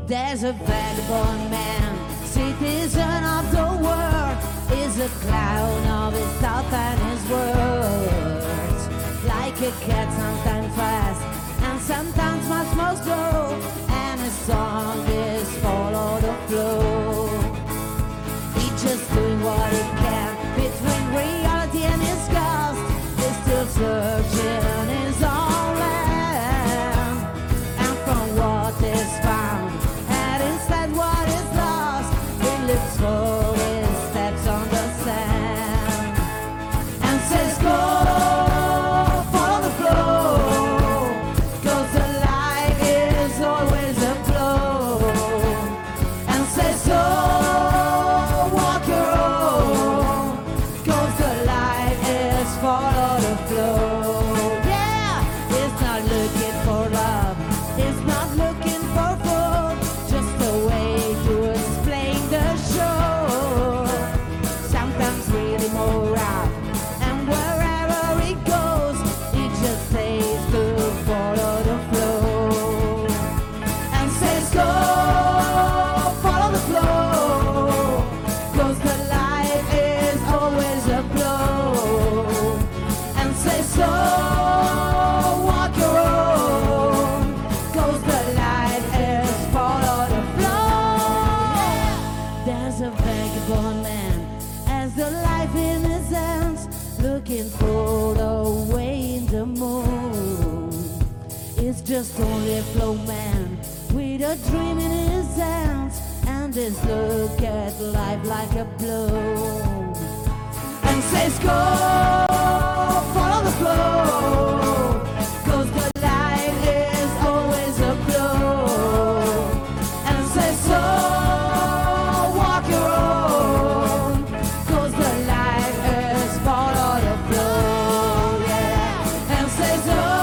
There's a vagabond man, citizen of the world, is a clown of his thoughts and his words. Like a cat, sometimes fast and sometimes much more slow, and his song is follow the flow. He's just doing what he can between reality and his ghost. He's still searching his own land, and from what is found and instead what is lost, he looks for his steps on the sand and says go, follow the flow, 'cause the light is always a flow, and says so, walk your own, 'cause the light is follow the flow. Yeah, it's not looking for love, it's not looking for food, just a way to explain the show. Sometimes really more out, and wherever it goes, it just says to follow the flow, and says go, follow the flow, 'cause the light is always a flow, and says so, walk your own, 'cause the light is follow the flow. There's a vagabond man, as the life in his hands, looking for the way in the moon. It's just only a flow man with a dream in his hands, and his look at life like a blow, and says go, follow the flow, 'cause the light is always a glow, and says so, walk your own, 'cause the light is follow the flow. Yeah, and says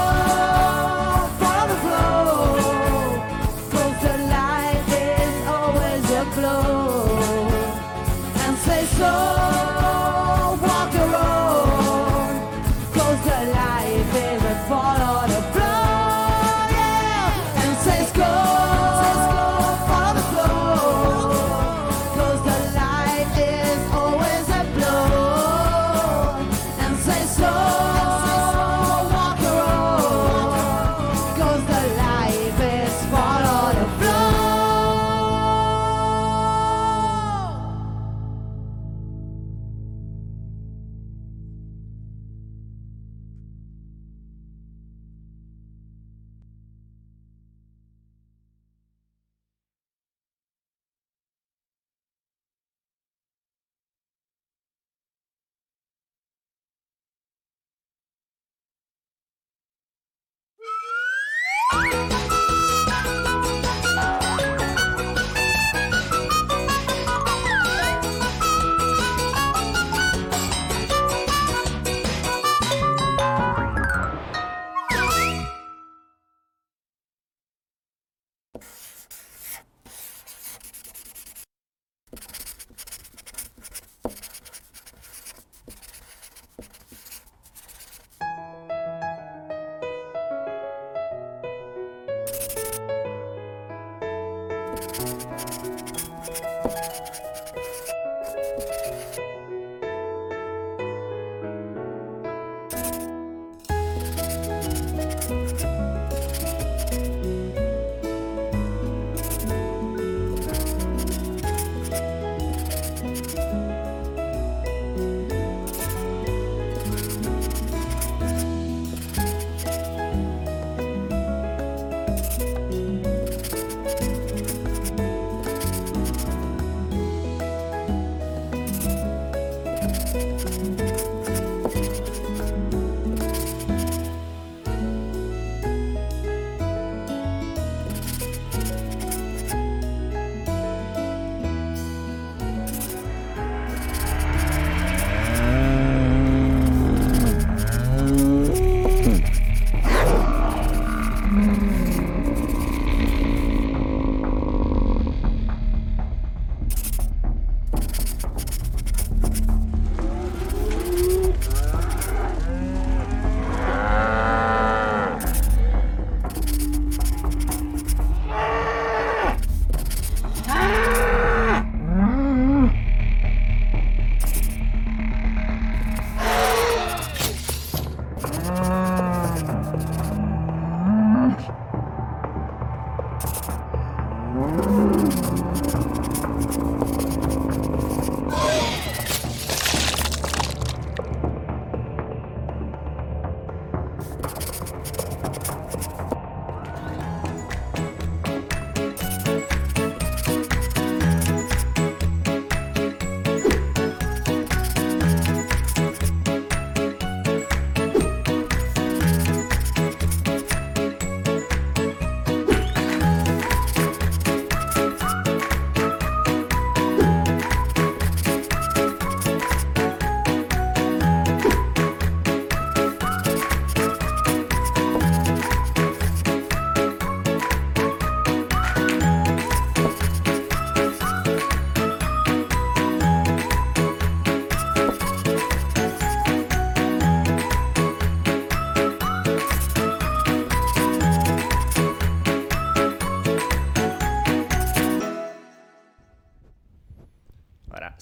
oh, follow the flow, 'cause the light is always a glow, and says so, walk your own, 'cause the light is a follow the flow. Yeah, and says go, follow the flow, 'cause the light is always a glow, and says so, walk your own, 'cause the light is follow the flow.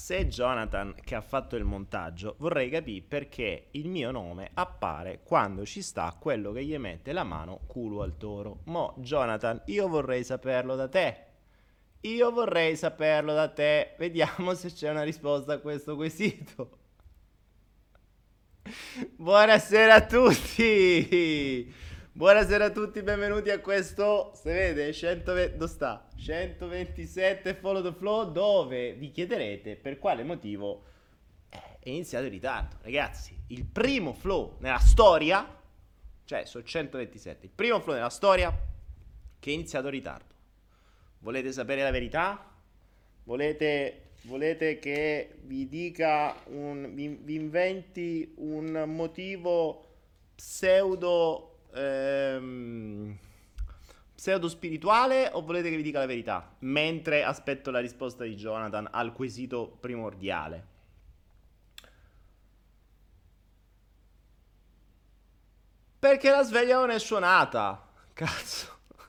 se è Jonathan che ha fatto il montaggio, vorrei capire perché il mio nome appare quando ci sta quello che gli mette la mano culo al toro. Mo, Jonathan, io vorrei saperlo da te. Io vorrei saperlo da te. Vediamo se c'è una risposta a questo quesito. Buonasera a tutti. Buonasera a tutti, benvenuti a questo, se vede, 120, dove sta? 127 Follow the Flow, dove vi chiederete per quale motivo è iniziato in ritardo. Ragazzi, il primo flow nella storia, cioè sono 127, il primo flow nella storia che è iniziato in ritardo. Volete sapere la verità? Volete che vi dica vi inventi un motivo pseudo spirituale, o volete che vi dica la verità mentre aspetto la risposta di Jonathan al quesito primordiale? Perché la sveglia non è suonata, cazzo.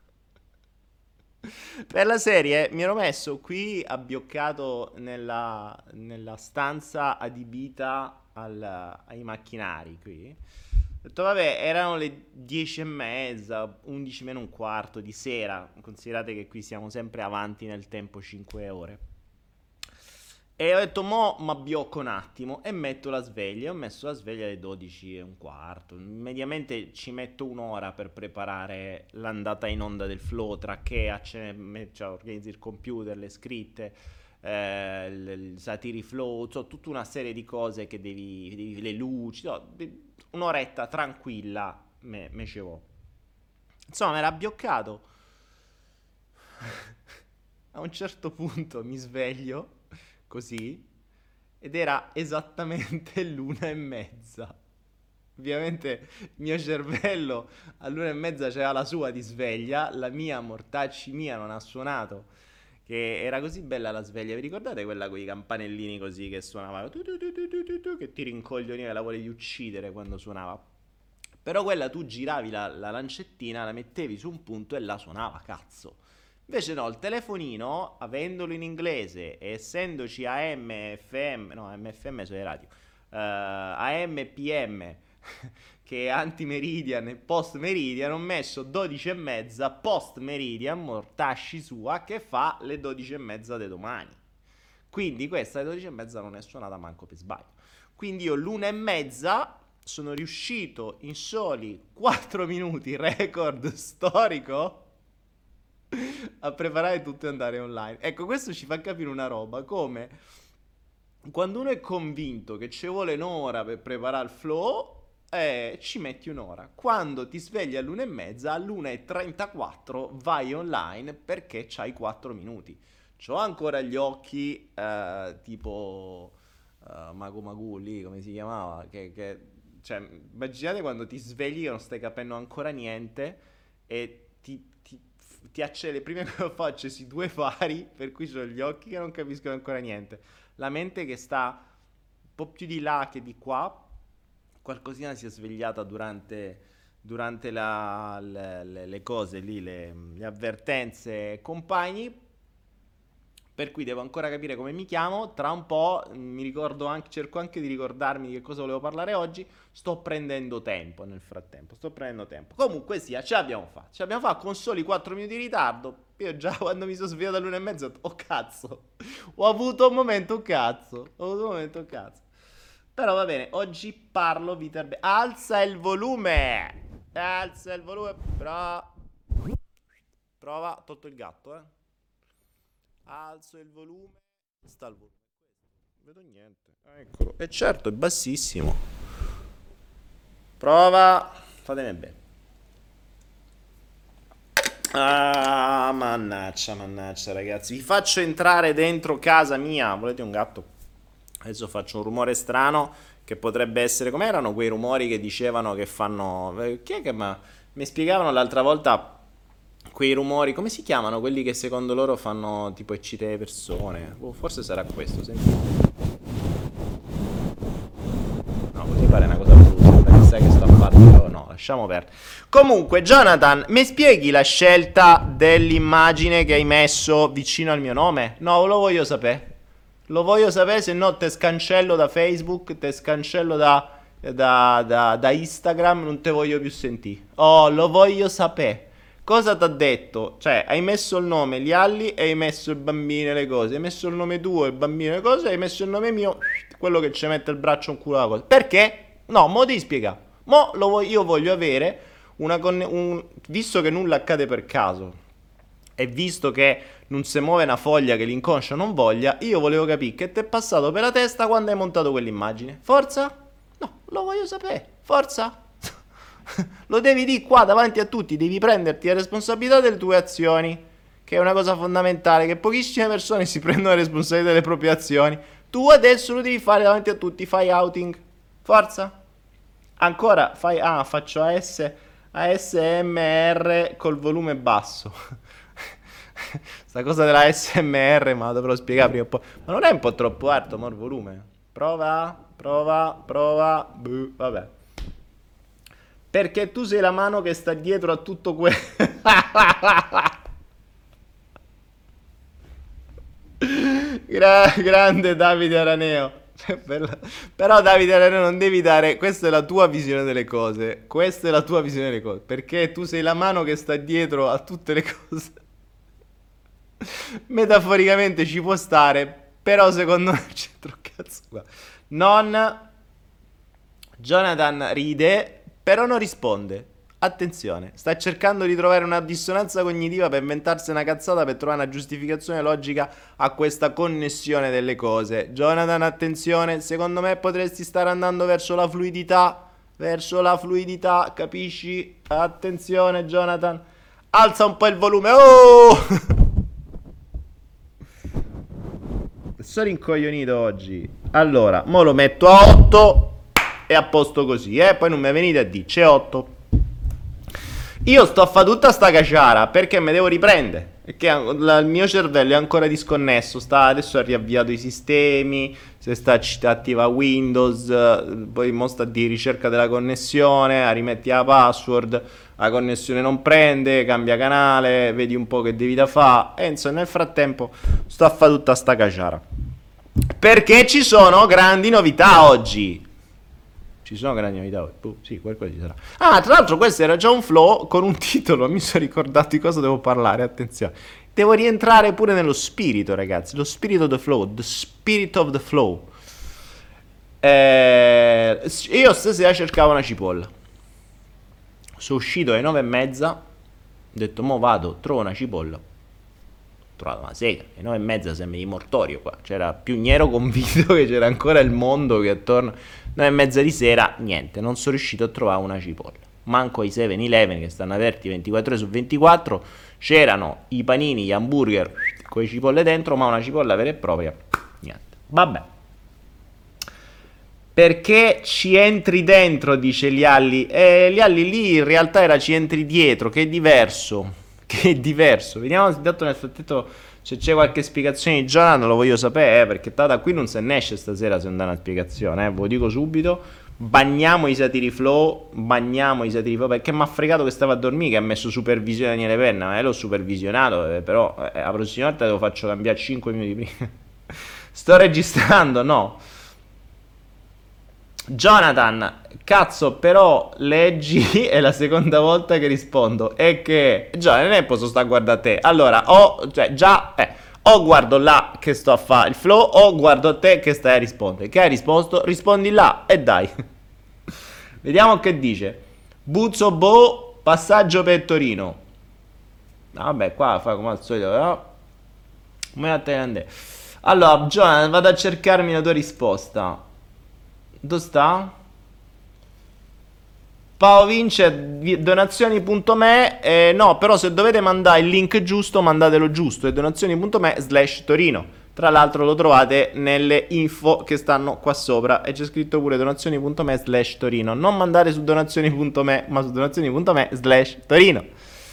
Per la serie mi ero messo qui abbioccato nella stanza adibita ai macchinari qui. Ho detto vabbè, erano le 10:30, 11 meno un quarto di sera. Considerate che qui siamo sempre avanti nel tempo 5 ore. E ho detto mo m'abbiocco un attimo e metto la sveglia. Ho messo la sveglia alle 12 e un quarto. Mediamente ci metto un'ora per preparare l'andata in onda del flow, tra che cioè, organizzi il computer, le scritte, il Satiri Flow, cioè, tutta una serie di cose che devi le luci, no, un'oretta tranquilla me ce vo'. Insomma, mi era abbioccato. A un certo punto mi sveglio così ed era esattamente l'1:30. Ovviamente il mio cervello all'1:30 c'era la sua di sveglia, la mia mortacci mia non ha suonato, che era così bella la sveglia. Vi ricordate quella con i campanellini così che suonava, che ti rincoglioniva, la volevi uccidere quando suonava? Però quella tu giravi la lancettina, la mettevi su un punto e la suonava, cazzo. Invece no, il telefonino, avendolo in inglese e essendoci AM, FM, no, AM, FM sono le radio, AM, PM, che è anti-meridian e post-meridian, ho messo 12:30 post-meridian, mortasci sua, che fa le 12:30 di domani. Quindi questa alle 12:30 non è suonata manco per sbaglio. Quindi io l'1:30 sono riuscito in soli 4 minuti, record storico, a preparare tutto e andare online. Ecco, questo ci fa capire una roba, come quando uno è convinto che ci vuole un'ora per preparare il flow, ci metti un'ora. Quando ti svegli all'1:30, all'1:34 vai online perché c'hai 4 minuti. C'ho ancora gli occhi tipo Mago Magoo lì, come si chiamava, cioè, immaginate quando ti svegli che non stai capendo ancora niente e ti accende, prima che faccio questi due fari, per cui ho gli occhi che non capiscono ancora niente, la mente che sta un po' più di là che di qua. Qualcosina si è svegliata durante le cose lì, le avvertenze compagni, per cui devo ancora capire come mi chiamo. Tra un po' mi ricordo anche, cerco anche di ricordarmi di che cosa volevo parlare oggi. Sto prendendo tempo nel frattempo, comunque sia, ce l'abbiamo fatta con soli 4 minuti di ritardo. Io già quando mi sono svegliato all'1:30 ho detto, oh cazzo, ho avuto un momento cazzo. Però va bene, oggi parlo Viterbe. Alza il volume, prova, tolto il gatto, alzo il volume, sta il volume, non vedo niente, eccolo, e certo è bassissimo, prova, fatemi bene. Ah, mannaggia ragazzi, vi faccio entrare dentro casa mia. Volete un gatto? Adesso faccio un rumore strano che potrebbe essere, com'erano quei rumori che dicevano che fanno, chi è che mi spiegavano l'altra volta quei rumori, come si chiamano quelli che secondo loro fanno tipo eccitare le persone? Forse sarà questo, senti. No, così pare una cosa brutta, sai che sto a fare, però no, lasciamo perdere. Comunque, Jonathan, mi spieghi la scelta dell'immagine che hai messo vicino al mio nome? No, lo voglio sapere. Lo voglio sapere, se no te scancello da Facebook, te scancello da Instagram, non te voglio più sentire. Oh, lo voglio sapere. Cosa t'ha detto? Cioè, hai messo il nome Lialli e hai messo il bambino e le cose. Hai messo il nome tuo, il bambino e le cose, e hai messo il nome mio, quello che ci mette il braccio in culo alla cosa. Perché? No, mo ti spiega. Io voglio avere visto che nulla accade per caso e visto che non si muove una foglia che l'inconscio non voglia, io volevo capire che ti è passato per la testa quando hai montato quell'immagine. Forza? No, lo voglio sapere. Forza? Lo devi dire qua davanti a tutti, devi prenderti la responsabilità delle tue azioni, che è una cosa fondamentale, che pochissime persone si prendono la responsabilità delle proprie azioni. Tu adesso lo devi fare davanti a tutti, fai outing. Forza? Ancora faccio ASMR col volume basso. Sta cosa della ASMR, ma la dovrò spiegare prima o poi. Ma non è un po' troppo alto, ma il volume? Prova. Vabbè. Perché tu sei la mano che sta dietro a tutto questo. Grande Davide Araneo. Però Davide Araneo non devi dare. Questa è la tua visione delle cose. Questa è la tua visione delle cose. Perché tu sei la mano che sta dietro a tutte le cose. Metaforicamente ci può stare. Però secondo me c'entra un cazzo qua. Jonathan ride, però non risponde. Attenzione, sta cercando di trovare una dissonanza cognitiva per inventarsi una cazzata, per trovare una giustificazione logica a questa connessione delle cose. Jonathan, attenzione, secondo me potresti stare andando verso la fluidità, capisci? Attenzione, Jonathan. Alza un po' il volume. Oh! Sono rincoglionito oggi. Allora, mo lo metto a 8 e a posto così, poi non mi venite a dire c'è 8. Io sto a fare tutta sta caciara perché mi devo riprendere, perché il mio cervello è ancora disconnesso. Adesso ha riavviato i sistemi, se sta attiva Windows, poi mo sta di ricerca della connessione, rimetti la password, la connessione non prende, cambia canale, vedi un po' che devi da fare, e insomma nel frattempo sto a fare tutta sta caciara perché ci sono grandi novità oggi. Ci sono grandi novità? Sì, qualcosa ci sarà. Ah, tra l'altro questo era già un flow con un titolo, mi sono ricordato di cosa devo parlare, attenzione. Devo rientrare pure nello spirito, ragazzi, lo spirito of the flow, the spirit of the flow. Io stasera cercavo una cipolla. Sono uscito alle 9:30, ho detto, mo vado, trovo una cipolla. Ho trovato una sega, alle 9:30 sembra di mortorio qua. Ne ero convinto che c'era ancora il mondo che attorno... 9:30 di sera, niente, non sono riuscito a trovare una cipolla. Manco ai 7-Eleven che stanno aperti 24 ore su 24. C'erano i panini, gli hamburger con le cipolle dentro, ma una cipolla vera e propria, niente. Vabbè. Perché ci entri dentro, dice Lialli. Lialli lì in realtà era ci entri dietro, che è diverso. Vediamo intanto nel frattempo se c'è qualche spiegazione di Jonathan, lo voglio sapere, perché da qui non se ne esce stasera se non dà una spiegazione, ve lo dico subito. Bagniamo i satiri flow, perché mi ha fregato che stava a dormire, che ha messo supervisione Daniele Penna, ma l'ho supervisionato, però la prossima volta lo faccio cambiare 5 minuti prima. Sto registrando, no. Jonathan, cazzo, però leggi, è la seconda volta che rispondo. E che Jonathan, non posso stare a guardare a te. Allora, o guardo là che sto a fare il flow, o guardo a te che stai a rispondere. Che hai risposto? Rispondi là e dai. Vediamo che dice. Buzzo boh, passaggio per Torino. Vabbè, qua fa come al solito, no? Come a Thailandese. Allora, Jonathan, vado a cercarmi la tua risposta. Dove sta? Paolo vince donazioni.me. No, però se dovete mandare il link giusto, mandatelo giusto. È donazioni.me/Torino. Tra l'altro lo trovate nelle info che stanno qua sopra e c'è scritto pure donazioni.me/Torino. Non mandate su donazioni.me, ma su donazioni.me/Torino.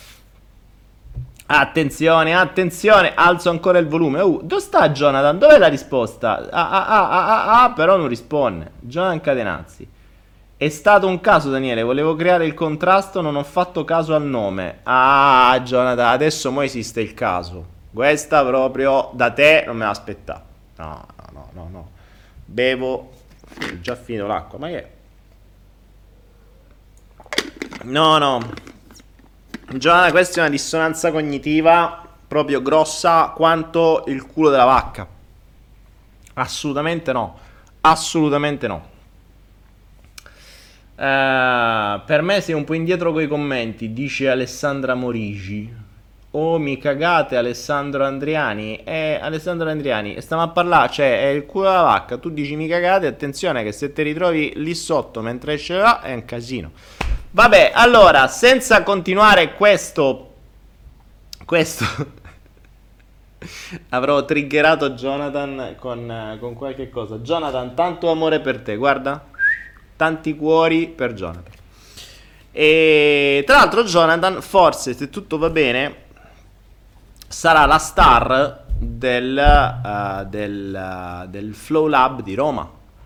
Attenzione, alzo ancora il volume. Dove sta Jonathan? Dov'è la risposta? Però non risponde. Jonathan Cadenazzi. È stato un caso, Daniele, volevo creare il contrasto, non ho fatto caso al nome. Jonathan, adesso mo esiste il caso. Questa proprio da te non me l'aspettavo. No, no. Bevo, ho già finito l'acqua, ma che è? No. Giovanna, questa è una dissonanza cognitiva proprio grossa quanto il culo della vacca. Assolutamente no. Per me sei un po' indietro coi commenti, dice Alessandra Morigi. Oh, mi cagate Alessandro Andriani. Alessandro Andriani, stiamo a parlare, cioè è il culo della vacca. Tu dici mi cagate, attenzione che se ti ritrovi lì sotto mentre esce là è un casino. Vabbè, allora, senza continuare questo avrò triggerato Jonathan con qualche cosa. Jonathan, tanto amore per te, guarda. Tanti cuori per Jonathan. E tra l'altro Jonathan, forse se tutto va bene, sarà la star del Flow Lab di Roma.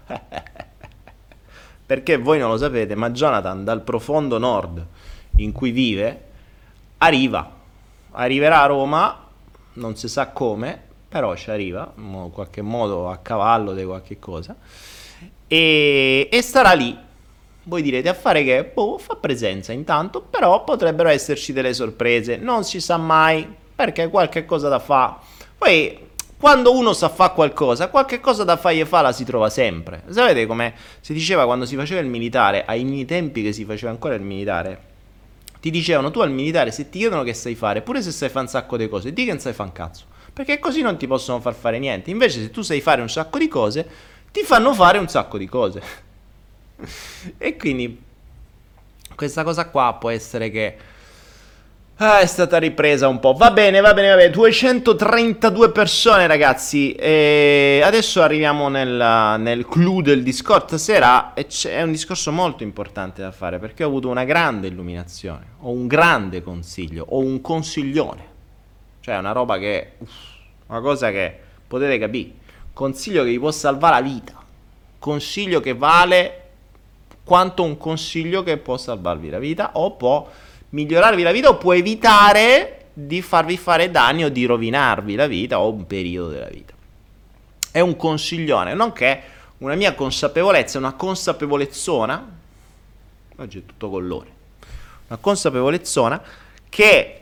Perché voi non lo sapete, ma Jonathan dal profondo nord in cui vive arriverà a Roma, non si sa come, però ci arriva in qualche modo a cavallo di qualche cosa e starà lì. Voi direte a fare che? Fa presenza intanto, però potrebbero esserci delle sorprese, non si sa mai, perché qualche cosa da fa. Poi quando uno sa fare qualcosa, qualche cosa da fargli fa la si trova sempre. Sapete come si diceva quando si faceva il militare, ai miei tempi che si faceva ancora il militare, ti dicevano tu al militare se ti chiedono che sai fare, pure se sai fare un sacco di cose, di che non sai fare un cazzo, perché così non ti possono far fare niente. Invece se tu sai fare un sacco di cose, ti fanno fare un sacco di cose. E quindi questa cosa qua può essere che è stata ripresa un po'. Va bene. 232 persone, ragazzi. E adesso arriviamo nel clou del discorso stasera. E è un discorso molto importante da fare, perché ho avuto una grande illuminazione. Ho un grande consiglio. Ho un consiglione. Cioè una roba che... una cosa che potete capire. Consiglio che vi può salvare la vita. Consiglio che vale quanto un consiglio che può salvarvi la vita o può migliorarvi la vita o può evitare di farvi fare danni o di rovinarvi la vita o un periodo della vita. È un consiglione, nonché una mia consapevolezza, una consapevolezzona, oggi è tutto colore, una consapevolezzona che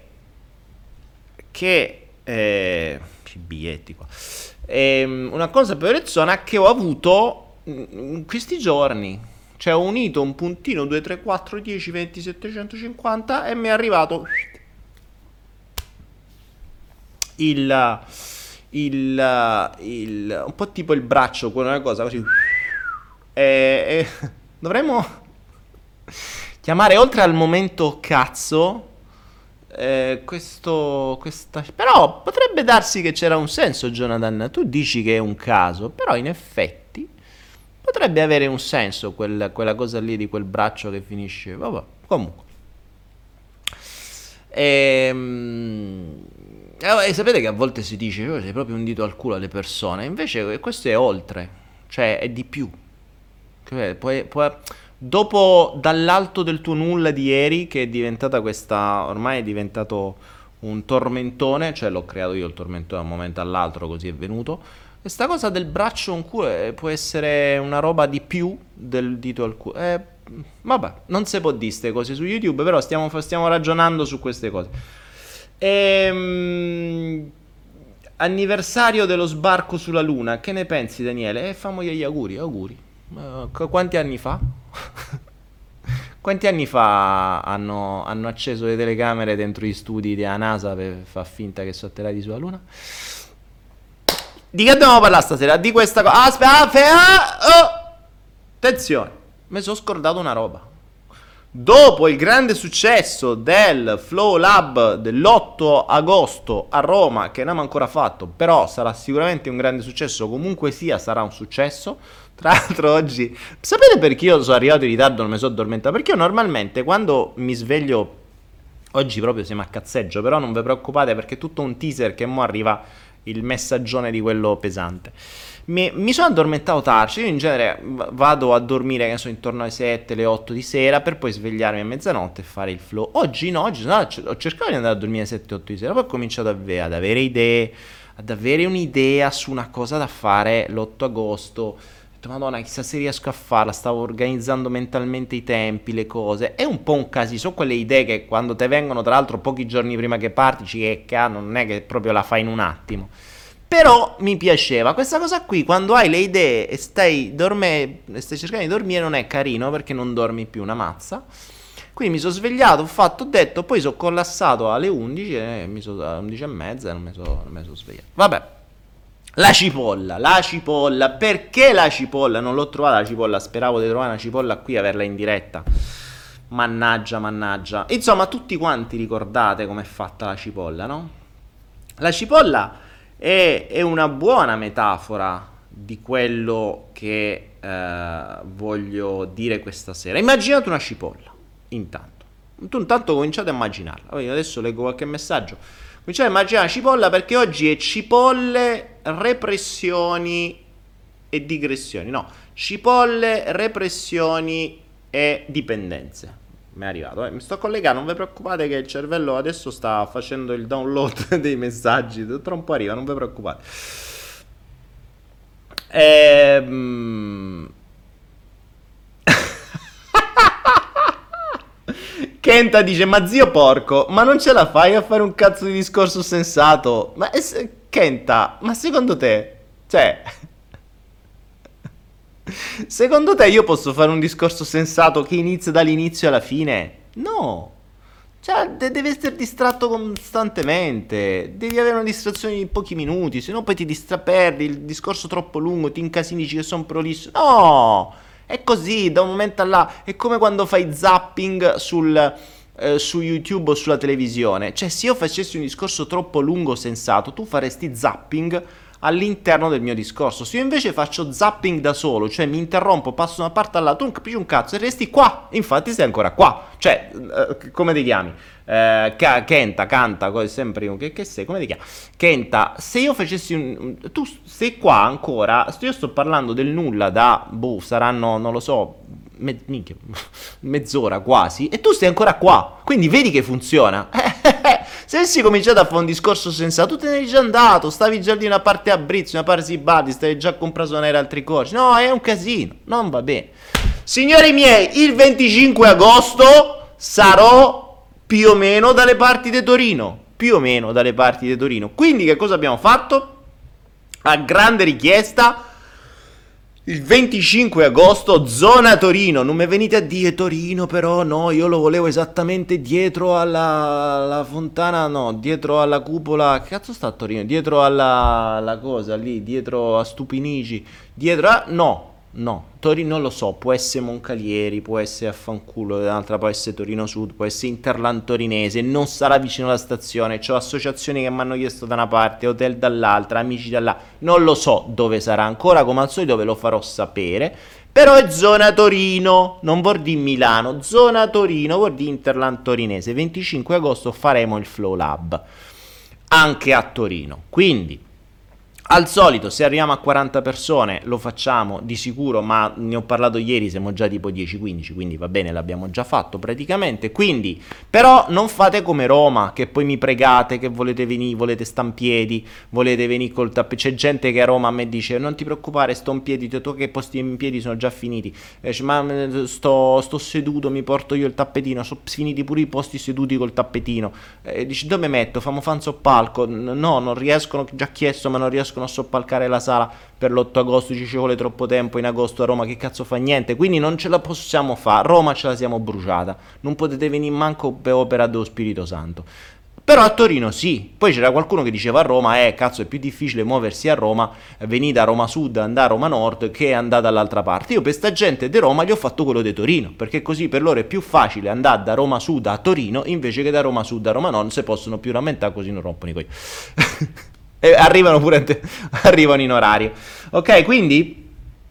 biglietti qua, una consapevolezzona che ho avuto in questi giorni. Cioè ho unito un puntino 2, 3, 4, 10, 20, 750 e mi è arrivato il un po' tipo il braccio, una cosa così. E dovremmo chiamare oltre al momento cazzo questa, però potrebbe darsi che c'era un senso, Jonathan. Tu dici che è un caso, però in effetti potrebbe avere un senso quella cosa lì di quel braccio che finisce. Vabbè, comunque. Sapete che a volte si dice sei proprio un dito al culo alle persone. Invece questo è oltre, cioè è di più. Cioè, dopo dall'alto del tuo nulla di ieri, che è diventata questa, ormai è diventato un tormentone, cioè l'ho creato io il tormentone da un momento all'altro, così è venuto. Questa cosa del braccio un culo può essere una roba di più del dito al culo. Vabbè, non si può dire queste cose su YouTube, però stiamo ragionando su queste cose. Anniversario dello sbarco sulla Luna, che ne pensi, Daniele? Famogli gli auguri. Quanti anni fa? Quanti anni fa hanno acceso le telecamere dentro gli studi della NASA per far finta che sono atterrati sulla Luna? Di che dobbiamo parlare stasera? Di questa cosa. Attenzione, mi sono scordato una roba. Dopo il grande successo del Flow Lab dell'8 agosto a Roma, che non abbiamo ancora fatto, però sarà sicuramente un grande successo, comunque sia sarà un successo. Tra l'altro oggi, sapete perché io sono arrivato in ritardo, non mi sono addormentato? Perché io normalmente quando mi sveglio, oggi proprio siamo a cazzeggio, però non vi preoccupate perché è tutto un teaser che mo arriva il messaggione di quello pesante. Mi sono addormentato tardi. Io in genere vado a dormire, che so, intorno alle 7, le 8 di sera, per poi svegliarmi a mezzanotte e fare il flow. Oggi no, ho cercato di andare a dormire alle 7, 8 di sera, poi ho cominciato ad avere idee, ad avere un'idea su una cosa da fare l'8 agosto. Ho detto, Madonna, chissà se riesco a farla. Stavo organizzando mentalmente i tempi, le cose. È un po' un casino. Sono quelle idee che quando te vengono, tra l'altro, pochi giorni prima che parti, non è che proprio la fai in un attimo. Però mi piaceva questa cosa qui, quando hai le idee e stai cercando di dormire, non è carino perché non dormi più una mazza. Quindi mi sono svegliato, ho detto, poi sono collassato alle 11 e alle 11 e mezza e non mi sono svegliato. Vabbè, la cipolla, perché la cipolla? Non l'ho trovata la cipolla, speravo di trovare una cipolla qui e averla in diretta. Mannaggia. Insomma, tutti quanti ricordate com'è fatta la cipolla, no? La cipolla è una buona metafora di quello che voglio dire questa sera. Immaginate una cipolla, intanto. Tu intanto cominciate a immaginarla. Io adesso leggo qualche messaggio. Cominciate a immaginare la cipolla perché oggi è cipolle, repressioni e digressioni. No, cipolle, repressioni e dipendenze. Mi è arrivato, mi sto collegando, non vi preoccupate che il cervello adesso sta facendo il download dei messaggi, tra un po' arriva, non vi preoccupate. Kenta dice, ma zio porco, ma non ce la fai a fare un cazzo di discorso sensato? Ma Kenta, ma secondo te, cioè... Secondo te io posso fare un discorso sensato che inizia dall'inizio alla fine? No. Cioè, devi essere distratto costantemente. Devi avere una distrazione di pochi minuti, se no poi ti perdi il discorso troppo lungo, ti incasini, dici che sono prolisso. No! È così, da un momento all'altro. È come quando fai zapping su YouTube o sulla televisione. Cioè, se io facessi un discorso troppo lungo sensato, tu faresti zapping all'interno del mio discorso. Se io invece faccio zapping da solo, cioè mi interrompo, passo da una parte all'altra, tu non capisci un cazzo e resti qua. Infatti sei ancora qua. Cioè, come ti chiami? Kenta, canta, sempre che sei? Come ti chiami? Kenta, se io facessi tu sei qua ancora, io sto parlando del nulla da, saranno, non lo so, mezz'ora quasi, e tu stai ancora qua. Quindi vedi che funziona. Se avessi cominciato a fare un discorso sensato, tu te ne eri già andato, stavi già di una parte a Brizio, una parte a Sibardi, stavi già a comprato un aereo altri corsi. No, è un casino, non va bene. Signori miei, il 25 agosto sarò più o meno dalle parti di Torino. Quindi che cosa abbiamo fatto? A grande richiesta, il 25 agosto, zona Torino. Non mi venite a dire Torino, però no, io lo volevo esattamente dietro alla fontana, no, dietro alla cupola. Che cazzo sta a Torino? Dietro alla cosa lì, dietro a Stupinici, dietro a... No, Torino non lo so, può essere Moncalieri, può essere Affanculo, dall'altra può essere Torino Sud, può essere Interland Torinese, non sarà vicino alla stazione, c'ho associazioni che mi hanno chiesto da una parte, hotel dall'altra, amici dall'altra, non lo so dove sarà ancora, come al solito ve lo farò sapere, però è zona Torino, non vuol dire Milano, zona Torino, vuol dire Interland Torinese, 25 agosto faremo il Flow Lab, anche a Torino, quindi... Al solito, se arriviamo a 40 persone lo facciamo di sicuro, ma ne ho parlato ieri, siamo già tipo 10-15, quindi va bene, l'abbiamo già fatto praticamente. Quindi, però non fate come Roma, che poi mi pregate, che volete venire, volete sta in piedi, volete venire col tappetino. C'è gente che a Roma a me dice, non ti preoccupare, sto in piedi, tu che posti in piedi sono già finiti. Ma sto seduto, mi porto io il tappetino, sono finiti pure i posti seduti col tappetino. Dici, dove metto? Famo fan soppalco? No, non riescono, già chiesto, ma non riescono a soppalcare la sala per l'8 agosto, ci vuole troppo tempo in agosto a Roma, che cazzo fa niente, quindi non ce la possiamo fare, Roma ce la siamo bruciata, non potete venire manco per opera dello Spirito Santo. Però a Torino sì, poi c'era qualcuno che diceva a Roma, cazzo è più difficile muoversi a Roma, venite a Roma Sud, andare a Roma Nord che andare dall'altra parte. Io per sta gente di Roma gli ho fatto quello di Torino, perché così per loro è più facile andare da Roma Sud a Torino invece che da Roma Sud a Roma Nord, se possono più rammentare così non rompono i coglioni. E arrivano pure arrivano in orario. Ok, quindi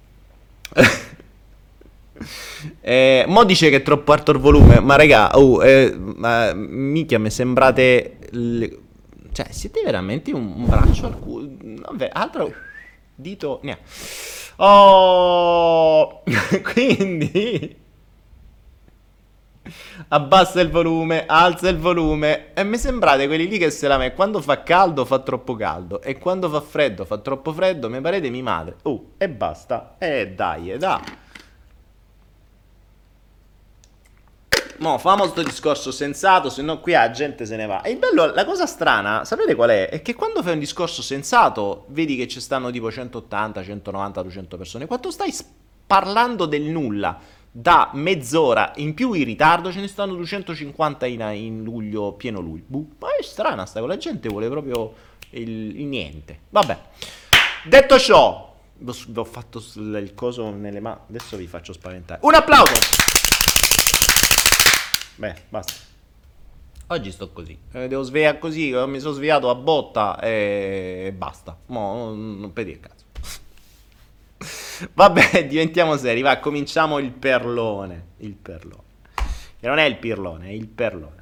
mo dice che è troppo alto il volume, ma raga, minchia, mi sembrate cioè siete veramente un braccio al culo. Vabbè, altro dito quindi Abbassa il volume, alza il volume. E mi sembrate quelli lì che se la me. Quando fa caldo fa troppo caldo. E quando fa freddo fa troppo freddo. Mi parete mi madre. E basta. Dai, dai. Mo, famo sto discorso sensato, se no qui la gente se ne va. E il bello, la cosa strana, sapete qual è? È che quando fai un discorso sensato, vedi che ci stanno tipo 180, 190, 200 persone. Quando stai parlando del nulla da mezz'ora in più in ritardo, ce ne stanno 250 in luglio, pieno luglio. Ma è strana sta cosa, la gente vuole proprio il niente. Vabbè, detto ciò, ho fatto il coso nelle mani, adesso vi faccio spaventare. Un applauso! Beh, basta. Oggi sto così. Devo svegliare così. Mi sono svegliato a botta e basta. Mo non per dire cazzo. Vabbè, diventiamo seri. Va, cominciamo il perlone. Il perlone. E non è il pirlone, è il perlone.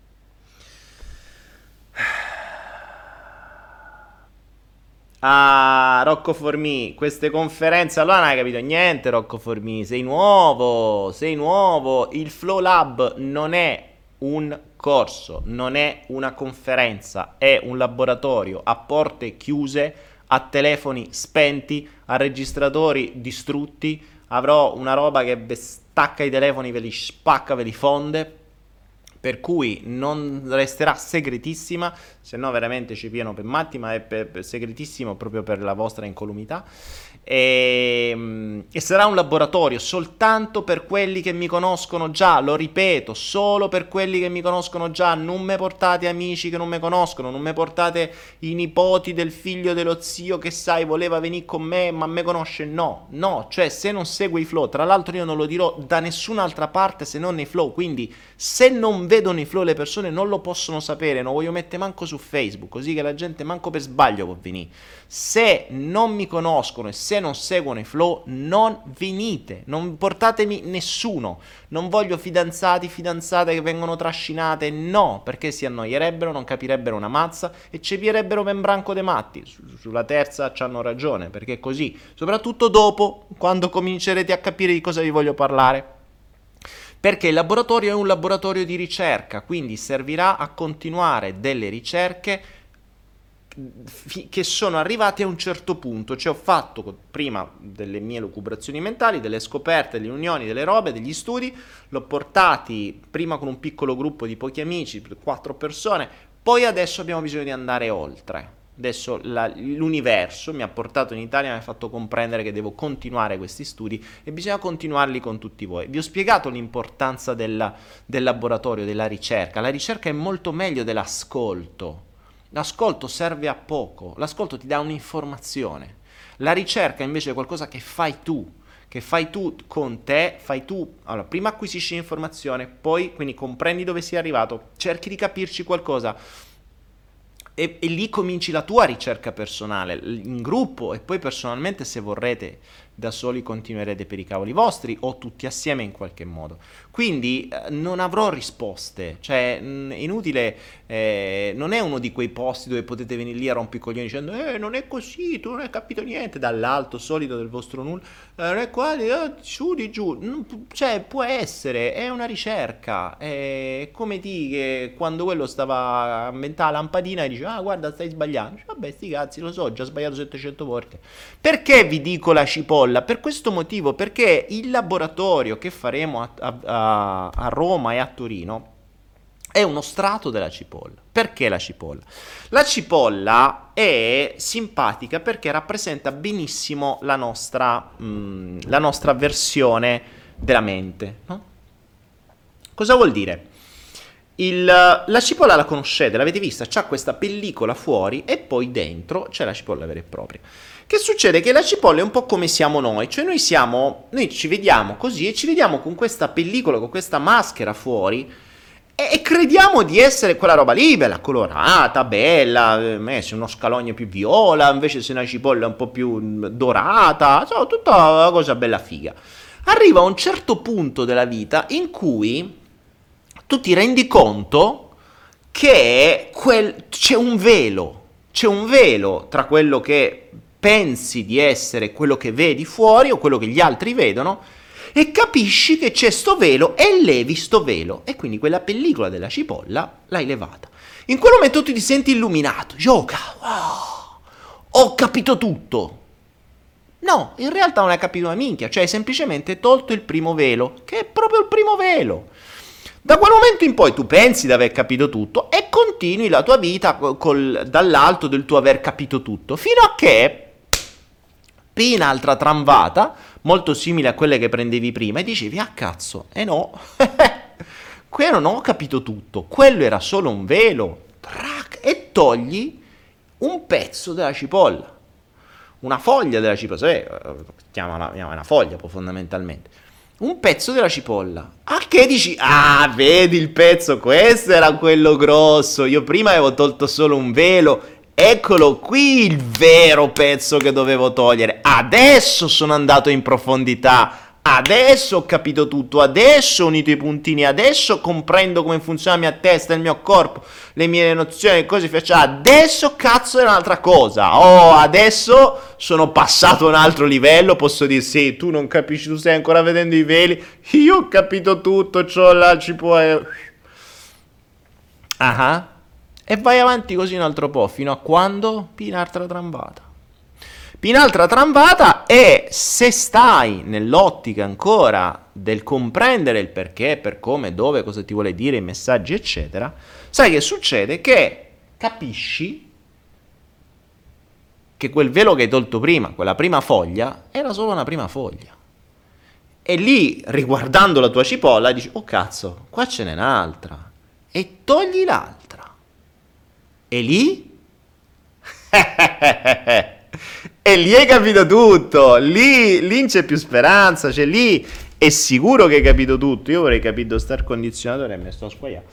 Ah, Rocco Formì, queste conferenze, allora non hai capito niente, Rocco Formì, sei nuovo, il Flow Lab non è un corso, non è una conferenza, è un laboratorio a porte chiuse, a telefoni spenti, a registratori distrutti, avrò una roba che stacca i telefoni, ve li spacca, ve li fonde, per cui non resterà segretissima, se no veramente ci pieno per matti, ma è segretissimo proprio per la vostra incolumità. E sarà un laboratorio soltanto per quelli che mi conoscono già, lo ripeto, solo per quelli che mi conoscono già. Non me portate amici che non mi conoscono, non me portate i nipoti del figlio dello zio che sai voleva venire con me ma me conosce. No, cioè se non segui i flow, tra l'altro io non lo dirò da nessun'altra parte se non nei flow, quindi se non vedono i flow le persone non lo possono sapere, non voglio mettere manco su Facebook, così che la gente manco per sbaglio può venire. Se non mi conoscono e se non seguono i flow, non venite, non portatemi nessuno. Non voglio fidanzate che vengono trascinate, no, perché si annoierebbero, non capirebbero una mazza e ci pirebbero ben branco dei matti. Sulla terza c'hanno ragione, perché è così, soprattutto dopo, quando comincerete a capire di cosa vi voglio parlare. Perché il laboratorio è un laboratorio di ricerca, quindi servirà a continuare delle ricerche che sono arrivate a un certo punto, cioè ho fatto prima delle mie lucubrazioni mentali, delle scoperte, delle unioni, delle robe, degli studi, l'ho portati prima con un piccolo gruppo di pochi amici, 4 persone, poi adesso abbiamo bisogno di andare oltre. Adesso l'universo mi ha portato in Italia, mi ha fatto comprendere che devo continuare questi studi e bisogna continuarli con tutti voi. Vi ho spiegato l'importanza del laboratorio, della ricerca. La ricerca è molto meglio dell'ascolto. L'ascolto serve a poco, l'ascolto ti dà un'informazione. La ricerca invece è qualcosa che fai tu con te, fai tu. Allora, prima acquisisci l'informazione, poi quindi comprendi dove sei arrivato, cerchi di capirci qualcosa e lì cominci la tua ricerca personale, in gruppo e poi personalmente se vorrete da soli continuerete per i cavoli vostri o tutti assieme in qualche modo. Quindi non avrò risposte, cioè è inutile, non è uno di quei posti dove potete venire lì a rompicoglioni dicendo non è così, tu non hai capito niente, dall'alto solito del vostro nulla, non è qua, su di giù, cioè può essere, è una ricerca, è come che quando quello stava a inventare la lampadina e dice guarda stai sbagliando, dice, vabbè sti cazzi lo so, ho già sbagliato 700 volte. Perché vi dico la cipolla? Per questo motivo, perché il laboratorio che faremo a Roma e a Torino è uno strato della cipolla. Perché la cipolla? La cipolla è simpatica perché rappresenta benissimo la nostra versione della mente, no? Cosa vuol dire? La cipolla la conoscete, l'avete vista? C'ha questa pellicola fuori e poi dentro c'è la cipolla vera e propria. Che succede? Che la cipolla è un po' come siamo noi, cioè noi ci vediamo così e ci vediamo con questa pellicola, con questa maschera fuori e crediamo di essere quella roba lì, bella colorata, bella, se uno scalogno più viola, invece se una cipolla è un po' più dorata, insomma, tutta una cosa bella figa. Arriva a un certo punto della vita in cui tu ti rendi conto che c'è un velo tra quello che pensi di essere, quello che vedi fuori o quello che gli altri vedono e capisci che c'è sto velo e levi sto velo e quindi quella pellicola della cipolla l'hai levata. In quel momento tu ti senti illuminato, wow, ho capito tutto. No, in realtà non hai capito una minchia, cioè hai semplicemente tolto il primo velo, che è proprio il primo velo. Da quel momento in poi tu pensi di aver capito tutto e continui la tua vita dall'alto del tuo aver capito tutto, fino a che poi un'altra tramvata, molto simile a quelle che prendevi prima, e dicevi, ah cazzo, no, qui non ho capito tutto, quello era solo un velo, e togli un pezzo della cipolla. Una foglia della cipolla, chiama una foglia poi fondamentalmente, un pezzo della cipolla. A che dici, ah vedi il pezzo, questo era quello grosso, io prima avevo tolto solo un velo, eccolo qui il vero pezzo che dovevo togliere, adesso sono andato in profondità, adesso ho capito tutto, adesso ho unito i puntini, adesso comprendo come funziona la mia testa, il mio corpo, le mie nozioni, le cose facciali, adesso cazzo è un'altra cosa, adesso sono passato a un altro livello, posso dire sì, tu non capisci, tu stai ancora vedendo i veli, io ho capito tutto, c'ho la cipolla, e vai avanti così un altro po', fino a quando? Un'altra tramvata. Un'altra tramvata, e se stai nell'ottica ancora del comprendere il perché, per come, dove, cosa ti vuole dire, i messaggi eccetera, sai che succede? Che capisci che quel velo che hai tolto prima, quella prima foglia, era solo una prima foglia. E lì, riguardando la tua cipolla, dici, oh cazzo, qua ce n'è un'altra. E togli l'altra. E lì? E lì hai capito tutto, lì non c'è più speranza, cioè lì è sicuro che hai capito tutto. Io vorrei capire sto air condizionatore e me sto squagliando.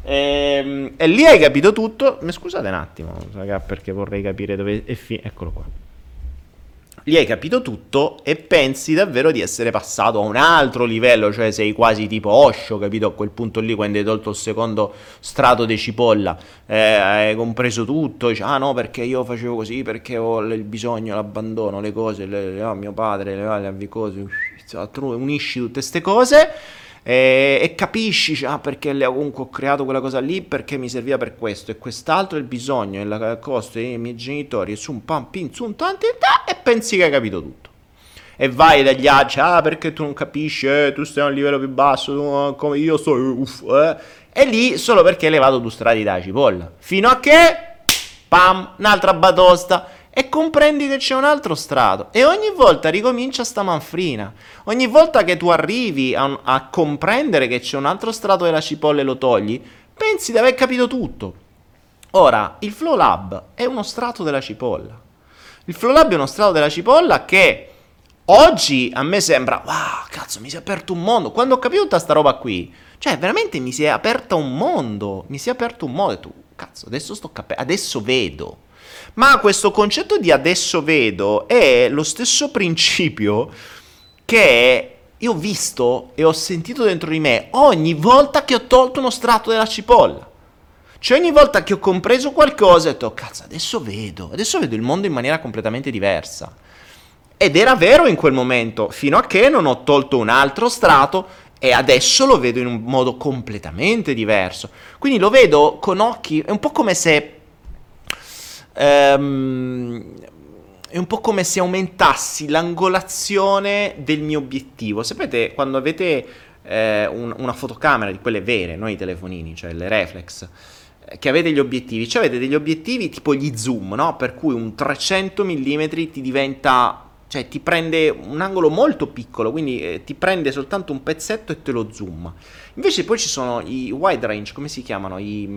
E lì hai capito tutto. Mi scusate un attimo, raga, perché vorrei capire dove è eccolo qua. Lì hai capito tutto e pensi davvero di essere passato a un altro livello, cioè sei quasi tipo Osho, capito? A quel punto lì, quando hai tolto il secondo strato di cipolla, hai compreso tutto, dici, ah no, perché io facevo così, perché ho il bisogno, l'abbandono, le cose, mio padre, le cose, unisci tutte queste cose e capisci, perché comunque ho creato quella cosa lì, perché mi serviva per questo e quest'altro, il bisogno, il costo dei miei genitori, su pam pin su tanti e pensi che hai capito tutto e vai dagli altri, perché tu non capisci, tu stai a un livello più basso, tu, come io sto e lì solo perché hai levato due strati da cipolla, fino a che pam, un'altra batosta e comprendi che c'è un altro strato e ogni volta ricomincia sta manfrina. Ogni volta che tu arrivi a comprendere che c'è un altro strato della cipolla e lo togli, pensi di aver capito tutto. Ora, il Flow Lab è uno strato della cipolla. Il Flow Lab è uno strato della cipolla che oggi a me sembra, wow, cazzo, mi si è aperto un mondo. Quando ho capito tutta sta roba qui, cioè veramente mi si è aperto un mondo. Mi si è aperto un mondo e tu, cazzo, adesso adesso vedo. Ma questo concetto di adesso vedo è lo stesso principio che io ho visto e ho sentito dentro di me ogni volta che ho tolto uno strato della cipolla. Cioè ogni volta che ho compreso qualcosa ho detto, cazzo, adesso vedo il mondo in maniera completamente diversa. Ed era vero in quel momento, fino a che non ho tolto un altro strato e adesso lo vedo in un modo completamente diverso. Quindi lo vedo con occhi, è un po' come se è un po' come se aumentassi l'angolazione del mio obiettivo. Sapete, quando avete una fotocamera di quelle vere, non i telefonini, cioè le reflex, che avete gli obiettivi, cioè avete degli obiettivi tipo gli zoom, no? Per cui un 300 mm ti diventa, cioè ti prende un angolo molto piccolo, quindi ti prende soltanto un pezzetto e te lo zoom. Invece poi ci sono i wide range, come si chiamano?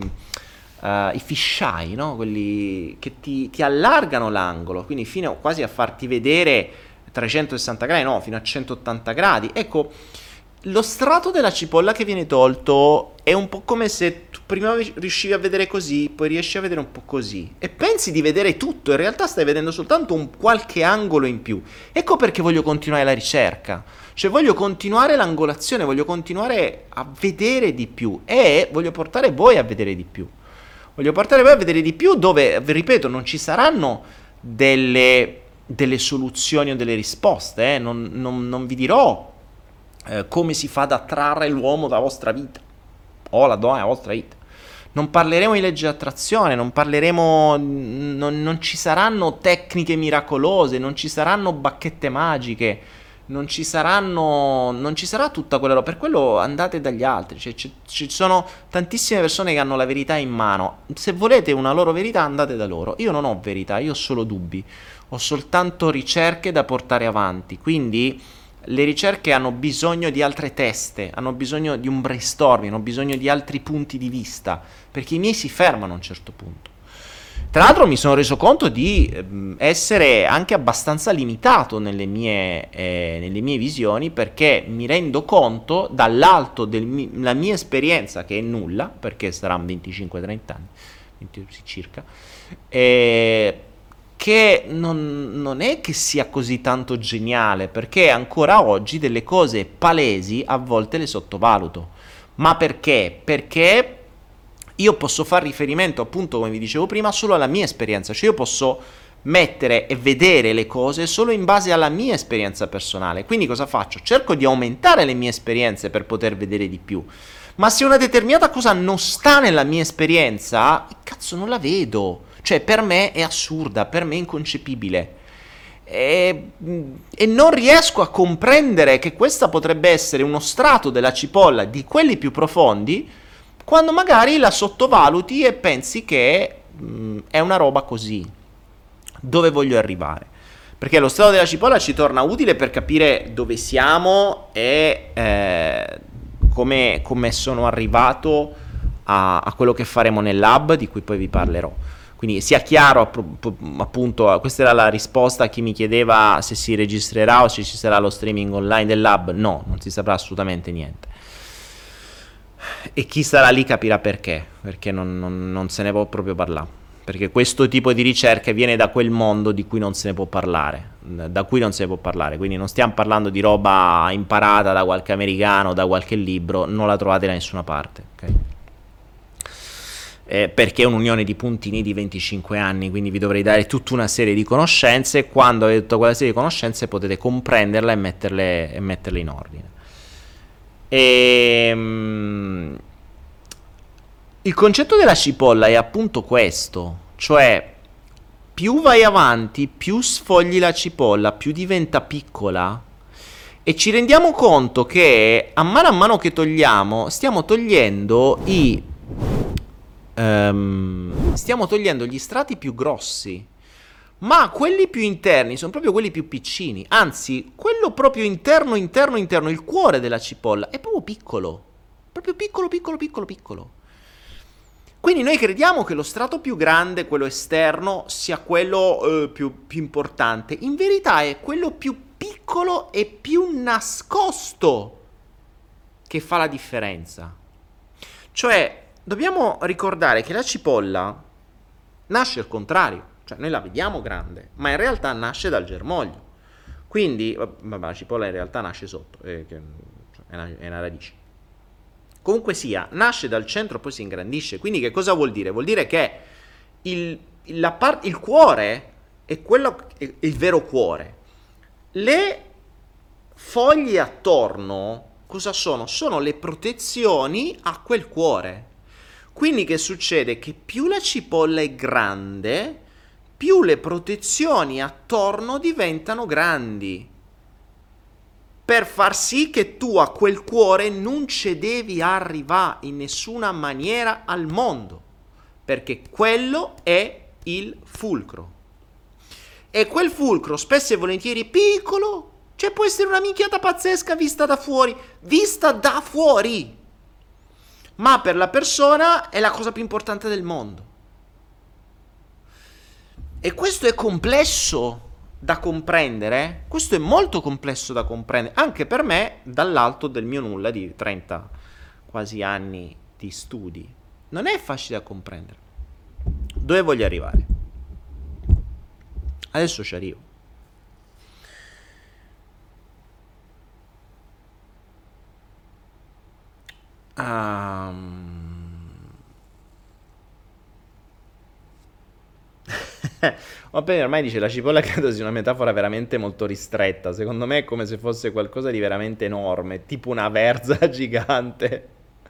I fisheye, no? Quelli che ti allargano l'angolo, quindi fino quasi a farti vedere 360 gradi, no, fino a 180 gradi. Ecco, lo strato della cipolla che viene tolto è un po' come se tu prima riuscivi a vedere così, poi riesci a vedere un po' così e pensi di vedere tutto, in realtà stai vedendo soltanto un qualche angolo in più. Ecco perché voglio continuare la ricerca, cioè voglio continuare l'angolazione, voglio continuare a vedere di più e voglio portare voi a vedere di più. Voglio portare voi a vedere di più dove, vi ripeto, non ci saranno delle soluzioni o delle risposte, non vi dirò come si fa ad attrarre l'uomo dalla vostra vita o la donna della vostra vita. Non parleremo di legge di attrazione, non parleremo, non ci saranno tecniche miracolose, non ci saranno bacchette magiche, non ci sarà tutta quella roba. Per quello andate dagli altri, cioè, ci sono tantissime persone che hanno la verità in mano. Se volete una loro verità, andate da loro. Io non ho verità, io ho solo dubbi, ho soltanto ricerche da portare avanti, quindi le ricerche hanno bisogno di altre teste, hanno bisogno di un brainstorming, hanno bisogno di altri punti di vista, perché i miei si fermano a un certo punto. Tra l'altro mi sono reso conto di essere anche abbastanza limitato nelle mie visioni, perché mi rendo conto dall'alto della mia esperienza, che è nulla, perché saranno 25-30 anni, 20 circa, che non è che sia così tanto geniale, perché ancora oggi delle cose palesi a volte le sottovaluto. Ma perché? Perché io posso fare riferimento, appunto, come vi dicevo prima, solo alla mia esperienza, cioè io posso mettere e vedere le cose solo in base alla mia esperienza personale. Quindi cosa faccio? Cerco di aumentare le mie esperienze per poter vedere di più. Ma se una determinata cosa non sta nella mia esperienza, cazzo, non la vedo. Cioè, per me è assurda, per me è inconcepibile. E non riesco a comprendere che questa potrebbe essere uno strato della cipolla di quelli più profondi, quando magari la sottovaluti e pensi che è una roba così. Dove voglio arrivare? Perché lo strato della cipolla ci torna utile per capire dove siamo e come sono arrivato a quello che faremo nel lab, di cui poi vi parlerò. Quindi sia chiaro, appunto, questa era la risposta a chi mi chiedeva se si registrerà o se ci sarà lo streaming online del lab. No, non si saprà assolutamente niente. E chi sarà lì capirà perché non se ne può proprio parlare. Perché questo tipo di ricerche viene da quel mondo di cui non se ne può parlare, quindi non stiamo parlando di roba imparata da qualche americano, da qualche libro, non la trovate da nessuna parte, ok? Perché è un'unione di puntini di 25 anni, quindi vi dovrei dare tutta una serie di conoscenze. Quando avete tutta quella serie di conoscenze potete comprenderla e metterle in ordine. Il concetto della cipolla è appunto questo, cioè più vai avanti, più sfogli la cipolla, più diventa piccola, e ci rendiamo conto che a mano che togliamo, stiamo togliendo gli strati più grossi, ma quelli più interni sono proprio quelli più piccini. Anzi, quello proprio interno, il cuore della cipolla è proprio piccolo, piccolo. Quindi noi crediamo che lo strato più grande, quello esterno, sia quello più importante. In verità è quello più piccolo e più nascosto che fa la differenza. Cioè, dobbiamo ricordare che la cipolla nasce al contrario. Cioè, noi la vediamo grande, ma in realtà nasce dal germoglio. Quindi, la cipolla in realtà nasce sotto, è una radice. Comunque sia, nasce dal centro, poi si ingrandisce. Quindi che cosa vuol dire? Vuol dire che il cuore è il vero cuore. Le foglie attorno cosa sono? Sono le protezioni a quel cuore. Quindi che succede? Che più la cipolla è grande, più le protezioni attorno diventano grandi, per far sì che tu a quel cuore non ci devi arrivare in nessuna maniera al mondo, perché quello è il fulcro. E quel fulcro spesso e volentieri piccolo, cioè può essere una minchiata pazzesca vista da fuori, ma per la persona è la cosa più importante del mondo. E questo è complesso da comprendere, questo è molto complesso da comprendere, anche per me, dall'alto del mio nulla di 30 quasi anni di studi. Non è facile da comprendere. Dove voglio arrivare? Adesso ci arrivo. Oppure ormai dice la cipolla credo sia una metafora veramente molto ristretta. Secondo me è come se fosse qualcosa di veramente enorme, tipo una verza gigante.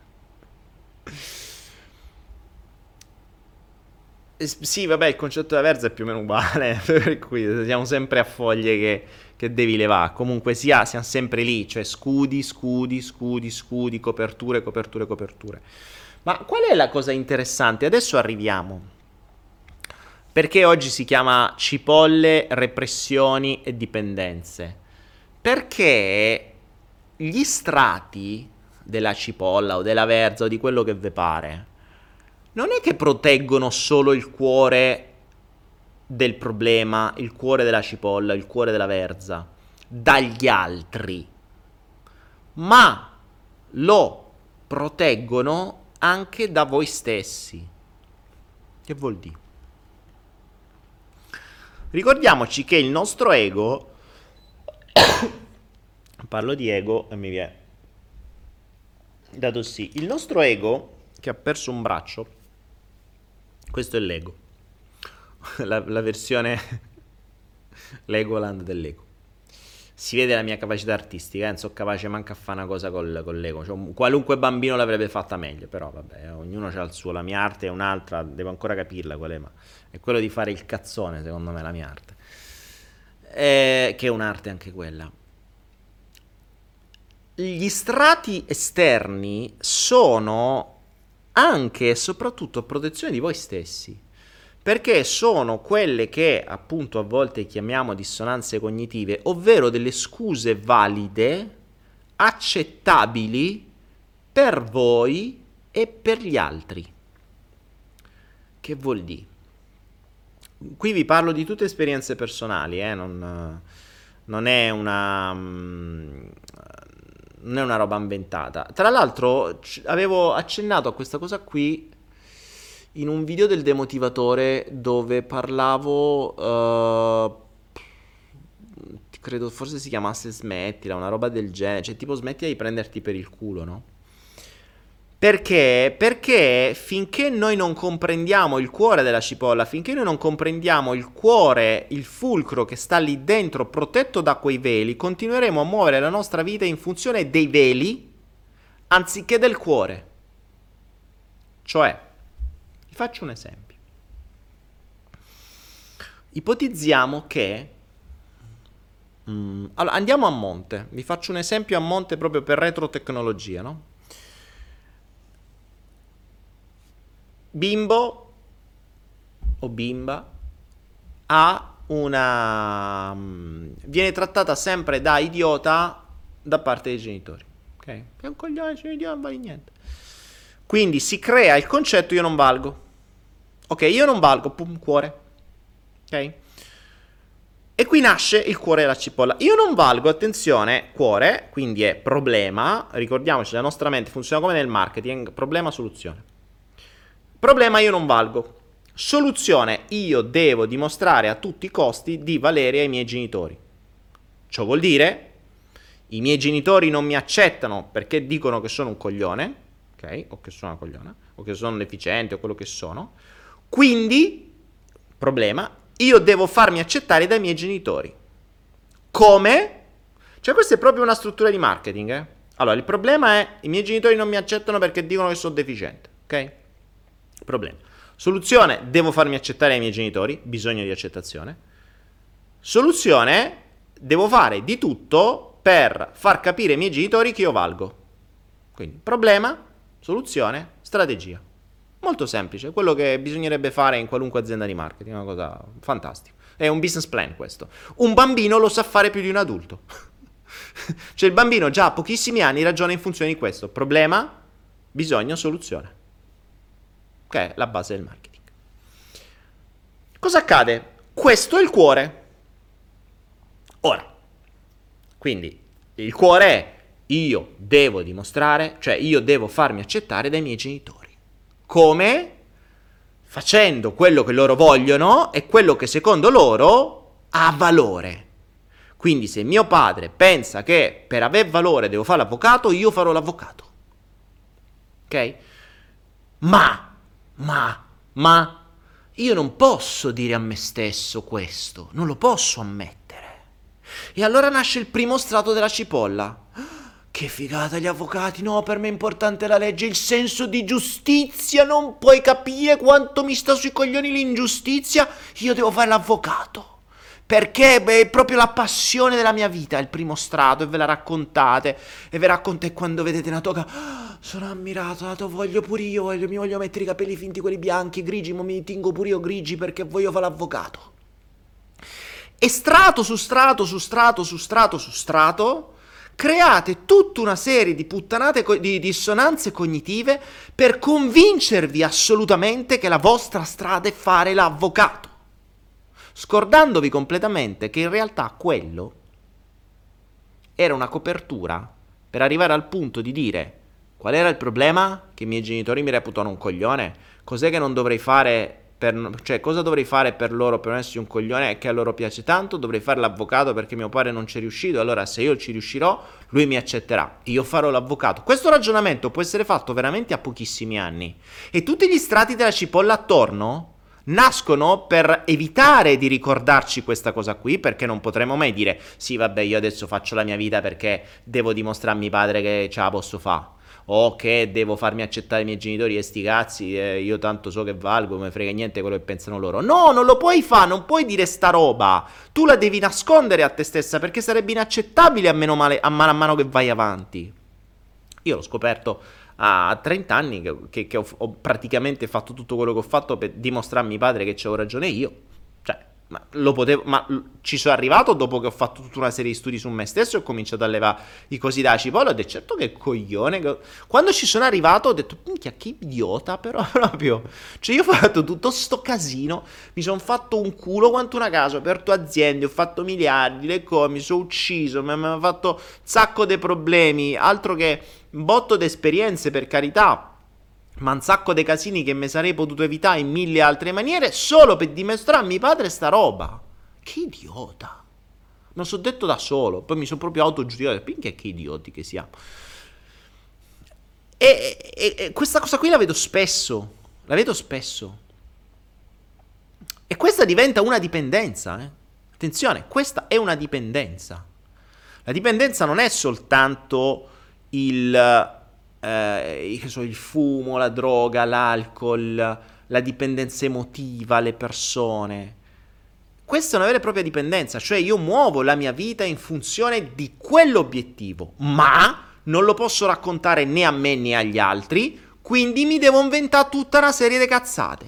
Sì, vabbè, il concetto della verza è più o meno uguale, per cui siamo sempre a foglie che devi levare. Comunque sia, siamo sempre lì, cioè scudi, scudi, scudi, scudi, coperture, coperture, coperture. Ma qual è la cosa interessante? Adesso arriviamo. Perché oggi si chiama cipolle, repressioni e dipendenze? Perché gli strati della cipolla o della verza o di quello che vi pare non è che proteggono solo il cuore del problema, il cuore della cipolla, il cuore della verza dagli altri, ma lo proteggono anche da voi stessi. Che vuol dire? Ricordiamoci che il nostro ego, parlo di ego e mi viene da tossì, il nostro ego che ha perso un braccio, questo è l'ego, la versione Legoland dell'ego. Si vede la mia capacità artistica, non sono capace manco a fare una cosa con l'ego, cioè, qualunque bambino l'avrebbe fatta meglio, però vabbè, ognuno ha il suo, la mia arte è un'altra, devo ancora capirla qual è, ma è quello di fare il cazzone, secondo me, la mia arte, che è un'arte anche quella. Gli strati esterni sono anche e soprattutto a protezione di voi stessi, perché sono quelle che appunto a volte chiamiamo dissonanze cognitive, ovvero delle scuse valide, accettabili per voi e per gli altri. Che vuol dire? Qui vi parlo di tutte esperienze personali, non è una roba inventata. Tra l'altro avevo accennato a questa cosa qui in un video del demotivatore dove parlavo, credo forse si chiamasse smettila, una roba del genere, cioè tipo smettila di prenderti per il culo, no? Perché? Perché finché noi non comprendiamo il cuore della cipolla, finché noi non comprendiamo il cuore, il fulcro che sta lì dentro, protetto da quei veli, continueremo a muovere la nostra vita in funzione dei veli anziché del cuore. Cioè, vi faccio un esempio. Ipotizziamo che allora, andiamo a monte. Vi faccio un esempio a monte proprio per retrotecnologia, no? Bimbo o bimba viene trattata sempre da idiota da parte dei genitori, ok? È un coglione, c'è un idiota, non vale niente. Quindi si crea il concetto io non valgo. Ok, io non valgo, pum, cuore. Ok? E qui nasce il cuore della cipolla. Io non valgo, attenzione, cuore, quindi è problema. Ricordiamoci, la nostra mente funziona come nel marketing, problema, soluzione. Problema, io non valgo. Soluzione, io devo dimostrare a tutti i costi di valere ai miei genitori. Ciò vuol dire, i miei genitori non mi accettano perché dicono che sono un coglione, ok? O che sono una cogliona, o che sono deficiente, o quello che sono. Quindi, problema, io devo farmi accettare dai miei genitori. Come? Cioè questa è proprio una struttura di marketing, eh? Allora, il problema è i miei genitori non mi accettano perché dicono che sono deficiente, ok? Problema. Soluzione, devo farmi accettare dai miei genitori, bisogno di accettazione. Soluzione, devo fare di tutto per far capire ai miei genitori che io valgo. Quindi, problema, soluzione, strategia. Molto semplice, quello che bisognerebbe fare in qualunque azienda di marketing, una cosa fantastica. È un business plan questo. Un bambino lo sa fare più di un adulto. Cioè il bambino già a pochissimi anni ragiona in funzione di questo. Problema, bisogno, soluzione. Che è la base del marketing. Cosa accade? Questo è il cuore. Ora, quindi il cuore è io devo dimostrare, cioè io devo farmi accettare dai miei genitori. Come? Facendo quello che loro vogliono e quello che secondo loro ha valore. Quindi se mio padre pensa che per aver valore devo fare l'avvocato, io farò l'avvocato. Ok? Ma io non posso dire a me stesso questo, non lo posso ammettere. E allora nasce il primo strato della cipolla. Che figata gli avvocati, no, per me è importante la legge, il senso di giustizia, non puoi capire quanto mi sta sui coglioni l'ingiustizia, io devo fare l'avvocato. Perché è proprio la passione della mia vita, è il primo strato, e ve la raccontate, e quando vedete una toga, sono ammirato, voglio pure io, mi voglio mettere i capelli finti, quelli bianchi, grigi, ma mi tingo pure io grigi perché voglio fare l'avvocato. E strato su strato su strato su strato su strato, create tutta una serie di puttanate, di dissonanze cognitive per convincervi assolutamente che la vostra strada è fare l'avvocato, scordandovi completamente che in realtà quello era una copertura per arrivare al punto di dire: qual era il problema? Che i miei genitori mi reputano un coglione. Cos'è che non dovrei fare? Cioè, cosa dovrei fare per loro per non essere un coglione che a loro piace tanto? Dovrei fare l'avvocato perché mio padre non ci è riuscito, allora se io ci riuscirò lui mi accetterà, io farò l'avvocato. Questo ragionamento può essere fatto veramente a pochissimi anni, e tutti gli strati della cipolla attorno nascono per evitare di ricordarci questa cosa qui, perché non potremo mai dire sì vabbè, io adesso faccio la mia vita perché devo dimostrare a mio padre che ce la posso fare, o che devo farmi accettare i miei genitori, e sti cazzi, io tanto so che valgo, me frega niente quello che pensano loro. No, non lo puoi fare, non puoi dire sta roba, tu la devi nascondere a te stessa, perché sarebbe inaccettabile a mano che vai avanti. Io l'ho scoperto a 30 anni che ho praticamente fatto tutto quello che ho fatto per dimostrare a mio padre che c'avevo ragione io. Ma ci sono arrivato dopo che ho fatto tutta una serie di studi su me stesso e ho cominciato a levare i cosi da cipolla. Ho detto certo che coglione. Quando ci sono arrivato ho detto minchia che idiota, però proprio, cioè io ho fatto tutto sto casino, mi sono fatto un culo quanto una casa, ho aperto aziende, ho fatto miliardi, le cose, mi sono ucciso, mi hanno fatto un sacco di problemi, altro che un botto di esperienze, per carità, ma un sacco di casini che mi sarei potuto evitare in mille altre maniere solo per dimostrare a mio padre sta roba. Che idiota. Me lo so detto da solo, poi mi sono proprio autogiudicato, perché che idioti che siamo. E questa cosa qui la vedo spesso, e questa diventa una dipendenza, Attenzione, questa è una dipendenza. La dipendenza non è soltanto il fumo, la droga, l'alcol, la dipendenza emotiva, le persone. Questa è una vera e propria dipendenza, cioè io muovo la mia vita in funzione di quell'obiettivo, ma non lo posso raccontare né a me né agli altri, quindi mi devo inventare tutta una serie di cazzate.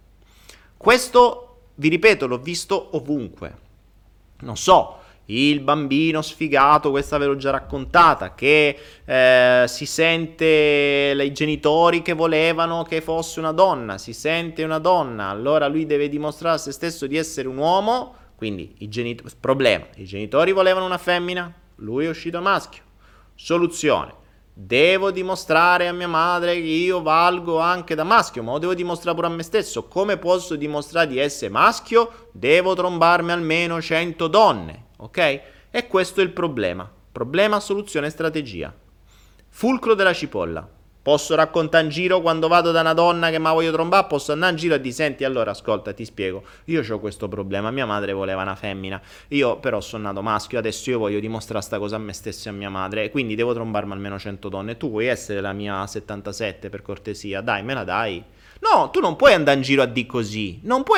Questo, vi ripeto, l'ho visto ovunque. Non so, il bambino sfigato, questa ve l'ho già raccontata, che si sente i genitori che volevano che fosse una donna, si sente una donna, allora lui deve dimostrare a se stesso di essere un uomo, quindi problema, i genitori volevano una femmina, lui è uscito maschio. Soluzione: devo dimostrare a mia madre che io valgo anche da maschio, ma lo devo dimostrare pure a me stesso. Come posso dimostrare di essere maschio? Devo trombarmi almeno 100 donne. Ok? E questo è il problema. Problema, soluzione, strategia. Fulcro della cipolla. Posso raccontare in giro quando vado da una donna che mi voglio trombare? Posso andare in giro e dire: senti, allora ascolta, ti spiego, io ho questo problema, mia madre voleva una femmina, io però sono nato maschio, adesso io voglio dimostrare sta cosa a me stesso e a mia madre, quindi devo trombarmi almeno 100 donne. Tu vuoi essere la mia 77 per cortesia? Dai, me la dai? No, tu non puoi andare in giro a dire così,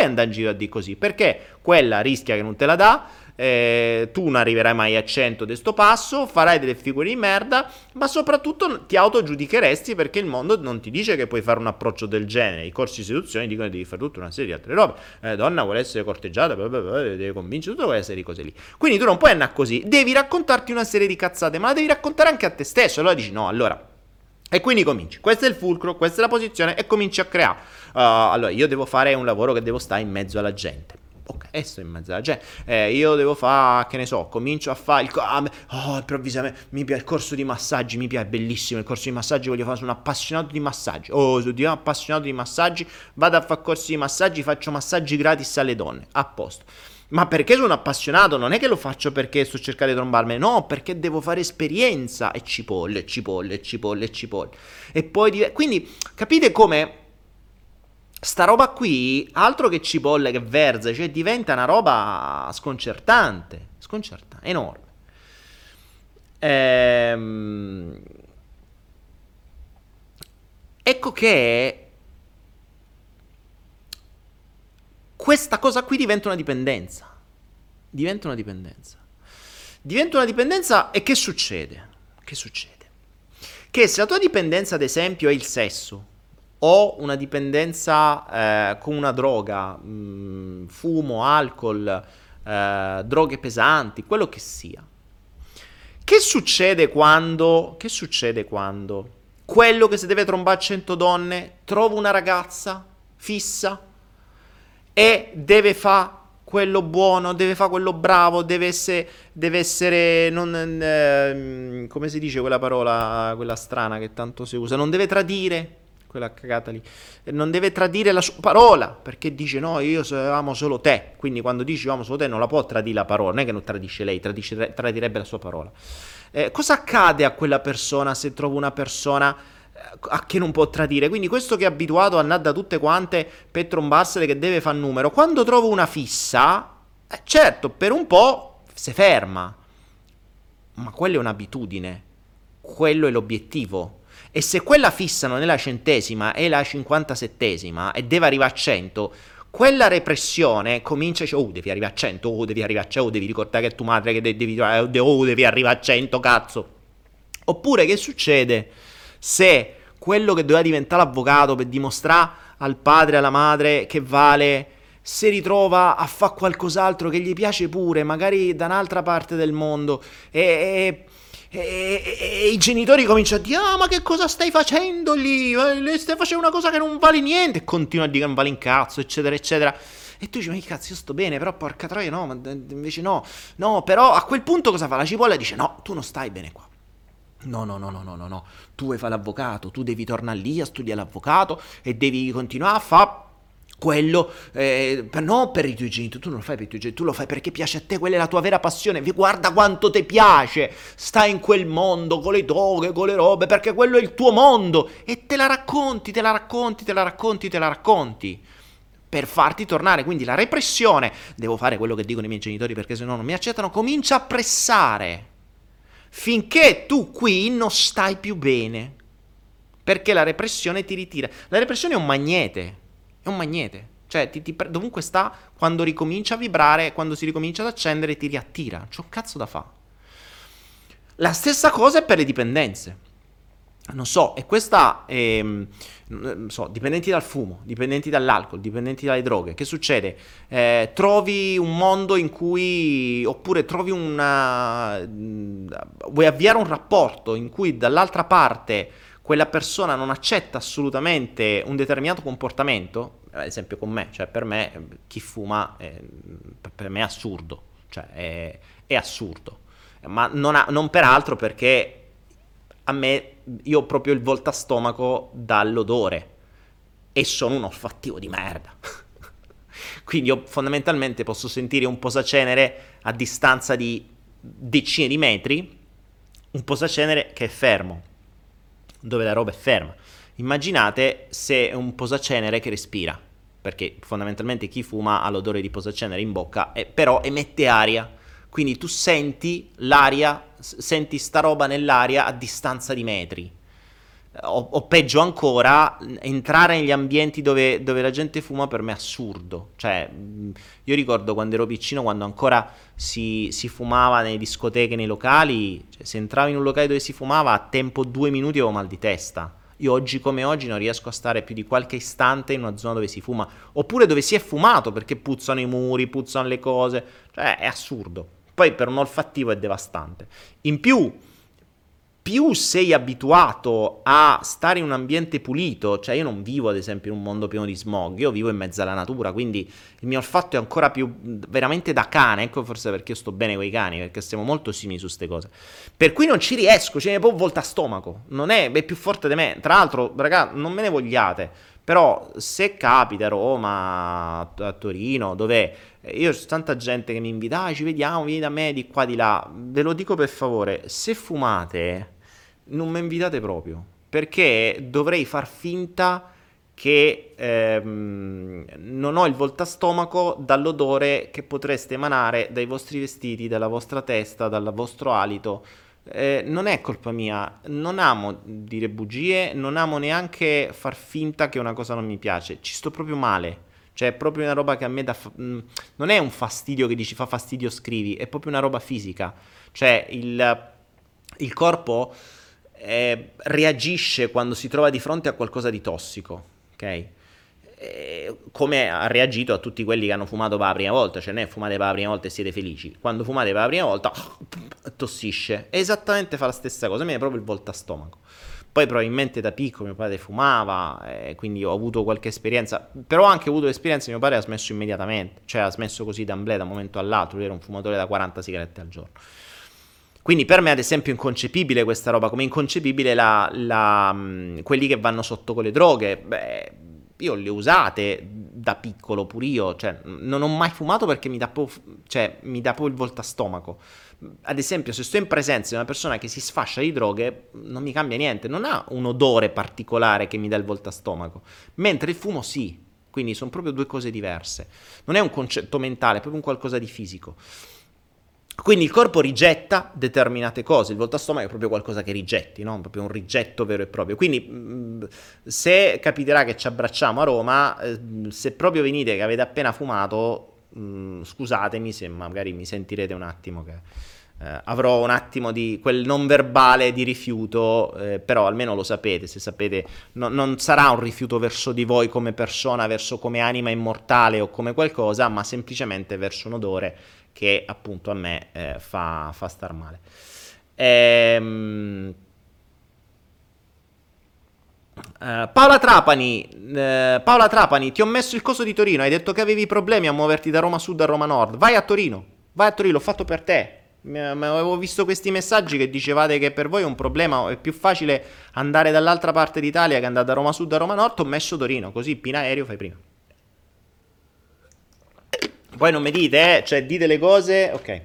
perché quella rischia che non te la dà, tu non arriverai mai a 100 di sto passo, farai delle figure di merda, ma soprattutto ti autogiudicheresti perché il mondo non ti dice che puoi fare un approccio del genere. I corsi di seduzione dicono che devi fare tutta una serie di altre robe, donna vuole essere corteggiata, devi convincere, tutta quella serie di cose lì. Quindi tu non puoi andare così, devi raccontarti una serie di cazzate, ma la devi raccontare anche a te stesso. Allora dici no, allora, e quindi cominci, questo è il fulcro, questa è la posizione, e cominci a creare. Allora, io devo fare un lavoro che devo stare in mezzo alla gente. Ok, sto in mezzo alla gente. Io devo fare, che ne so, comincio a fare improvvisamente mi piace il corso di massaggi, mi piace, è bellissimo il corso di massaggi, voglio fare, sono appassionato di massaggi. Sono appassionato di massaggi, vado a fare corsi di massaggi, faccio massaggi gratis alle donne, a posto. Ma perché sono appassionato? Non è che lo faccio perché sto cercando di trombarmi, no, perché devo fare esperienza, e cipolle. E poi quindi capite come Sta roba qui, altro che cipolle che verze, cioè diventa una roba sconcertante, enorme. Ecco che questa cosa qui diventa una dipendenza. Diventa una dipendenza. Diventa una dipendenza e che succede? Che succede? Che se la tua dipendenza, ad esempio, è il sesso, o una dipendenza con una droga, fumo, alcol, droghe pesanti, quello che sia. Che succede quando quello che si deve trombare a 100 donne trova una ragazza fissa e deve fare quello buono, deve fare quello bravo, deve essere come si dice quella parola, quella strana che tanto si usa, non deve tradire, quella cagata lì, non deve tradire la sua parola, perché dice no, io amo solo te, quindi quando dici io amo solo te non la può tradire la parola, non è che non tradisce lei, tradirebbe la sua parola. Cosa accade a quella persona se trova una persona a che non può tradire? Quindi questo che è abituato a andare da tutte quante per trombarsele, che deve fare numero, quando trova una fissa, certo, per un po' si ferma, ma quella è un'abitudine, quello è l'obiettivo. E se quella fissa non è la centesima, è la 57esima e deve arrivare a 100, quella repressione comincia, oh devi arrivare a 100, oh devi arrivare a 100, oh devi ricordare che è tua madre che devi arrivare a 100, cazzo. Oppure che succede se quello che doveva diventare l'avvocato per dimostrare al padre e alla madre che vale si ritrova a fare qualcos'altro che gli piace pure, magari da un'altra parte del mondo, e i genitori cominciano a dire ma che cosa stai facendo lì? Stai facendo una cosa che non vale niente, e continua a dire che non vale un cazzo, eccetera eccetera, e tu dici ma che cazzo, io sto bene, però porca troia no, ma invece no, però a quel punto cosa fa? La cipolla dice no, tu non stai bene qua. No, tu vuoi fare l'avvocato, tu devi tornare lì a studiare l'avvocato e devi continuare a fare quello, no per i tuoi genitori, tu non lo fai per i tuoi genitori, tu lo fai perché piace a te, quella è la tua vera passione, guarda quanto ti piace, stai in quel mondo con le toghe, con le robe, perché quello è il tuo mondo, e te la racconti per farti tornare. Quindi la repressione, devo fare quello che dicono i miei genitori perché se no non mi accettano, comincia a pressare finché tu qui non stai più bene, perché la repressione ti ritira. La repressione è un magnete, cioè dovunque sta, quando ricomincia a vibrare, quando si ricomincia ad accendere ti riattira, c'è un cazzo da fa. La stessa cosa è per le dipendenze. Non so, e questa non so, dipendenti dal fumo, dipendenti dall'alcol, dipendenti dalle droghe, che succede? Trovi un mondo in cui, oppure trovi vuoi avviare un rapporto in cui dall'altra parte quella persona non accetta assolutamente un determinato comportamento, ad esempio con me, cioè per me chi fuma per me è assurdo, cioè è assurdo, ma non per altro, perché a me, io ho proprio il voltastomaco dall'odore e sono un olfattivo di merda. Quindi io fondamentalmente posso sentire un posacenere a distanza di decine di metri, un posacenere che è fermo, dove la roba è ferma. Immaginate se è un posacenere che respira, perché fondamentalmente chi fuma ha l'odore di posacenere in bocca, però emette aria. Quindi tu senti l'aria, senti sta roba nell'aria a distanza di metri. O peggio ancora, entrare negli ambienti dove la gente fuma per me è assurdo. Cioè, io ricordo quando ero piccino, quando ancora si fumava nelle discoteche, nei locali, cioè, se entravi in un locale dove si fumava, a tempo 2 minuti avevo mal di testa. Io oggi come oggi non riesco a stare più di qualche istante in una zona dove si fuma, oppure dove si è fumato, perché puzzano i muri, puzzano le cose. Cioè, è assurdo. Poi per un olfattivo è devastante. In più sei abituato a stare in un ambiente pulito, cioè io non vivo ad esempio in un mondo pieno di smog, io vivo in mezzo alla natura, quindi il mio olfatto è ancora più veramente da cane, ecco forse perché io sto bene con i cani, perché siamo molto simili su ste cose. Per cui non ci riesco, cioè mi può volta stomaco, non è più forte di me. Tra l'altro, raga, non me ne vogliate, però se capita a Roma, a Torino, dove io c'è tanta gente che mi invita, ci vediamo, vieni da me, di qua, di là, ve lo dico per favore, se fumate non mi invitate proprio, perché dovrei far finta che non ho il voltastomaco dall'odore che potreste emanare dai vostri vestiti, dalla vostra testa, dal vostro alito. Non è colpa mia, non amo dire bugie, non amo neanche far finta che una cosa non mi piace, ci sto proprio male. Cioè, è proprio una roba che a me non è un fastidio che dici fa fastidio scrivi, è proprio una roba fisica. Cioè, il corpo reagisce quando si trova di fronte a qualcosa di tossico, ok? Come ha reagito a tutti quelli che hanno fumato per la prima volta, cioè ne fumate per la prima volta e siete felici, quando fumate per la prima volta tossisce, esattamente fa la stessa cosa, a me è proprio il voltastomaco. Poi probabilmente da piccolo mio padre fumava, quindi ho avuto qualche esperienza, però ho anche avuto l'esperienza, mio padre ha smesso immediatamente, cioè ha smesso così d'amblè da un momento all'altro, lui era un fumatore da 40 sigarette al giorno. Quindi per me ad esempio è inconcepibile questa roba, come inconcepibile quelli che vanno sotto con le droghe. Beh, io le ho usate da piccolo pure io, cioè non ho mai fumato perché mi dà proprio il voltastomaco. Ad esempio, se sto in presenza di una persona che si sfascia di droghe, non mi cambia niente, non ha un odore particolare che mi dà il voltastomaco, mentre il fumo sì, quindi sono proprio due cose diverse. Non è un concetto mentale, è proprio un qualcosa di fisico. Quindi il corpo rigetta determinate cose, il voltastomaco è proprio qualcosa che rigetti, no? Proprio un rigetto vero e proprio. Quindi se capiterà che ci abbracciamo a Roma, se proprio venite che avete appena fumato, scusatemi se magari mi sentirete un attimo che avrò un attimo di quel non verbale di rifiuto, però almeno lo sapete, se sapete non sarà un rifiuto verso di voi come persona, verso come anima immortale o come qualcosa, ma semplicemente verso un odore che appunto a me fa star male. Paola Trapani, ti ho messo il coso di Torino, hai detto che avevi problemi a muoverti da Roma Sud a Roma Nord, vai a Torino, l'ho fatto per te. Avevo visto questi messaggi che dicevate che per voi è un problema, è più facile andare dall'altra parte d'Italia che andare da Roma Sud a Roma Nord, ho messo Torino, così in aereo fai prima. Poi non mi dite, cioè dite le cose, ok.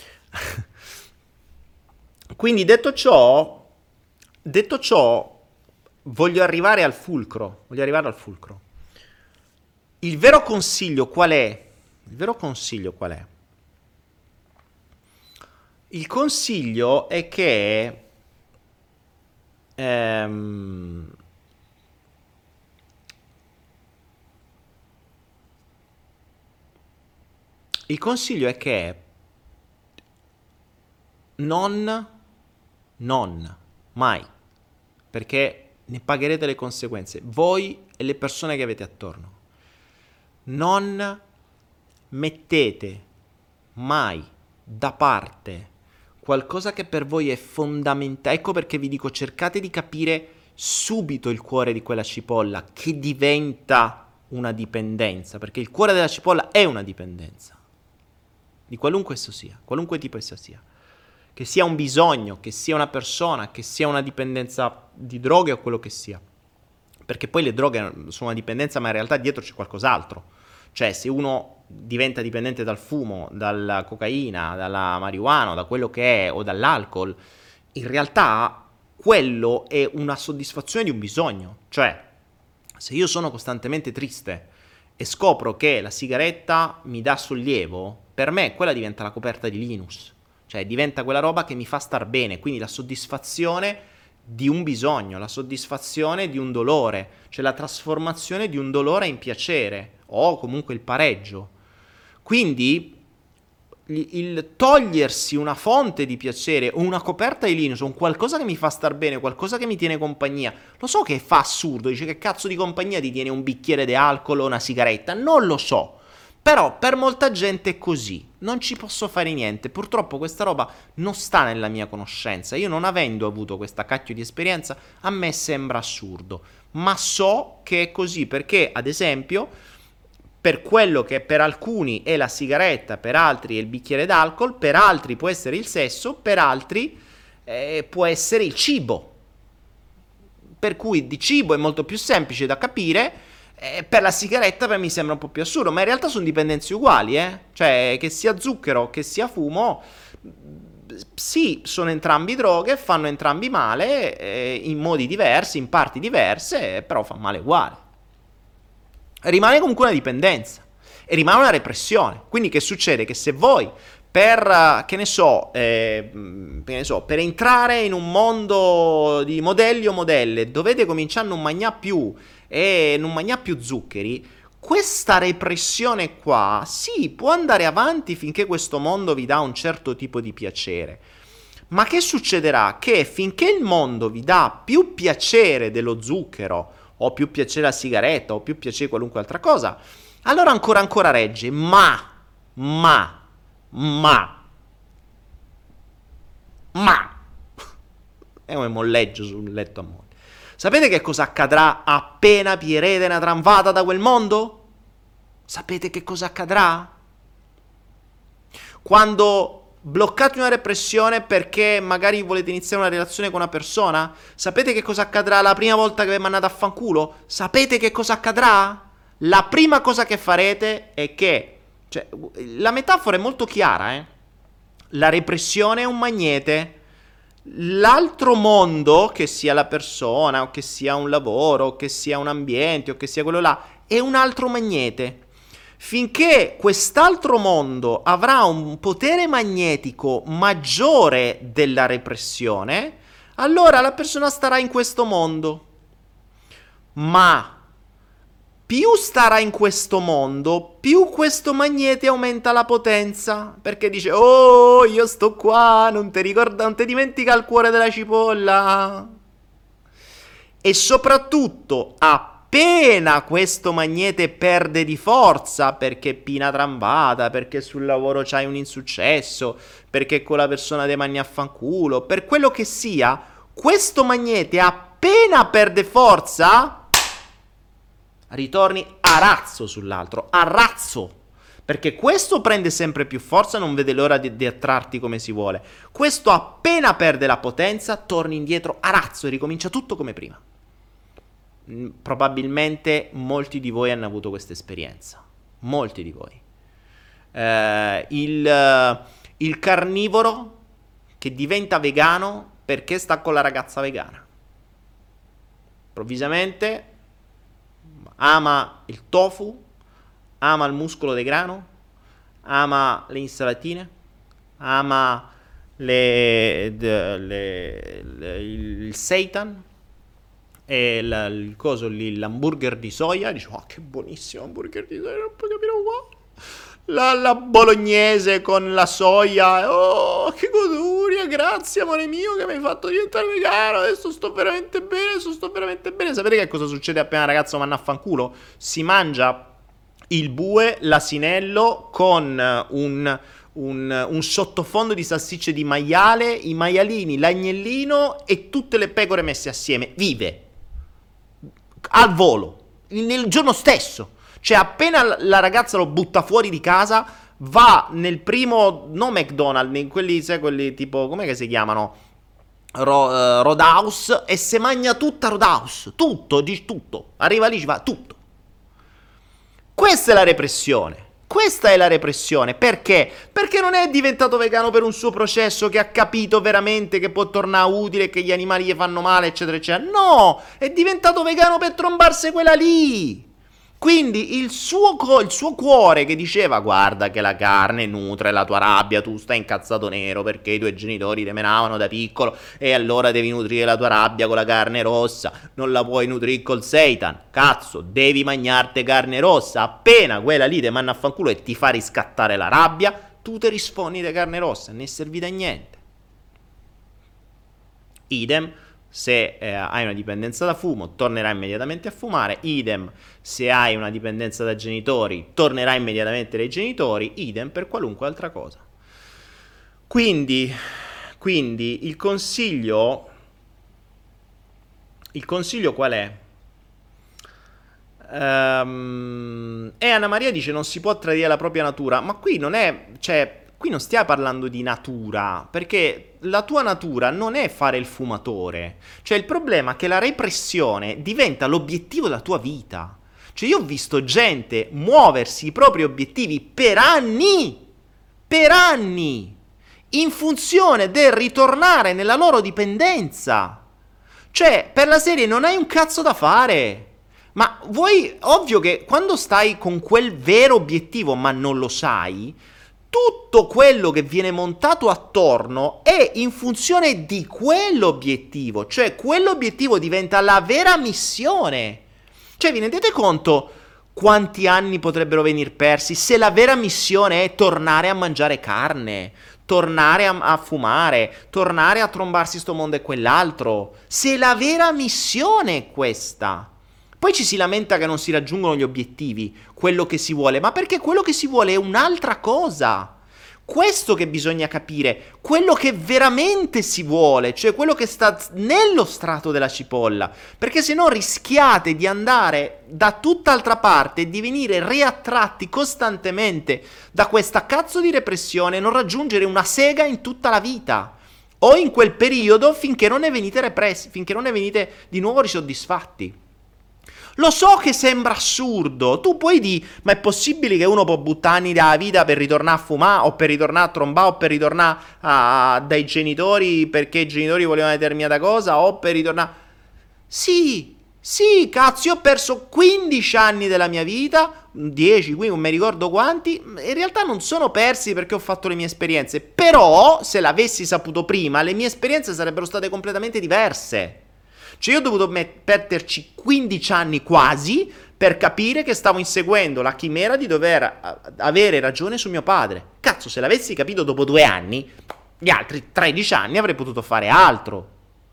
Quindi detto ciò, voglio arrivare al fulcro. Il vero consiglio qual è? Il consiglio è che non mai, perché ne pagherete le conseguenze, voi e le persone che avete attorno. Non mettete mai da parte qualcosa che per voi è fondamentale. Ecco perché vi dico, cercate di capire subito il cuore di quella cipolla che diventa una dipendenza, perché il cuore della cipolla è una dipendenza, di qualunque esso sia, qualunque tipo esso sia. Che sia un bisogno, che sia una persona, che sia una dipendenza di droghe o quello che sia. Perché poi le droghe sono una dipendenza, ma in realtà dietro c'è qualcos'altro. Cioè, se uno diventa dipendente dal fumo, dalla cocaina, dalla marijuana, da quello che è, o dall'alcol, in realtà quello è una soddisfazione di un bisogno. Cioè, se io sono costantemente triste e scopro che la sigaretta mi dà sollievo, per me quella diventa la coperta di Linus. Cioè diventa quella roba che mi fa star bene, quindi la soddisfazione di un bisogno, la soddisfazione di un dolore, cioè la trasformazione di un dolore in piacere o comunque il pareggio. Quindi il togliersi una fonte di piacere o una coperta di Linus, un qualcosa che mi fa star bene, qualcosa che mi tiene compagnia, lo so che fa assurdo, dice che cazzo di compagnia ti tiene un bicchiere di alcol o una sigaretta, non lo so. Però per molta gente è così, non ci posso fare niente, purtroppo questa roba non sta nella mia conoscenza, io non avendo avuto questa cacchio di esperienza, a me sembra assurdo, ma so che è così perché, ad esempio, per quello che per alcuni è la sigaretta, per altri è il bicchiere d'alcol, per altri può essere il sesso, per altri può essere il cibo, per cui di cibo è molto più semplice da capire. Per la sigaretta per me sembra un po' più assurdo, ma in realtà sono dipendenze uguali, cioè che sia zucchero, che sia fumo, sì, sono entrambi droghe, fanno entrambi male, in modi diversi, in parti diverse, però fa male uguale. rimane comunque una dipendenza e rimane una repressione. Quindi che succede? Che se voi per, che ne so, per entrare in un mondo di modelli o modelle dovete cominciare a non mangiare più e non mangiare più zuccheri, questa repressione qua, sì, può andare avanti finché questo mondo vi dà un certo tipo di piacere. Ma che succederà? Che finché il mondo vi dà più piacere dello zucchero, o più piacere la sigaretta, o più piacere qualunque altra cosa, allora ancora regge. Ma è un molleggio sul letto a morte. Sapete che cosa accadrà appena pirete una tramvata da quel mondo? Sapete che cosa accadrà? Quando bloccate una repressione perché magari volete iniziare una relazione con una persona, sapete che cosa accadrà la prima volta che vi mandate a fanculo? Sapete che cosa accadrà? La prima cosa che farete è che, cioè, la metafora è molto chiara, La repressione è un magnete. L'altro mondo, che sia la persona, o che sia un lavoro, o che sia un ambiente, o che sia quello là, è un altro magnete. Finché quest'altro mondo avrà un potere magnetico maggiore della repressione, allora la persona starà in questo mondo. Ma più starà in questo mondo, più questo magnete aumenta la potenza. Perché dice, oh, io sto qua, non ti dimentica il cuore della cipolla. E soprattutto, appena questo magnete perde di forza, perché pina trambata, perché sul lavoro c'hai un insuccesso, perché quella persona te mangia a fanculo, per quello che sia, questo magnete appena perde forza, ritorni a razzo sull'altro, a razzo, perché questo prende sempre più forza, non vede l'ora di attrarti come si vuole. Questo appena perde la potenza, torni indietro a razzo e ricomincia tutto come prima. Probabilmente molti di voi hanno avuto questa esperienza, molti di voi. Il carnivoro che diventa vegano perché sta con la ragazza vegana. Improvvisamente ama il tofu, ama il muscolo di grano, ama le insalatine, ama il seitan e il coso lì, l'hamburger di soia. Dice, oh, che buonissimo hamburger di soia, non puoi capire, wow. La bolognese con la soia, oh, che goduria, grazie amore mio che mi hai fatto diventare vegano, adesso sto veramente bene, Sapete che cosa succede appena un ragazzo manna a fanculo? Si mangia il bue, l'asinello con un sottofondo di salsicce di maiale, i maialini, l'agnellino e tutte le pecore messe assieme, vive, al volo, nel giorno stesso. Cioè appena la ragazza lo butta fuori di casa, va nel primo, no McDonald's, quelli, sai, quelli tipo, com'è che si chiamano? Roadhouse, e se mangia tutta Roadhouse, tutto, arriva lì, ci va tutto. Questa è la repressione. Perché? Perché non è diventato vegano per un suo processo, che ha capito veramente che può tornare utile, che gli animali gli fanno male, eccetera, eccetera. No, è diventato vegano per trombarsi quella lì. Quindi il suo cuore che diceva, guarda che la carne nutre la tua rabbia, tu stai incazzato nero perché i tuoi genitori te menavano da piccolo e allora devi nutrire la tua rabbia con la carne rossa, non la puoi nutrire col seitan, cazzo, devi mangiarti carne rossa. Appena quella lì te manna a fanculo e ti fa riscattare la rabbia, tu te rispondi di carne rossa, ne è servita a niente. Idem se hai una dipendenza da fumo, tornerai immediatamente a fumare. Idem se hai una dipendenza da genitori, tornerai immediatamente dai genitori. Idem per qualunque altra cosa. Quindi il consiglio qual è? E Anna Maria dice non si può tradire la propria natura, ma qui non è, cioè, qui non stiamo parlando di natura, perché la tua natura non è fare il fumatore. Cioè il problema è che la repressione diventa l'obiettivo della tua vita. Cioè io ho visto gente muoversi i propri obiettivi per anni, in funzione del ritornare nella loro dipendenza. Cioè per la serie non hai un cazzo da fare, Ma vuoi, ovvio che quando stai con quel vero obiettivo ma non lo sai, tutto quello che viene montato attorno è in funzione di quell'obiettivo, cioè quell'obiettivo diventa la vera missione. Cioè vi rendete conto quanti anni potrebbero venir persi se la vera missione è tornare a mangiare carne, tornare a fumare, tornare a trombarsi sto mondo e quell'altro? Se la vera missione è questa. Poi ci si lamenta che non si raggiungono gli obiettivi, quello che si vuole, ma perché quello che si vuole è un'altra cosa. Questo che bisogna capire, quello che veramente si vuole, cioè quello che sta nello strato della cipolla, perché se no rischiate di andare da tutt'altra parte e di venire riattratti costantemente da questa cazzo di repressione e non raggiungere una sega in tutta la vita, o in quel periodo finché non ne venite repressi, finché non ne venite di nuovo risoddisfatti. Lo so che sembra assurdo, tu puoi dire, ma è possibile che uno può buttare anni dalla vita per ritornare a fumare, o per ritornare a trombare, o per ritornare dai genitori perché i genitori volevano una determinata cosa, o per ritornare... Sì, cazzo, io ho perso 15 anni della mia vita, 10, qui non mi ricordo quanti, in realtà non sono persi perché ho fatto le mie esperienze, però se l'avessi saputo prima, le mie esperienze sarebbero state completamente diverse. Cioè io ho dovuto perderci 15 anni quasi per capire che stavo inseguendo la chimera di dover avere ragione su mio padre. Cazzo, se l'avessi capito dopo 2 anni, gli altri 13 anni avrei potuto fare altro.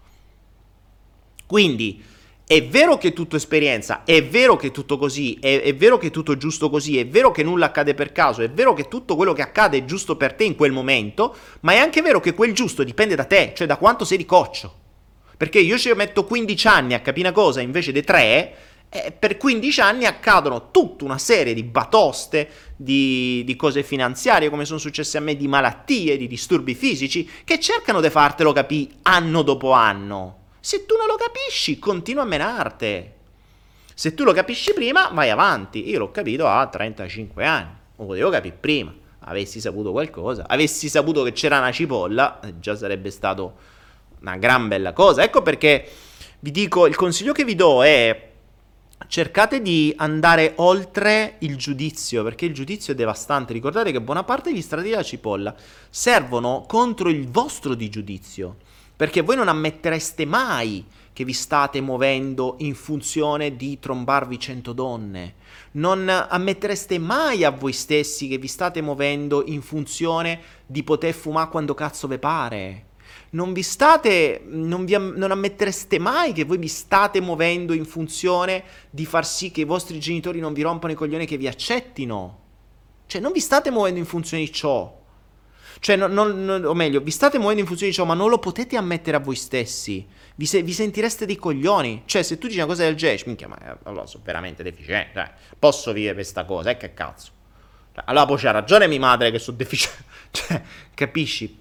Quindi è vero che è tutto esperienza, è vero che è tutto così, è vero che è tutto giusto così, è vero che nulla accade per caso, è vero che tutto quello che accade è giusto per te in quel momento, ma è anche vero che quel giusto dipende da te, cioè da quanto sei ricoccio. Perché io ci metto 15 anni a capire una cosa invece di 3, per 15 anni accadono tutta una serie di batoste, di cose finanziarie, come sono successe a me, di malattie, di disturbi fisici, che cercano di fartelo capire anno dopo anno. Se tu non lo capisci, continua a menarti. Se tu lo capisci prima, vai avanti. Io l'ho capito a 35 anni, lo potevo capire prima. Avessi saputo qualcosa, avessi saputo che c'era una cipolla, già sarebbe stato... una gran bella cosa. Ecco perché vi dico, il consiglio che vi do è cercate di andare oltre il giudizio, perché il giudizio è devastante. Ricordate che buona parte degli strati della cipolla servono contro il vostro di giudizio, perché voi non ammettereste mai che vi state muovendo in funzione di trombarvi 100 donne. Non ammettereste mai a voi stessi che vi state muovendo in funzione di poter fumare quando cazzo ve pare. Non ammettereste mai che voi vi state muovendo in funzione di far sì che i vostri genitori non vi rompano i coglioni e che vi accettino. Cioè, non vi state muovendo in funzione di ciò. Cioè, o meglio, vi state muovendo in funzione di ciò, ma non lo potete ammettere a voi stessi. Vi sentireste dei coglioni. Cioè, se tu dici una cosa del genere, minchia, ma allora sono veramente deficiente. Posso vivere questa cosa, che cazzo. Allora poi c'ha ragione mia madre che sono deficiente. Cioè, capisci?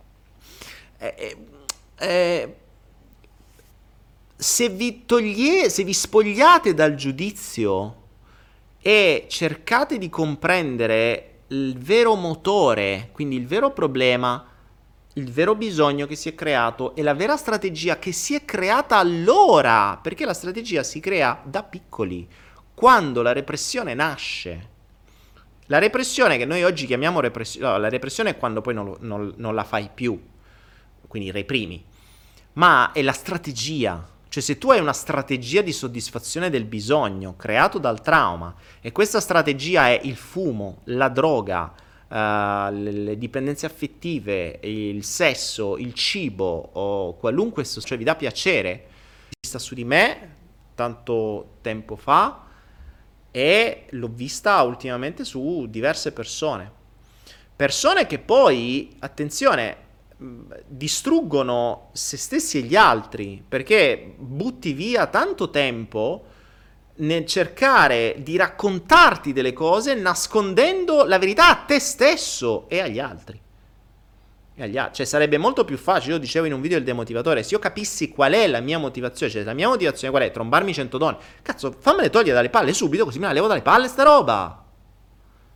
Se vi spogliate dal giudizio e cercate di comprendere il vero motore, quindi il vero problema, il vero bisogno che si è creato e la vera strategia che si è creata allora, perché la strategia si crea da piccoli, quando la repressione nasce. La repressione che noi oggi chiamiamo repressione, no, la repressione è quando poi non la fai più, quindi reprimi, ma è la strategia. Cioè, se tu hai una strategia di soddisfazione del bisogno creato dal trauma e questa strategia è il fumo, la droga, le dipendenze affettive, il sesso, il cibo o qualunque, cioè vi dà piacere, vista su di me tanto tempo fa e l'ho vista ultimamente su diverse persone che poi, attenzione, distruggono se stessi e gli altri, perché butti via tanto tempo nel cercare di raccontarti delle cose nascondendo la verità a te stesso e agli altri. Cioè sarebbe molto più facile, io dicevo in un video del demotivatore, se io capissi qual è la mia motivazione, cioè la mia motivazione qual è? Trombarmi 100 donne, cazzo, fammele togliere dalle palle subito così me la levo dalle palle sta roba.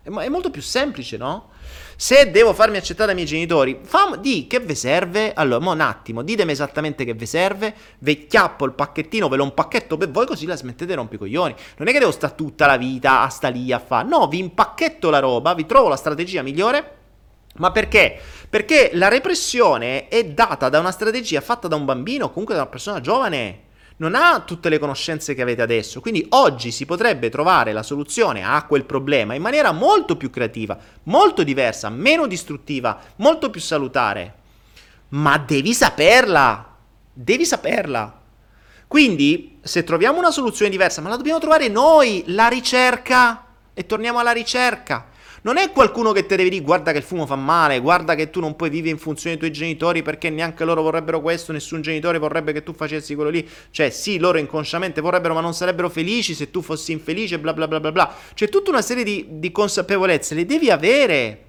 È molto più semplice, no? Se devo farmi accettare dai miei genitori, di che vi serve? Allora, mo un attimo, ditemi esattamente che vi serve, vi chiappo il pacchettino, ve lo impacchetto per voi così la smettete di rompicoglioni. Non è che devo stare tutta la vita a sta lì a fare, no, vi impacchetto la roba, vi trovo la strategia migliore. Ma perché? Perché la repressione è data da una strategia fatta da un bambino o comunque da una persona giovane. Non ha tutte le conoscenze che avete adesso, quindi oggi si potrebbe trovare la soluzione a quel problema in maniera molto più creativa, molto diversa, meno distruttiva, molto più salutare. Ma devi saperla, devi saperla. Quindi, se troviamo una soluzione diversa, ma la dobbiamo trovare noi, la ricerca, e torniamo alla ricerca. Non è qualcuno che te deve dire guarda che il fumo fa male, guarda che tu non puoi vivere in funzione dei tuoi genitori perché neanche loro vorrebbero questo, nessun genitore vorrebbe che tu facessi quello lì. Cioè sì, loro inconsciamente vorrebbero ma non sarebbero felici se tu fossi infelice, bla bla bla bla bla. C'è tutta una serie di consapevolezze, le devi avere.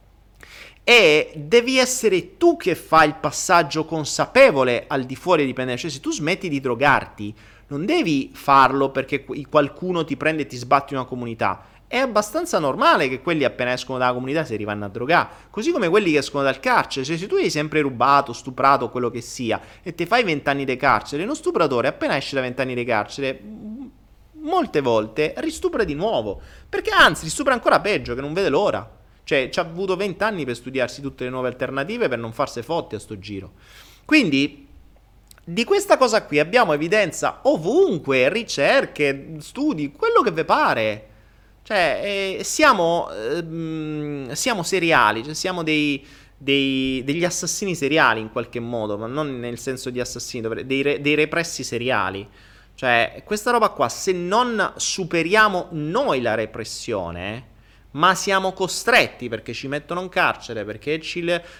E devi essere tu che fai il passaggio consapevole al di fuori di dipendenza. Cioè se tu smetti di drogarti, non devi farlo perché qualcuno ti prende e ti sbatti in una comunità. È abbastanza normale che quelli appena escono dalla comunità si rivanno a drogare, così come quelli che escono dal carcere. Cioè se tu hai sempre rubato, stuprato, quello che sia, e ti fai 20 anni di carcere, uno stupratore appena esce da 20 anni di carcere molte volte ristupra di nuovo, perché anzi ristupra ancora peggio, che non vede l'ora. Cioè ci ha avuto 20 anni per studiarsi tutte le nuove alternative per non farsi fotti a sto giro. Quindi di questa cosa qui abbiamo evidenza ovunque, ricerche, studi, quello che vi pare. Cioè, siamo seriali, cioè siamo degli assassini seriali in qualche modo, ma non nel senso di assassino, dei repressi seriali. Cioè, questa roba qua, se non superiamo noi la repressione, ma siamo costretti perché ci mettono in carcere, perché ci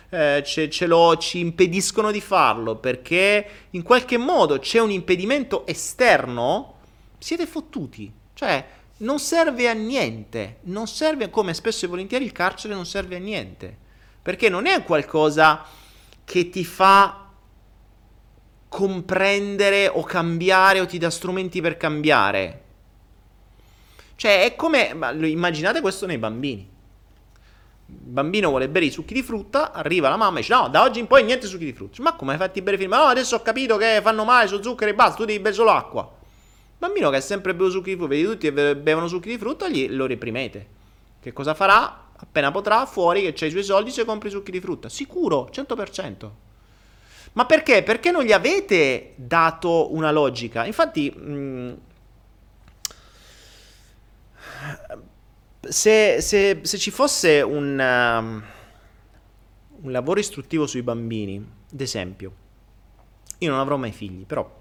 impediscono di farlo, perché in qualche modo c'è un impedimento esterno, siete fottuti. Cioè, non serve a niente, non serve, come spesso e volentieri il carcere non serve a niente, perché non è qualcosa che ti fa comprendere o cambiare o ti dà strumenti per cambiare. Cioè è come, immaginate questo nei bambini. Il bambino vuole bere i succhi di frutta, arriva la mamma e dice no, da oggi in poi niente succhi di frutta. Ma come hai fatti bere film? No, adesso ho capito che fanno male su zucchero e basta, tu devi bere solo acqua. Bambino che ha sempre bevuto succhi di frutta, vedi tutti che bevono succhi di frutta, lo reprimete. Che cosa farà? Appena potrà, fuori che c'ha i suoi soldi, se compri succhi di frutta. Sicuro, 100%. Ma perché? Perché non gli avete dato una logica. Infatti, se ci fosse un lavoro istruttivo sui bambini, ad esempio, io non avrò mai figli, però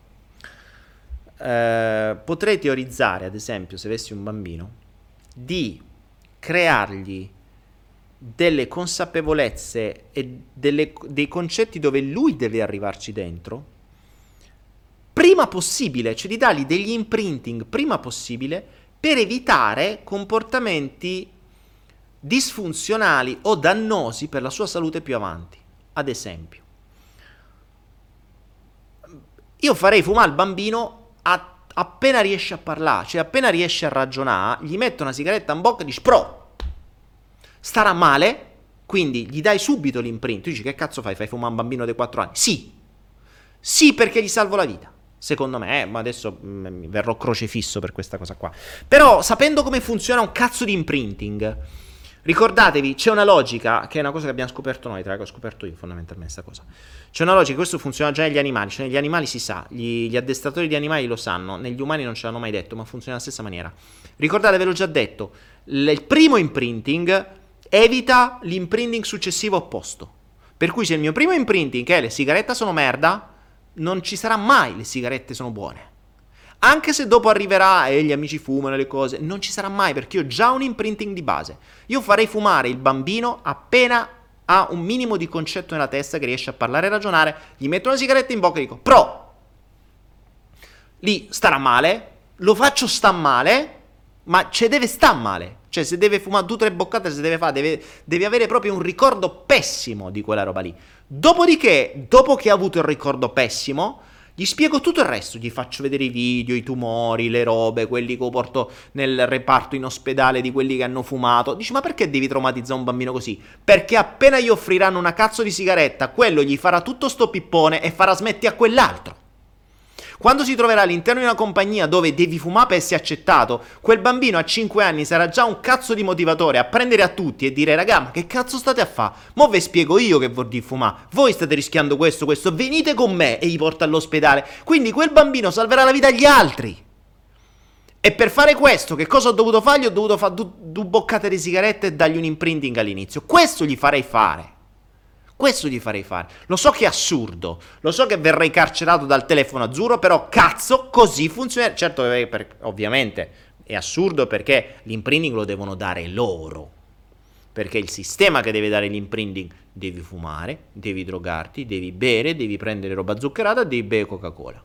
potrei teorizzare, ad esempio, se avessi un bambino, di creargli delle consapevolezze e dei concetti dove lui deve arrivarci dentro prima possibile, cioè di dargli degli imprinting prima possibile per evitare comportamenti disfunzionali o dannosi per la sua salute più avanti. Ad esempio, io farei fumare il bambino appena riesce a parlare, cioè appena riesce a ragionare, gli metto una sigaretta in bocca e dici pro, starà male, quindi gli dai subito l'imprint. Tu dici che cazzo fai? Fai fumare un bambino di 4 anni? Sì, perché gli salvo la vita. Secondo me, ma adesso mi verrò crocefisso per questa cosa qua. Però sapendo come funziona un cazzo di imprinting, ricordatevi, c'è una logica, che è una cosa che abbiamo scoperto noi, che ho scoperto io fondamentalmente questa cosa. C'è una logica, questo funziona già negli animali, cioè negli animali si sa, gli addestratori di animali lo sanno, negli umani non ce l'hanno mai detto, ma funziona alla stessa maniera. Ricordate, ve l'ho già detto, il primo imprinting evita l'imprinting successivo opposto. Per cui se il mio primo imprinting è le sigarette sono merda, non ci sarà mai le sigarette sono buone. Anche se dopo arriverà e gli amici fumano le cose, non ci sarà mai, perché io ho già un imprinting di base. Io farei fumare il bambino appena ha un minimo di concetto nella testa, che riesce a parlare e ragionare, gli metto una sigaretta in bocca e dico pro. Lì starà male, lo faccio sta male, ma deve sta male. Cioè se deve fumare 2 o 3 boccate, se deve fare, deve avere proprio un ricordo pessimo di quella roba lì. Dopodiché, dopo che ha avuto il ricordo pessimo, Gli spiego tutto il resto, gli faccio vedere i video, i tumori, le robe, quelli che porto nel reparto in ospedale di quelli che hanno fumato. Dici, ma perché devi traumatizzare un bambino così? Perché appena gli offriranno una cazzo di sigaretta, quello gli farà tutto sto pippone e farà smetti a quell'altro. Quando si troverà all'interno di una compagnia dove devi fumare per essere accettato, quel bambino a 5 anni sarà già un cazzo di motivatore a prendere a tutti e dire raga, ma che cazzo state a fare? Mo' ve spiego io che vuol dire fumare. Voi state rischiando questo, venite con me e gli porta all'ospedale. Quindi quel bambino salverà la vita agli altri. E per fare questo, che cosa ho dovuto fare? Gli ho dovuto fare due boccate di sigarette e dargli un imprinting all'inizio. Questo gli farei fare. Questo gli farei fare. Lo so che è assurdo, lo so che verrei carcerato dal telefono azzurro, però cazzo, così funziona. Certo, ovviamente è assurdo perché l'imprinting lo devono dare loro. Perché il sistema che deve dare l'imprinting, devi fumare, devi drogarti, devi bere, devi prendere roba zuccherata, devi bere Coca-Cola.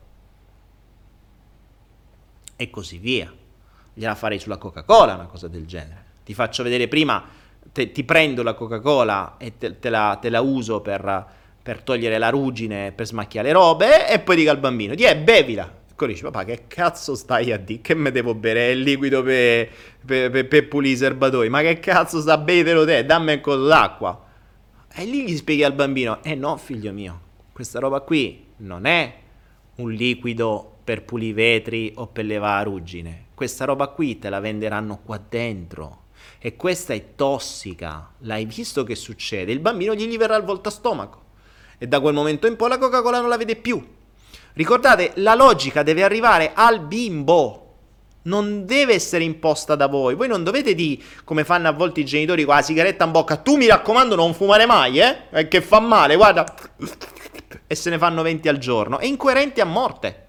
E così via. Gliela farei sulla Coca-Cola una cosa del genere. Ti faccio vedere prima. Ti prendo la Coca-Cola e te la uso per togliere la ruggine, per smacchiare le robe, e poi dico al bambino, bevila. E dici, papà, che cazzo stai a dire? Che me devo bere? È il liquido per pulire i serbatoi. Ma che cazzo sta a bevitelo te? Dammi un coso d'acqua. E lì gli spieghi al bambino, no figlio mio, questa roba qui non è un liquido per pulire i vetri o per levare la ruggine. Questa roba qui te la venderanno qua dentro. E questa è tossica, l'hai visto che succede? Il bambino gli verrà il voltastomaco e da quel momento in poi la Coca-Cola non la vede più. Ricordate, la logica deve arrivare al bimbo, non deve essere imposta da voi. Voi non dovete dire, come fanno a volte i genitori con la sigaretta in bocca, tu mi raccomando non fumare mai, che fa male, guarda, e se ne fanno 20 al giorno, è incoerente a morte.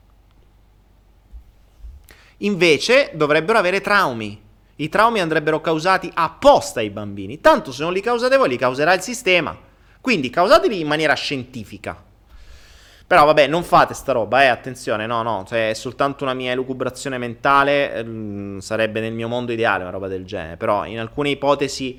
Invece dovrebbero avere traumi. I traumi andrebbero causati apposta ai bambini. Tanto se non li causate voi, li causerà il sistema. Quindi causateli in maniera scientifica. Però vabbè, non fate sta roba, attenzione, no, cioè è soltanto una mia elucubrazione mentale, sarebbe nel mio mondo ideale una roba del genere. Però in alcune ipotesi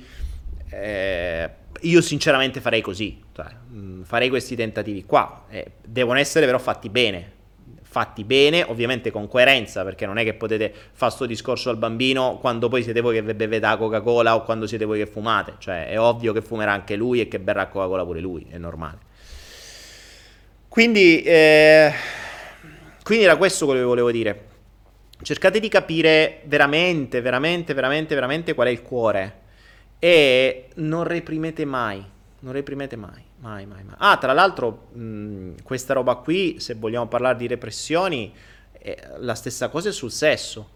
io sinceramente farei così, cioè, farei questi tentativi qua. Devono essere però fatti bene, ovviamente con coerenza, perché non è che potete fare sto discorso al bambino quando poi siete voi che bevete la Coca-Cola o quando siete voi che fumate. Cioè è ovvio che fumerà anche lui e che berrà Coca-Cola pure lui, è normale. Quindi era questo quello che volevo dire. Cercate di capire veramente qual è il cuore e non reprimete mai. Mai. Ah, tra l'altro, questa roba qui, se vogliamo parlare di repressioni, la stessa cosa è sul sesso.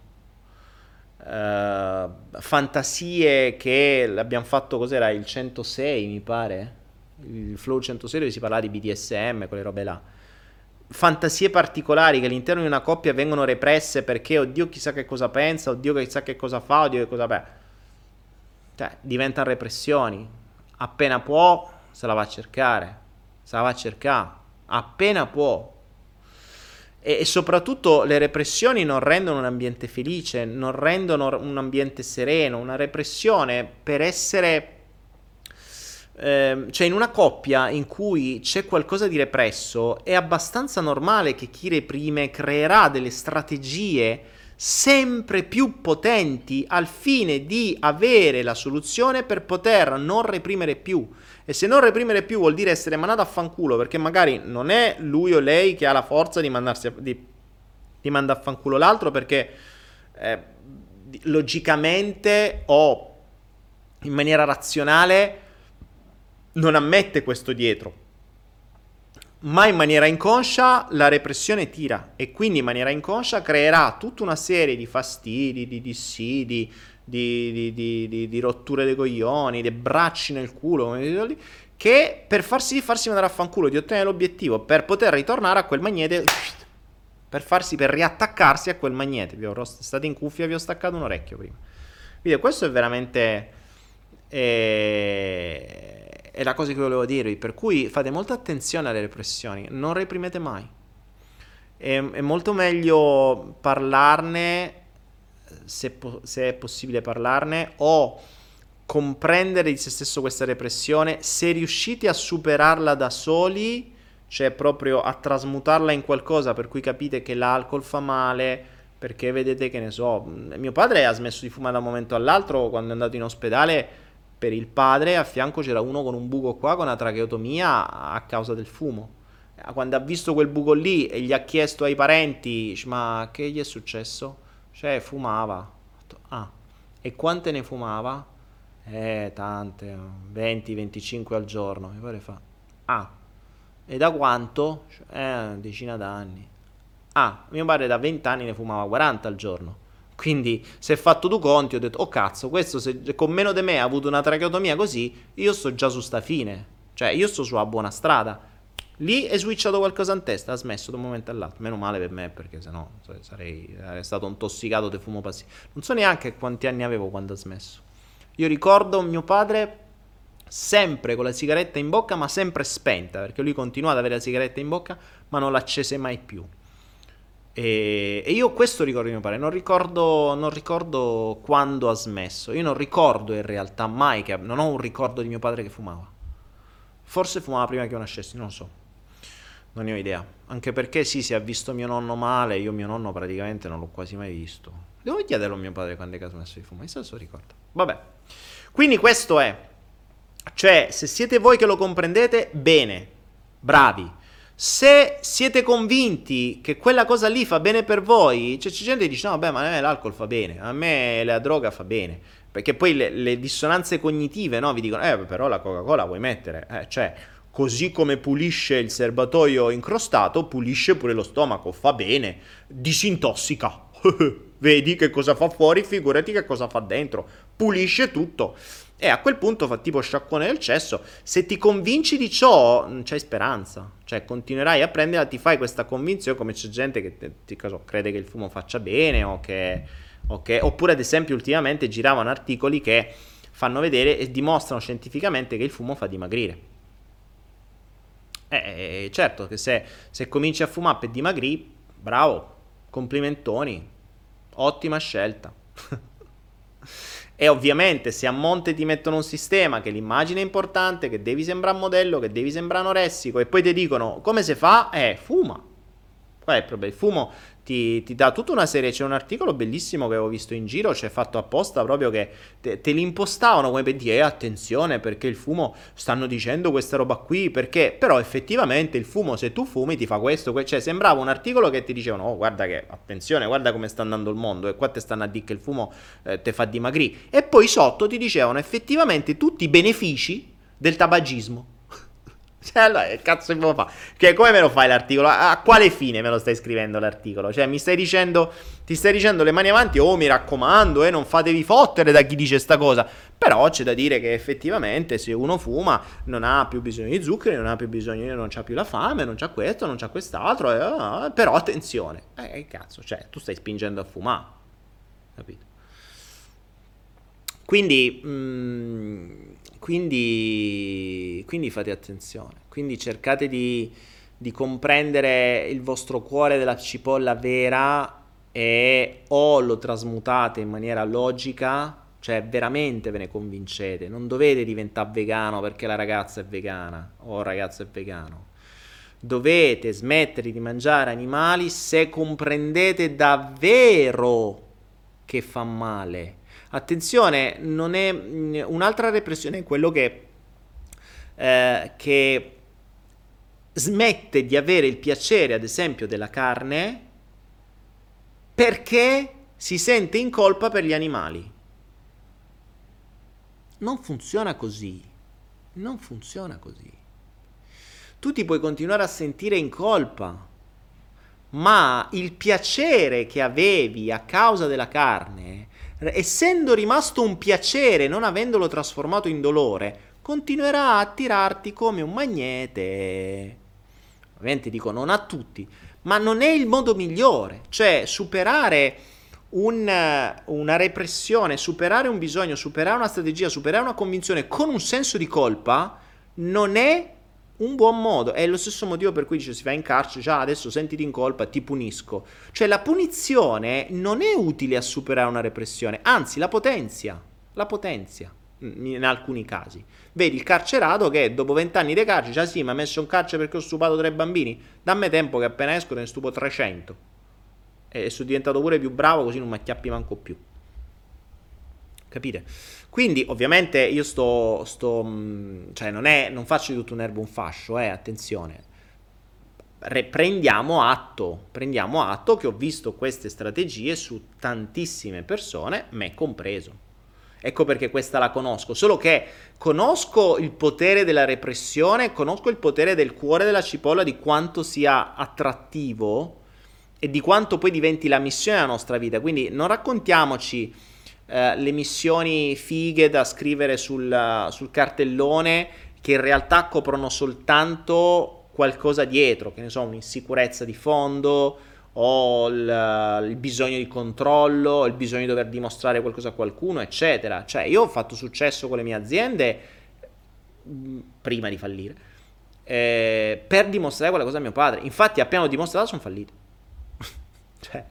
Fantasie che abbiamo fatto, cos'era? Il 106, mi pare. Il Flow 106 dove si parlava di BDSM, quelle robe là. Fantasie particolari che all'interno di una coppia vengono represse perché, oddio, chissà che cosa pensa, oddio, chissà che cosa fa, oddio, che cosa... Beh, cioè, diventano repressioni. Appena può... se la va a cercare, appena può. E soprattutto le repressioni non rendono un ambiente felice, non rendono un ambiente sereno. Una repressione per essere... cioè in una coppia in cui c'è qualcosa di represso è abbastanza normale che chi reprime creerà delle strategie sempre più potenti al fine di avere la soluzione per poter non reprimere più. E se non reprimere più vuol dire essere mandato a fanculo, perché magari non è lui o lei che ha la forza di di mandare a fanculo l'altro, perché logicamente o in maniera razionale non ammette questo dietro. Ma in maniera inconscia la repressione tira e quindi in maniera inconscia creerà tutta una serie di fastidi, di dissidi, di rotture dei coglioni, dei bracci nel culo, che per farsi mandare a fanculo, di ottenere l'obiettivo, per poter ritornare a quel magnete, per riattaccarsi a quel magnete. State in cuffia, vi ho staccato un orecchio prima. Quindi questo è veramente... è la cosa che volevo dirvi, per cui fate molta attenzione alle repressioni, non reprimete mai. È molto meglio parlarne, se è possibile parlarne, o comprendere di se stesso questa repressione. Se riuscite a superarla da soli, cioè proprio a trasmutarla in qualcosa per cui capite che l'alcol fa male, perché vedete, che ne so, mio padre ha smesso di fumare da un momento all'altro quando è andato in ospedale per il padre, a fianco c'era uno con un buco qua, con una tracheotomia a causa del fumo. Quando ha visto quel buco lì e gli ha chiesto ai parenti, dice, ma che gli è successo? Cioè, fumava. Ho detto, ah, e quante ne fumava? Tante, 20-25 al giorno. Mi pare fa. Ah, e da quanto? Una decina d'anni. Ah, mio padre da 20 anni ne fumava 40 al giorno. Quindi, se fatto due conti, ho detto, oh cazzo, questo se con meno di me ha avuto una tracheotomia così, io sto già su sta fine. Cioè, io sto sulla buona strada. Lì è switchato qualcosa in testa, ha smesso da un momento all'altro. Meno male per me, perché sennò sarei stato intossicato di fumo passivo. Non so neanche quanti anni avevo quando ha smesso. Io ricordo mio padre sempre con la sigaretta in bocca, ma sempre spenta, perché lui continuava ad avere la sigaretta in bocca, ma non l'accese mai più. E io questo ricordo di mio padre, non ricordo quando ha smesso. Io non ricordo in realtà mai che non ho un ricordo di mio padre che fumava. Forse fumava prima che io nascessi, non lo so. Non ne ho idea. Anche perché sì, si è visto mio nonno male, io mio nonno praticamente non l'ho quasi mai visto. Devo chiederlo a mio padre quando è che ha smesso di fumare, se lo ricordo. Vabbè. Quindi questo è. Cioè, se siete voi che lo comprendete, bene, bravi. Se siete convinti che quella cosa lì fa bene per voi, cioè c'è gente che dice no, vabbè, ma a me l'alcol fa bene, a me la droga fa bene. Perché poi le dissonanze cognitive, no, vi dicono, però la Coca-Cola vuoi mettere? Cioè, così come pulisce il serbatoio incrostato, pulisce pure lo stomaco, fa bene, disintossica. Vedi che cosa fa fuori, figurati che cosa fa dentro, pulisce tutto. E a quel punto fa tipo sciacquone del cesso. Se ti convinci di ciò, non c'hai speranza. Cioè, continuerai a prenderla, ti fai questa convinzione, come c'è gente che crede che il fumo faccia bene oppure ad esempio ultimamente giravano articoli che fanno vedere e dimostrano scientificamente che il fumo fa dimagrire. Certo che se cominci a fumare per dimagrire, bravo, complimentoni, ottima scelta. E ovviamente se a monte ti mettono un sistema che l'immagine è importante, che devi sembrare un modello, che devi sembrare anoressico e poi ti dicono come si fa, fuma. Qual è il problema? Il fumo ti dà tutta una serie, c'è un articolo bellissimo che avevo visto in giro, c'è fatto apposta proprio che te li impostavano come per dire attenzione perché il fumo stanno dicendo questa roba qui, perché però effettivamente il fumo se tu fumi ti fa questo, cioè sembrava un articolo che ti dicevano oh guarda che attenzione, guarda come sta andando il mondo e qua te stanno a dire che il fumo te fa dimagrire e poi sotto ti dicevano effettivamente tutti i benefici del tabagismo. Cioè, allora, che cazzo devo fare? Che come me lo fai l'articolo? A quale fine me lo stai scrivendo l'articolo? Cioè, ti stai dicendo le mani avanti, oh mi raccomando, non fatevi fottere da chi dice sta cosa. Però c'è da dire che effettivamente se uno fuma non ha più bisogno di zuccheri, non ha più bisogno, non c'ha più la fame, non c'ha questo, non c'ha quest'altro, però attenzione. Che cazzo, cioè, tu stai spingendo a fumare. Capito? Quindi fate attenzione, quindi cercate di comprendere il vostro cuore della cipolla vera e o lo trasmutate in maniera logica, cioè veramente ve ne convincete, non dovete diventare vegano perché la ragazza è vegana o il ragazzo è vegano, dovete smettere di mangiare animali se comprendete davvero che fa male. Attenzione, non è un'altra repressione è quello che smette di avere il piacere, ad esempio, della carne perché si sente in colpa per gli animali. Non funziona così. Non funziona così. Tu ti puoi continuare a sentire in colpa, ma il piacere che avevi a causa della carne, essendo rimasto un piacere, non avendolo trasformato in dolore, continuerà a attirarti come un magnete. Ovviamente dico non a tutti, ma non è il modo migliore. Cioè superare una repressione, superare un bisogno, superare una strategia, superare una convinzione con un senso di colpa non è un buon modo. È lo stesso motivo per cui dice si va in carcere, già adesso sentiti in colpa, ti punisco. Cioè la punizione non è utile a superare una repressione, anzi la potenzia. in alcuni casi. Vedi il carcerato che dopo 20 anni di carcere dice: ah sì, mi ha messo in carcere perché ho stupato 3 bambini, dammi tempo che appena esco ne stupo 300 e sono diventato pure più bravo, così non mi acchiappi manco più. Capite? Quindi ovviamente io cioè non faccio di tutto un erbo un fascio, attenzione. Prendiamo atto che ho visto queste strategie su tantissime persone, me compreso. Ecco perché questa la conosco, solo che conosco il potere della repressione, conosco il potere del cuore della cipolla, di quanto sia attrattivo e di quanto poi diventi la missione della nostra vita. Quindi non raccontiamoci le missioni fighe da scrivere sul cartellone, che in realtà coprono soltanto qualcosa dietro, che ne so, un'insicurezza di fondo o il bisogno di controllo, il bisogno di dover dimostrare qualcosa a qualcuno, eccetera. Cioè, io ho fatto successo con le mie aziende prima di fallire, per dimostrare quella cosa a mio padre. Infatti, appena ho dimostrato, sono fallito. Cioè,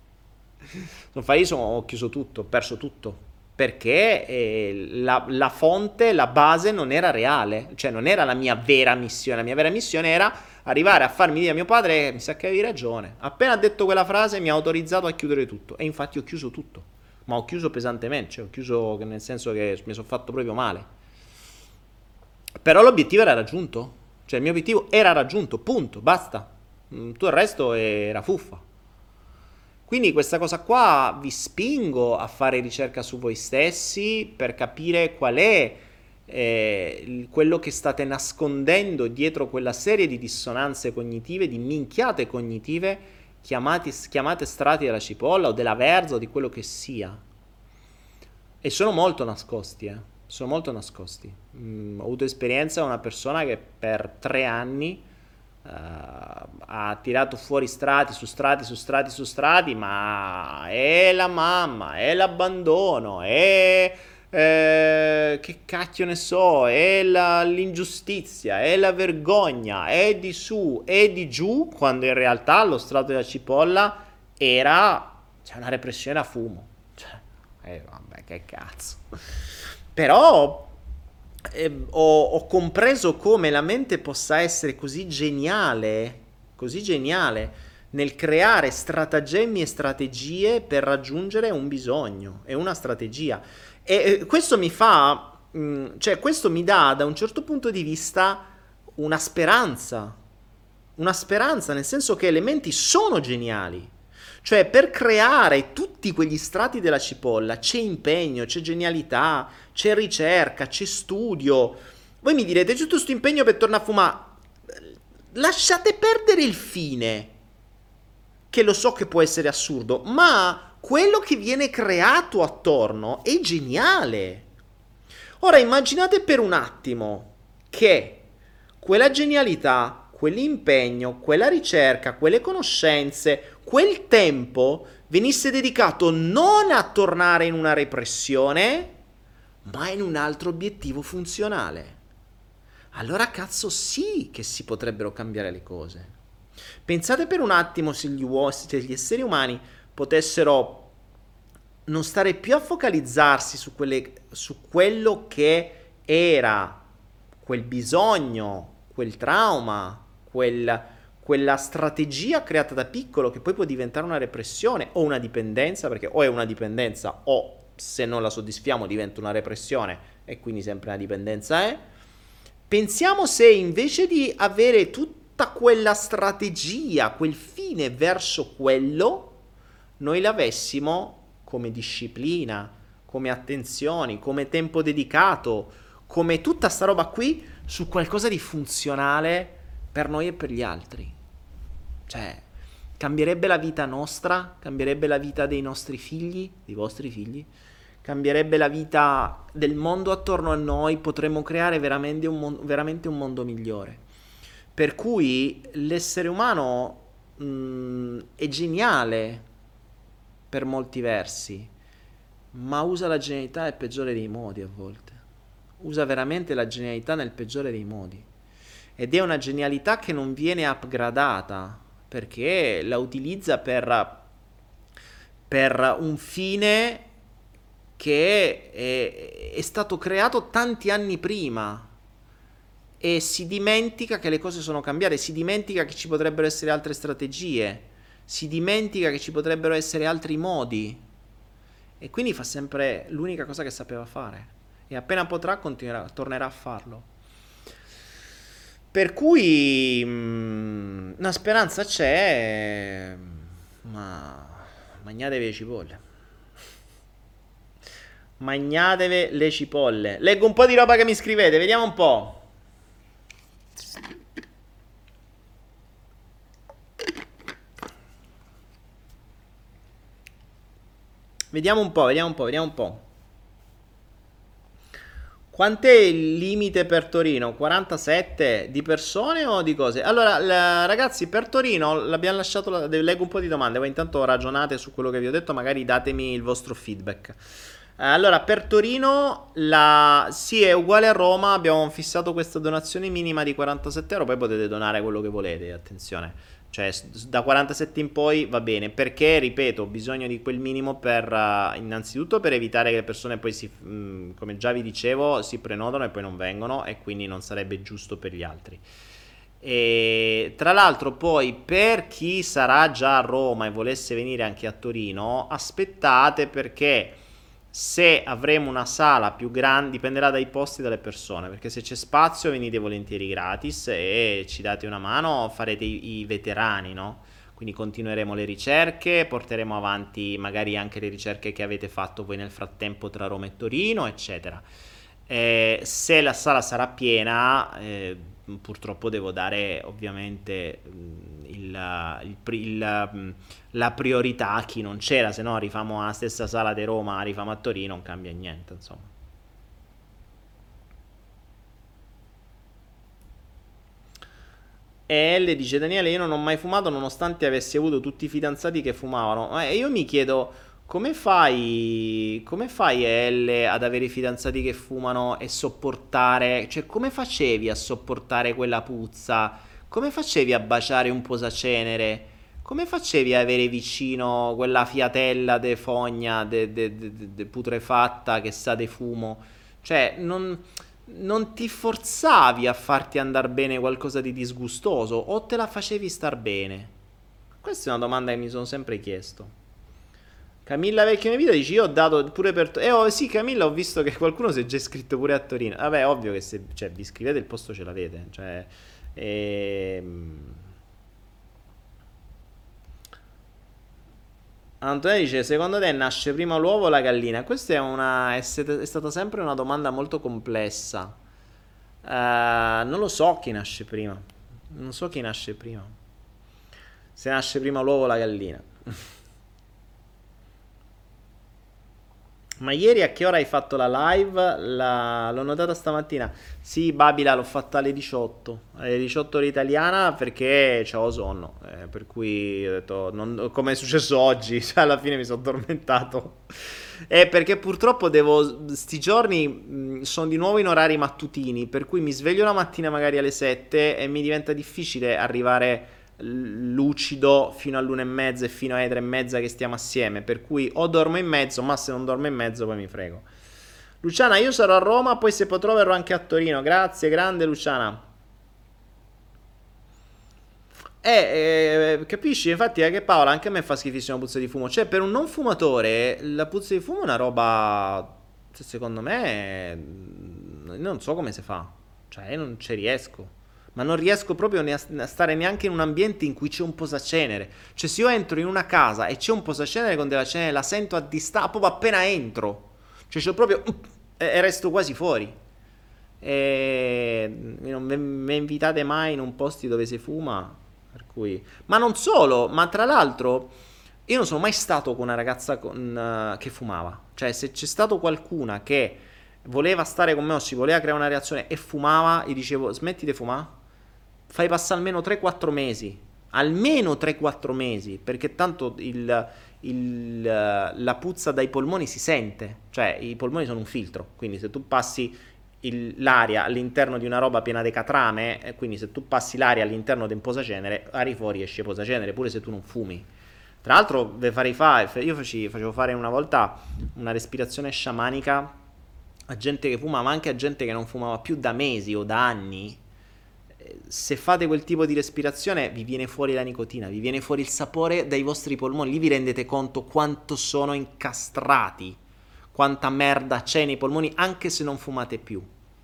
sono fallito, ho chiuso tutto, ho perso tutto. Perché la fonte, la base non era reale, cioè non era la mia vera missione. La mia vera missione era arrivare a farmi dire a mio padre: mi sa che avevi ragione. Appena ha detto quella frase mi ha autorizzato a chiudere tutto. E infatti ho chiuso tutto. Ma ho chiuso pesantemente, cioè ho chiuso nel senso che mi sono fatto proprio male. Però l'obiettivo era raggiunto. Cioè il mio obiettivo era raggiunto, punto, basta. Tutto il resto era fuffa. Quindi questa cosa qua vi spingo a fare ricerca su voi stessi per capire qual è quello che state nascondendo dietro quella serie di dissonanze cognitive, di minchiate cognitive chiamate strati della cipolla o della verza o di quello che sia. E sono molto nascosti, sono molto nascosti. Ho avuto esperienza con una persona che per 3 anni ha tirato fuori strati su strati su strati su strati, ma è la mamma, è l'abbandono, è che cacchio ne so, è l'ingiustizia, è la vergogna, è di su, è di giù, quando in realtà lo strato della cipolla era una repressione a fumo. Cioè, vabbè, che cazzo. Però ho compreso come la mente possa essere così geniale nel creare stratagemmi e strategie per raggiungere un bisogno e una strategia. E questo mi fa, cioè questo mi dà da un certo punto di vista una speranza, nel senso che le menti sono geniali. Cioè, per creare tutti quegli strati della cipolla c'è impegno, c'è genialità, c'è ricerca, c'è studio. Voi mi direte: c'è tutto questo impegno per tornare a fumare. Lasciate perdere il fine, che lo so che può essere assurdo, ma quello che viene creato attorno è geniale. Ora immaginate per un attimo che quella genialità, quell'impegno, quella ricerca, quelle conoscenze, quel tempo venisse dedicato non a tornare in una repressione, ma in un altro obiettivo funzionale. Allora cazzo sì che si potrebbero cambiare le cose. Pensate per un attimo se gli esseri umani potessero non stare più a focalizzarsi su quello che era quel bisogno, quel trauma, quella strategia creata da piccolo che poi può diventare una repressione o una dipendenza, perché o è una dipendenza o se non la soddisfiamo diventa una repressione e quindi sempre una dipendenza è. Pensiamo se invece di avere tutta quella strategia, quel fine verso quello, noi l'avessimo come disciplina, come attenzioni, come tempo dedicato, come tutta sta roba qui su qualcosa di funzionale per noi e per gli altri. Cioè, cambierebbe la vita nostra, cambierebbe la vita dei nostri figli, dei vostri figli, cambierebbe la vita del mondo attorno a noi, potremmo creare veramente un mondo migliore. Per cui l'essere umano è geniale per molti versi, ma usa la genialità nel peggiore dei modi a volte. Usa veramente la genialità nel peggiore dei modi. Ed è una genialità che non viene upgradata, perché la utilizza per un fine che è stato creato tanti anni prima e si dimentica che le cose sono cambiate, si dimentica che ci potrebbero essere altre strategie, si dimentica che ci potrebbero essere altri modi e quindi fa sempre l'unica cosa che sapeva fare e appena potrà tornerà a farlo. Per cui una speranza c'è, ma magnatevi le cipolle. Magnatevi le cipolle. Leggo un po' di roba che mi scrivete, vediamo un po'. Vediamo un po'. Quant'è il limite per Torino? 47 di persone o di cose? Allora, ragazzi, per Torino l'abbiamo lasciato. Leggo un po' di domande. Voi intanto ragionate su quello che vi ho detto. Magari datemi il vostro feedback. Allora, per Torino sì, è uguale a Roma. Abbiamo fissato questa donazione minima di 47 euro. Poi potete donare quello che volete. Attenzione. Cioè, da 47 in poi va bene, perché, ripeto, ho bisogno di quel minimo per, innanzitutto per evitare che le persone poi come già vi dicevo, si prenotano e poi non vengono e quindi non sarebbe giusto per gli altri. E tra l'altro poi per chi sarà già a Roma e volesse venire anche a Torino, aspettate perché se avremo una sala più grande dipenderà dai posti e dalle persone, perché se c'è spazio venite volentieri gratis e ci date una mano, farete i veterani, no? Quindi continueremo le ricerche, porteremo avanti magari anche le ricerche che avete fatto voi nel frattempo tra Roma e Torino, eccetera. Se la sala sarà piena, purtroppo devo dare ovviamente la priorità a chi non c'era, se no rifamo la stessa sala di Roma, rifamo a Torino, non cambia niente, insomma. E L dice Daniele, io non ho mai fumato nonostante avessi avuto tutti i fidanzati che fumavano. Io mi chiedo come fai L ad avere i fidanzati che fumano e sopportare, cioè come facevi a sopportare quella puzza? Come facevi a baciare un posacenere? Come facevi a avere vicino quella fiatella de fogna de putrefatta che sa di fumo? Cioè, non ti forzavi a farti andare bene qualcosa di disgustoso o te la facevi star bene? Questa è una domanda che mi sono sempre chiesto. Camilla Vecchio nel video dice io ho dato pure per... sì Camilla, ho visto che qualcuno si è già iscritto pure a Torino. Vabbè, ovvio che se cioè, vi iscrivete il posto ce l'avete. Cioè... Antonio dice secondo te nasce prima l'uovo o la gallina? Questa è stata sempre una domanda molto complessa. Non lo so chi nasce prima. Non so chi nasce prima. Se nasce prima l'uovo o la gallina. Ma ieri a che ora hai fatto la live? L'ho notata stamattina. Sì, Babila, l'ho fatta alle 18. Alle 18 ora italiana perché c'avevo sonno. Per cui ho detto, come è successo oggi, cioè alla fine mi sono addormentato. Perché purtroppo sti giorni sono di nuovo in orari mattutini, per cui mi sveglio la mattina magari alle 7 e mi diventa difficile arrivare lucido fino all'1:30 e fino alle 3:30 che stiamo assieme, per cui o dormo in mezzo, ma se non dormo in mezzo poi mi frego. Luciana, io sarò a Roma, poi se potrò verrò anche a Torino. Grazie, grande Luciana. Capisci? Infatti che Paola, anche a me fa schifissima puzza di fumo. Cioè, per un non fumatore la puzza di fumo è una roba, secondo me, non so come si fa. Cioè, io non ci riesco. Ma non riesco proprio a stare neanche in un ambiente in cui c'è un posacenere. Cioè, se io entro in una casa e c'è un posacenere con della cenere, la sento a distanza, proprio appena entro. Cioè, c'ho proprio... e resto quasi fuori. E non mi invitate mai in un posto dove si fuma, per cui... Ma non solo, ma tra l'altro... Io non sono mai stato con una ragazza che fumava. Cioè, se c'è stato qualcuna che voleva stare con me o si voleva creare una reazione e fumava, gli dicevo, smetti di fumare. Fai passare almeno 3-4 mesi, almeno 3-4 mesi, perché tanto la puzza dai polmoni si sente, cioè i polmoni sono un filtro, quindi se tu passi l'aria all'interno di una roba piena di catrame, quindi se tu passi l'aria all'interno di un posacenere, ari fuori esce posacenere, pure se tu non fumi. Tra l'altro, io facevo fare una volta una respirazione sciamanica a gente che fuma, ma anche a gente che non fumava più da mesi o da anni. Se fate quel tipo di respirazione, vi viene fuori la nicotina, vi viene fuori il sapore dai vostri polmoni. Lì vi rendete conto quanto sono incastrati, quanta merda c'è nei polmoni, anche se non fumate più.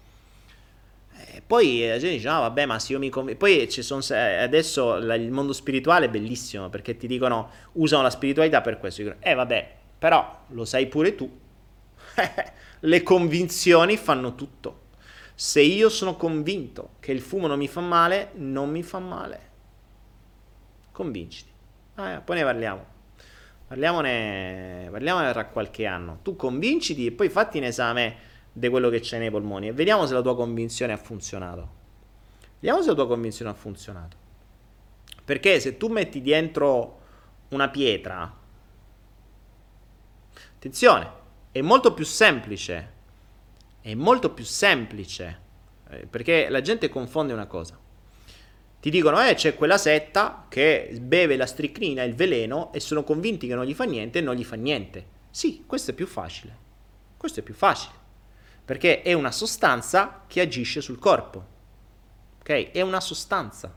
Poi la gente dice: no, vabbè, ma se io mi convinco. Poi adesso il mondo spirituale è bellissimo perché ti dicono, usano la spiritualità per questo. Dicono, vabbè, però lo sai pure tu. Le convinzioni fanno tutto. Se io sono convinto che il fumo non mi fa male, non mi fa male. Convinciti. Poi ne parliamo. Parliamone tra qualche anno. Tu convinciti e poi fatti un esame di quello che c'è nei polmoni e vediamo se la tua convinzione ha funzionato. Vediamo se la tua convinzione ha funzionato. Perché se tu metti dentro una pietra, attenzione, è molto più semplice. È molto più semplice. Perché la gente confonde una cosa. Ti dicono, c'è quella setta che beve la stricnina, il veleno, e sono convinti che non gli fa niente e non gli fa niente. Sì, questo è più facile. Questo è più facile. Perché è una sostanza che agisce sul corpo. Ok? È una sostanza.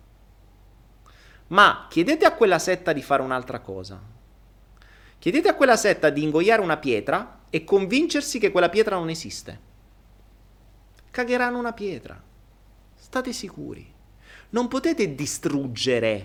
Ma chiedete a quella setta di fare un'altra cosa. Chiedete a quella setta di ingoiare una pietra e convincersi che quella pietra non esiste. Cagheranno una pietra. State sicuri. Non potete distruggere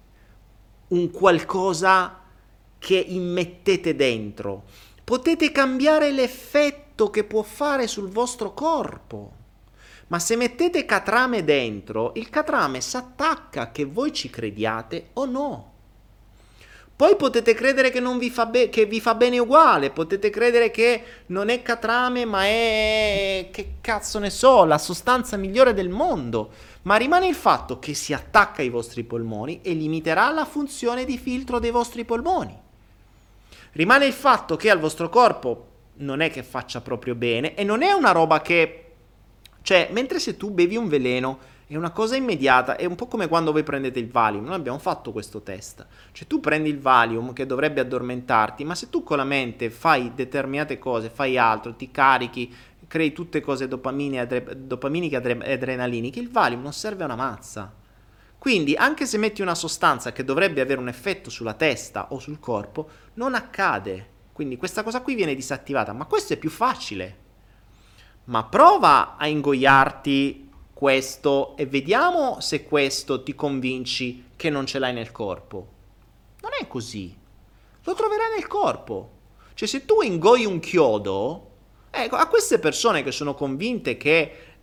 un qualcosa che immettete dentro. Potete cambiare l'effetto che può fare sul vostro corpo. Ma se mettete catrame dentro, il catrame si attacca, che voi ci crediate o no. Poi potete credere che non vi fa che vi fa bene uguale, potete credere che non è catrame ma è, che cazzo ne so, la sostanza migliore del mondo, ma rimane il fatto che si attacca ai vostri polmoni e limiterà la funzione di filtro dei vostri polmoni. Rimane il fatto che al vostro corpo non è che faccia proprio bene e non è una roba che, cioè, mentre se tu bevi un veleno è una cosa immediata, è un po' come quando voi prendete il Valium. Noi abbiamo fatto questo test. Cioè tu prendi il Valium che dovrebbe addormentarti, ma se tu con la mente fai determinate cose, fai altro, ti carichi, crei tutte cose dopaminiche e adrenaliniche, il Valium non serve a una mazza. Quindi anche se metti una sostanza che dovrebbe avere un effetto sulla testa o sul corpo, non accade. Quindi questa cosa qui viene disattivata, ma questo è più facile. Ma prova a ingoiarti questo e vediamo se questo ti convinci che non ce l'hai nel corpo. Non è così. Lo troverai nel corpo. Cioè se tu ingoi un chiodo, ecco, a queste persone che sono convinte che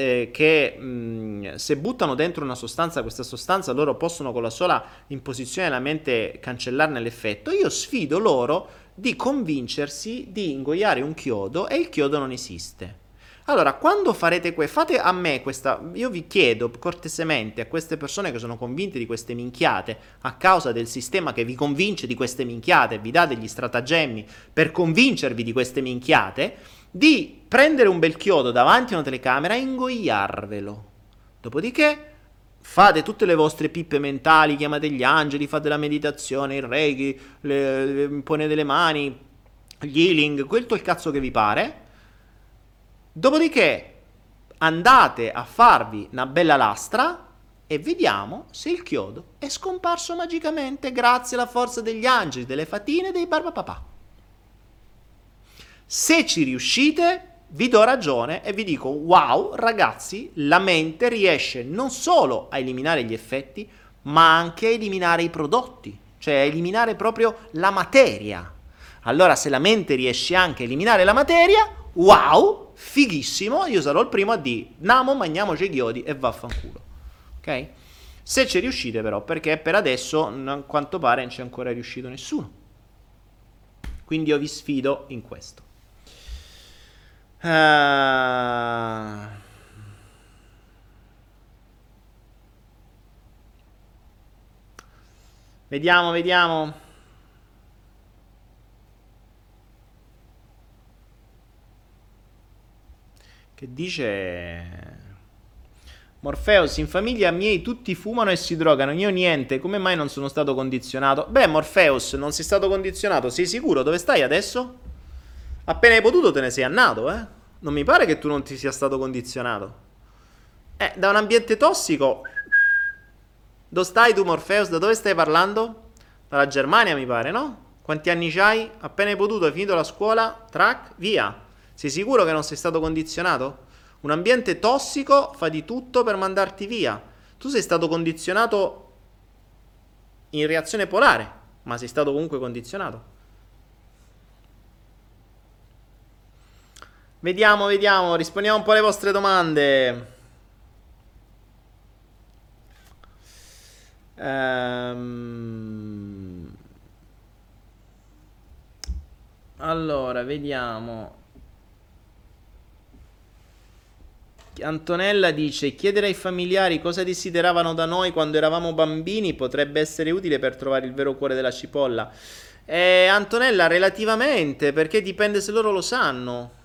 se buttano dentro una sostanza, questa sostanza loro possono con la sola imposizione della mente cancellarne l'effetto, io sfido loro di convincersi di ingoiare un chiodo e il chiodo non esiste. Allora, quando farete fate a me questa, io vi chiedo cortesemente a queste persone che sono convinte di queste minchiate, a causa del sistema che vi convince di queste minchiate, vi dà degli stratagemmi per convincervi di queste minchiate, di prendere un bel chiodo davanti a una telecamera e ingoiarvelo. Dopodiché fate tutte le vostre pippe mentali, chiamate gli angeli, fate la meditazione, il reiki, ponete le mani, gli healing, quel il cazzo che vi pare. Dopodiché andate a farvi una bella lastra e vediamo se il chiodo è scomparso magicamente grazie alla forza degli angeli, delle fatine e dei barbapapà. Se ci riuscite, vi do ragione e vi dico: wow, ragazzi, la mente riesce non solo a eliminare gli effetti, ma anche a eliminare i prodotti, cioè a eliminare proprio la materia. Allora, se la mente riesce anche a eliminare la materia, wow, fighissimo, io sarò il primo a dire: namo, mangiamoci i chiodi e vaffanculo. Ok? Se ci riuscite però, perché per adesso a quanto pare non c'è ancora riuscito nessuno. Quindi io vi sfido in questo. Vediamo. Che dice Morpheus, in famiglia miei tutti fumano e si drogano, io niente, come mai non sono stato condizionato? Beh, Morpheus, non sei stato condizionato, sei sicuro? Dove stai adesso? Appena hai potuto te ne sei andato, eh? Non mi pare che tu non ti sia stato condizionato. Da un ambiente tossico. Dove stai tu, Morpheus? Da dove stai parlando? Dalla Germania, mi pare, no? Quanti anni c'hai? Appena hai potuto, hai finito la scuola, track, via. Sei sicuro che non sei stato condizionato? Un ambiente tossico fa di tutto per mandarti via. Tu sei stato condizionato in reazione polare, ma sei stato comunque condizionato. Vediamo, rispondiamo un po' alle vostre domande. Allora, vediamo. Antonella dice: chiedere ai familiari cosa desideravano da noi quando eravamo bambini potrebbe essere utile per trovare il vero cuore della cipolla. Antonella, relativamente, perché dipende se loro lo sanno.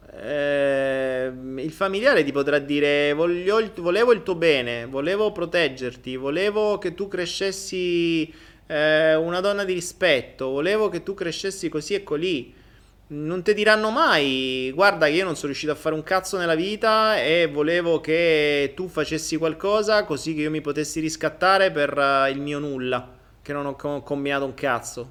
Il familiare ti potrà dire: volevo il tuo bene, volevo proteggerti, volevo che tu crescessi una donna di rispetto, volevo che tu crescessi così e colì. Non ti diranno mai: guarda che io non sono riuscito a fare un cazzo nella vita e volevo che tu facessi qualcosa così che io mi potessi riscattare per il mio nulla, che non ho combinato un cazzo.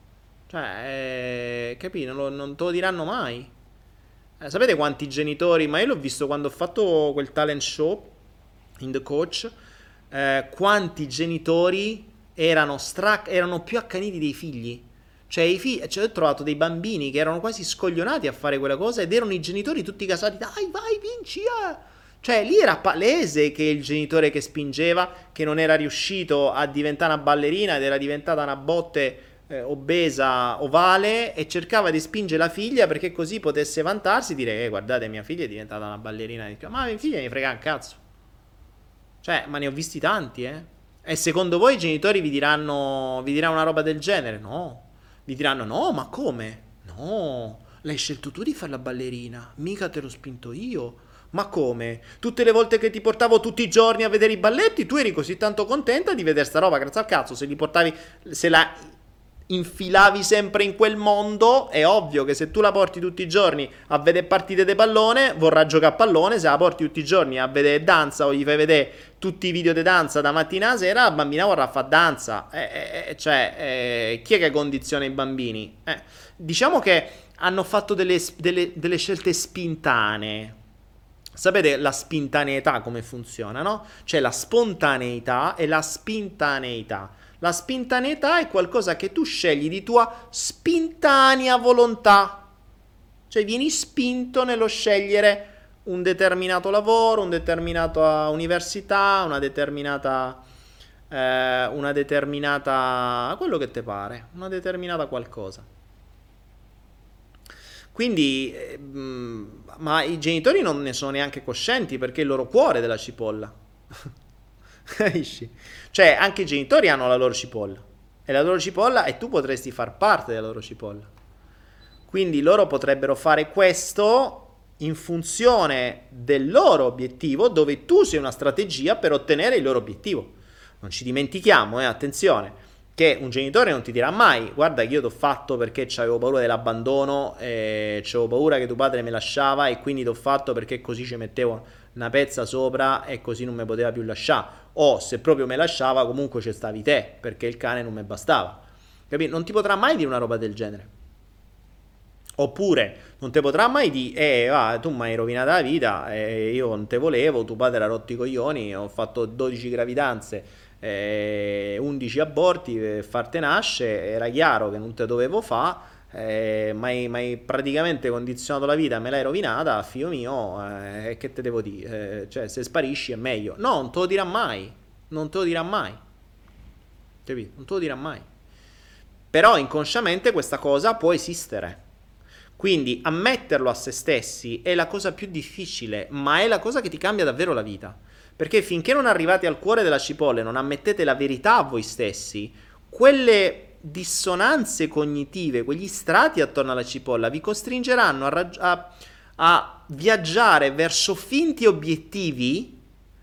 Cioè, capito? Non te lo diranno mai. Sapete quanti genitori, ma io l'ho visto quando ho fatto quel talent show in The Coach, quanti genitori erano più accaniti dei figli. Cioè, ho trovato dei bambini che erano quasi scoglionati a fare quella cosa ed erano i genitori tutti casati. Dai, vai, vinci! Cioè, lì era palese che il genitore che spingeva, che non era riuscito a diventare una ballerina ed era diventata una botte obesa ovale e cercava di spingere la figlia perché così potesse vantarsi e dire: guardate, mia figlia è diventata una ballerina. Ma mia figlia mi frega un cazzo. Cioè, ma ne ho visti tanti, eh? E secondo voi i genitori vi diranno una roba del genere? No. Vi diranno: no, ma come? No, l'hai scelto tu di fare la ballerina, mica te l'ho spinto io. Ma come? Tutte le volte che ti portavo tutti i giorni a vedere i balletti, tu eri così tanto contenta di vedere sta roba, grazie al cazzo. Se la infilavi sempre in quel mondo, è ovvio che se tu la porti tutti i giorni a vedere partite di pallone, vorrà giocare a pallone. Se la porti tutti i giorni a vedere danza o gli fai vedere tutti i video di danza da mattina a sera, la bambina vorrà fare danza. Chi è che condiziona i bambini? Diciamo che hanno fatto delle scelte spintanee. Sapete la spintaneità come funziona, no? C'è la spontaneità e la spintaneità. La spintaneità è qualcosa che tu scegli di tua spintanea volontà. Cioè vieni spinto nello scegliere un determinato lavoro, una determinata università, una determinata quello che ti pare, una determinata qualcosa. Quindi, ma i genitori non ne sono neanche coscienti perché è il loro cuore della cipolla. Capisci? Cioè, anche i genitori hanno la loro cipolla. E la loro cipolla, e tu potresti far parte della loro cipolla. Quindi loro potrebbero fare questo in funzione del loro obiettivo, dove tu sei una strategia per ottenere il loro obiettivo. Non ci dimentichiamo, attenzione, che un genitore non ti dirà mai: guarda che io t'ho fatto perché c'avevo paura dell'abbandono, c'avevo paura che tuo padre me lasciava e quindi t'ho fatto perché così ci mettevo una pezza sopra e così non mi poteva più lasciare. O se proprio me lasciava, comunque c'è stavi te perché il cane non mi bastava. Capito? Non ti potrà mai dire una roba del genere. Oppure non ti potrà mai dire: tu mi hai rovinato la vita, io non te volevo, tuo padre ha rotto i coglioni, ho fatto 12 gravidanze, 11 aborti per farti nascere, era chiaro che non te dovevo fare, ma hai praticamente condizionato la vita, me l'hai rovinata, figlio mio, che te devo dire? Cioè, se sparisci è meglio. No, non te lo dirà mai. Non te lo dirà mai. Capito? Non te lo dirà mai. Però inconsciamente questa cosa può esistere. Quindi ammetterlo a se stessi è la cosa più difficile, ma è la cosa che ti cambia davvero la vita. Perché finché non arrivate al cuore della cipolla e non ammettete la verità a voi stessi, quelle dissonanze cognitive, quegli strati attorno alla cipolla vi costringeranno a viaggiare verso finti obiettivi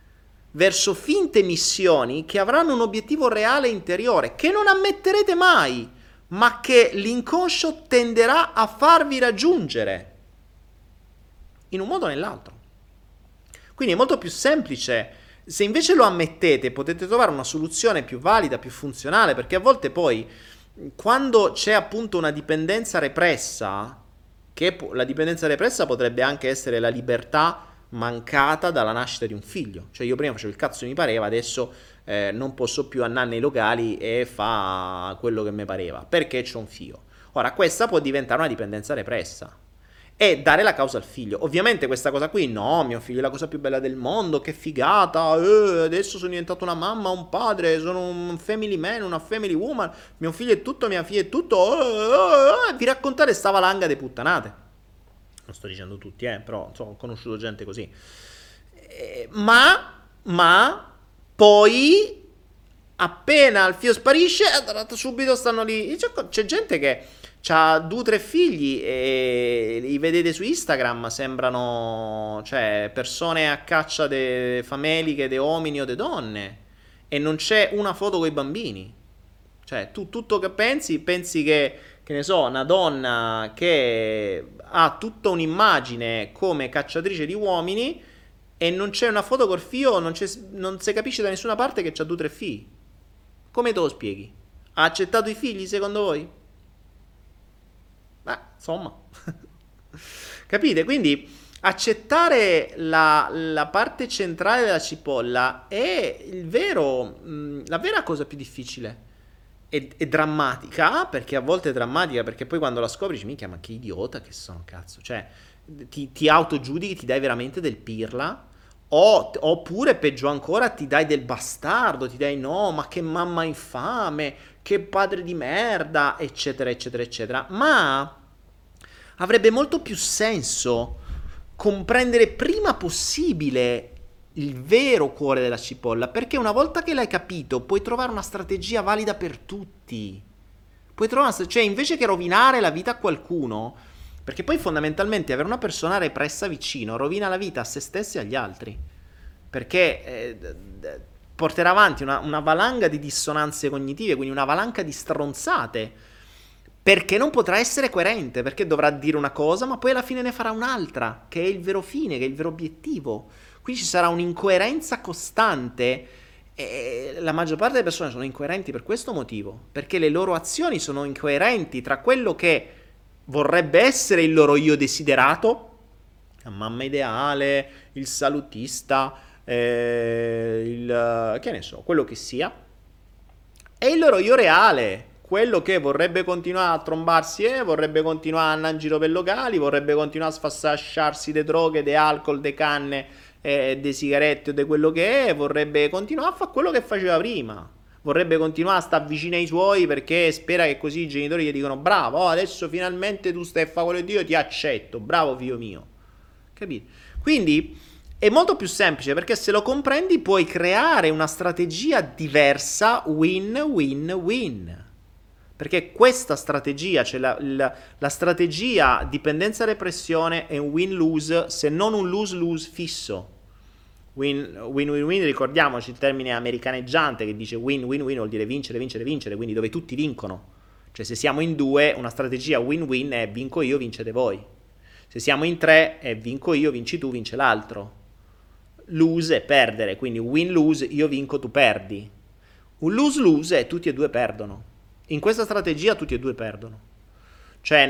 verso finte missioni che avranno un obiettivo reale interiore, che non ammetterete mai, ma che l'inconscio tenderà a farvi raggiungere, in un modo o nell'altro. Quindi è molto più semplice. Se invece lo ammettete, potete trovare una soluzione più valida, più funzionale, perché a volte poi, quando c'è appunto una dipendenza repressa, la dipendenza repressa potrebbe anche essere la libertà mancata dalla nascita di un figlio. Cioè io prima facevo il cazzo che mi pareva, adesso non posso più andare nei locali e fa quello che mi pareva, perché c'ho un figlio. Ora, questa può diventare una dipendenza repressa e dare la causa al figlio. Ovviamente questa cosa qui, no, mio figlio è la cosa più bella del mondo, che figata, adesso sono diventato una mamma, un padre, sono un family man, una family woman, mio figlio è tutto, mia figlia è tutto, vi raccontare sta valanga di puttanate. Non sto dicendo tutti, però insomma, ho conosciuto gente così. Ma poi, appena il figlio sparisce, subito stanno lì. C'è gente che ha 2 o 3 figli e li vedete su Instagram, sembrano, cioè, persone a caccia de fameliche, de uomini o de donne, e non c'è una foto con i bambini. Cioè, tu tutto che pensi che ne so, una donna che ha tutta un'immagine come cacciatrice di uomini e non c'è una foto col figlio, non si capisce da nessuna parte che c'ha 2 o 3 figli. Come te lo spieghi? Ha accettato i figli, secondo voi? Insomma, capite? Quindi accettare la parte centrale della cipolla è la vera cosa più difficile. È drammatica, perché a volte è drammatica, perché poi quando la scopri dici, minchia, ma che idiota che sono, cazzo. Cioè, ti autogiudichi, ti dai veramente del pirla, oppure peggio ancora ti dai del bastardo, ti dai no, ma che mamma infame, che padre di merda, eccetera, eccetera, eccetera. Ma avrebbe molto più senso comprendere prima possibile il vero cuore della cipolla, perché una volta che l'hai capito puoi trovare una strategia valida per tutti. Cioè, invece che rovinare la vita a qualcuno, perché poi fondamentalmente avere una persona repressa vicino rovina la vita a se stessi e agli altri, perché porterà avanti una valanga di dissonanze cognitive, quindi una valanga di stronzate, perché non potrà essere coerente, perché dovrà dire una cosa ma poi alla fine ne farà un'altra, che è il vero fine, che è il vero obiettivo. Quindi ci sarà un'incoerenza costante e la maggior parte delle persone sono incoerenti per questo motivo, perché le loro azioni sono incoerenti tra quello che vorrebbe essere il loro io desiderato, la mamma ideale, il salutista, che ne so, quello che sia, e il loro io reale, quello che vorrebbe continuare a trombarsi vorrebbe continuare a andare in giro per locali, vorrebbe continuare a sfassasciarsi de droghe, de alcol, de canne, de sigarette o de quello che è, vorrebbe continuare a fare quello che faceva prima, vorrebbe continuare a stare vicino ai suoi perché spera che così i genitori gli dicono bravo, adesso finalmente tu stai a fare quello di Dio, ti accetto, bravo figlio mio, capito? Quindi è molto più semplice, perché se lo comprendi puoi creare una strategia diversa, win-win-win. Perché questa strategia, cioè la strategia dipendenza-repressione, è un win-lose, se non un lose-lose fisso. Win-win-win, ricordiamoci il termine americaneggiante che dice win-win-win vuol dire vincere, vincere, vincere, quindi dove tutti vincono. Cioè se siamo in 2, una strategia win-win è vinco io, vincete voi. Se siamo in 3 è vinco io, vinci tu, vince l'altro. Lose è perdere, quindi win-lose, io vinco, tu perdi. Un lose-lose è tutti e 2 perdono. In questa strategia tutti e 2 perdono. Cioè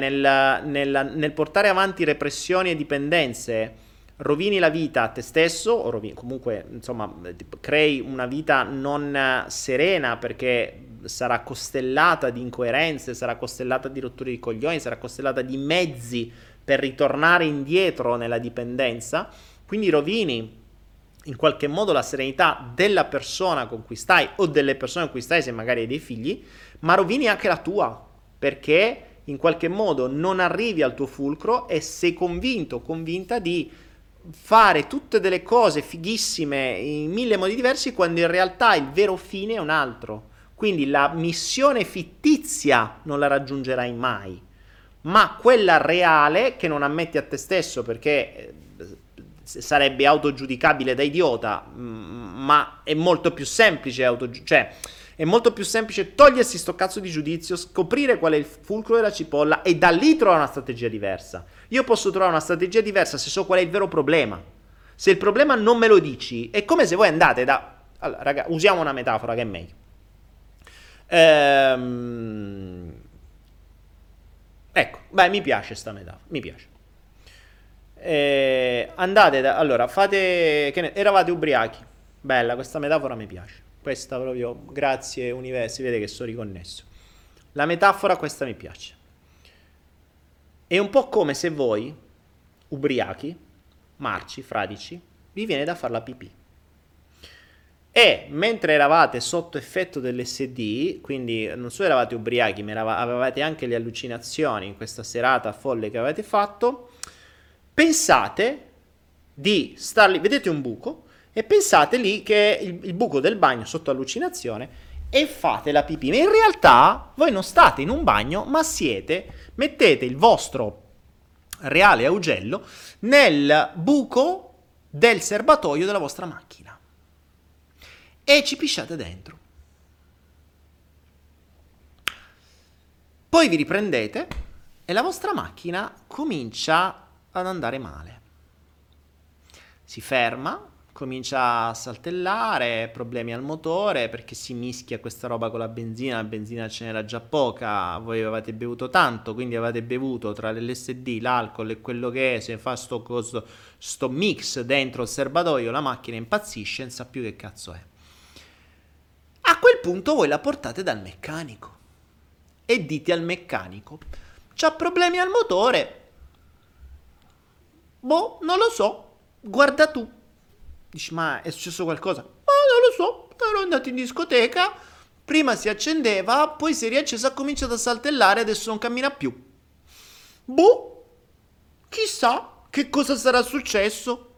nel portare avanti repressioni e dipendenze rovini la vita a te stesso, o comunque insomma crei una vita non serena, perché sarà costellata di incoerenze, sarà costellata di rotture di coglioni, sarà costellata di mezzi per ritornare indietro nella dipendenza, quindi rovini in qualche modo la serenità della persona con cui stai o delle persone con cui stai, se magari hai dei figli, ma rovini anche la tua, perché in qualche modo non arrivi al tuo fulcro e sei convinto, convinta di fare tutte delle cose fighissime in 1000 modi diversi, quando in realtà il vero fine è un altro. Quindi la missione fittizia non la raggiungerai mai, ma quella reale che non ammetti a te stesso perché sarebbe autogiudicabile da idiota, ma è molto più semplice cioè è molto più semplice togliersi sto cazzo di giudizio, scoprire qual è il fulcro della cipolla e da lì trovare una strategia diversa. Io posso trovare una strategia diversa se so qual è il vero problema. Se il problema non me lo dici, è come se voi andate da... Allora, raga, usiamo una metafora che è meglio. Ecco, beh, mi piace sta metafora, mi piace. Andate da... Allora, fate... eravate ubriachi. Bella, questa metafora mi piace. Questa proprio, grazie universi, si vede che sono riconnesso. La metafora questa mi piace. È un po' come se voi, ubriachi, marci, fradici, vi viene da fare la pipì. E mentre eravate sotto effetto dell'SD, quindi non solo eravate ubriachi, ma avevate anche le allucinazioni in questa serata folle che avete fatto, pensate di star lì, vedete un buco, e pensate lì che è il buco del bagno sotto allucinazione e fate la pipì. Ma in realtà voi non state in un bagno, ma mettete il vostro reale augello nel buco del serbatoio della vostra macchina e ci pisciate dentro. Poi vi riprendete e la vostra macchina comincia ad andare male. Si ferma, comincia a saltellare, problemi al motore perché si mischia questa roba con la benzina ce n'era già poca, voi avevate bevuto tanto, quindi avete bevuto tra l'LSD, l'alcol e quello che è, se fa sto mix dentro il serbatoio, la macchina impazzisce, non sa più che cazzo è. A quel punto voi la portate dal meccanico e dite al meccanico: c'ha problemi al motore, boh, non lo so, guarda tu. Dici: ma è successo qualcosa? Ma non lo so, ero andato in discoteca, prima si accendeva, poi si è riaccesa, ha cominciato a saltellare, adesso non cammina più. Boh, chissà che cosa sarà successo.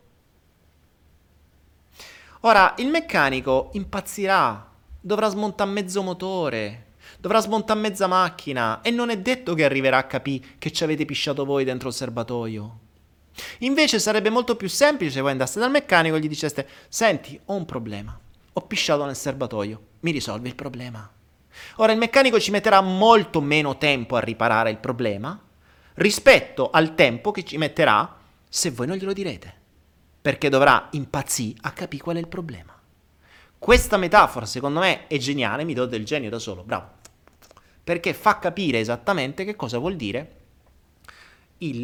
Ora, il meccanico impazzirà, dovrà smontare mezzo motore, dovrà smontare mezza macchina e non è detto che arriverà a capire che ci avete pisciato voi dentro il serbatoio. Invece sarebbe molto più semplice se voi andaste dal meccanico e gli diceste: senti, ho un problema, ho pisciato nel serbatoio, mi risolvi il problema? Ora il meccanico ci metterà molto meno tempo a riparare il problema rispetto al tempo che ci metterà se voi non glielo direte, perché dovrà impazzire a capire qual è il problema. Questa metafora secondo me è geniale, mi do del genio da solo, bravo, perché fa capire esattamente che cosa vuol dire il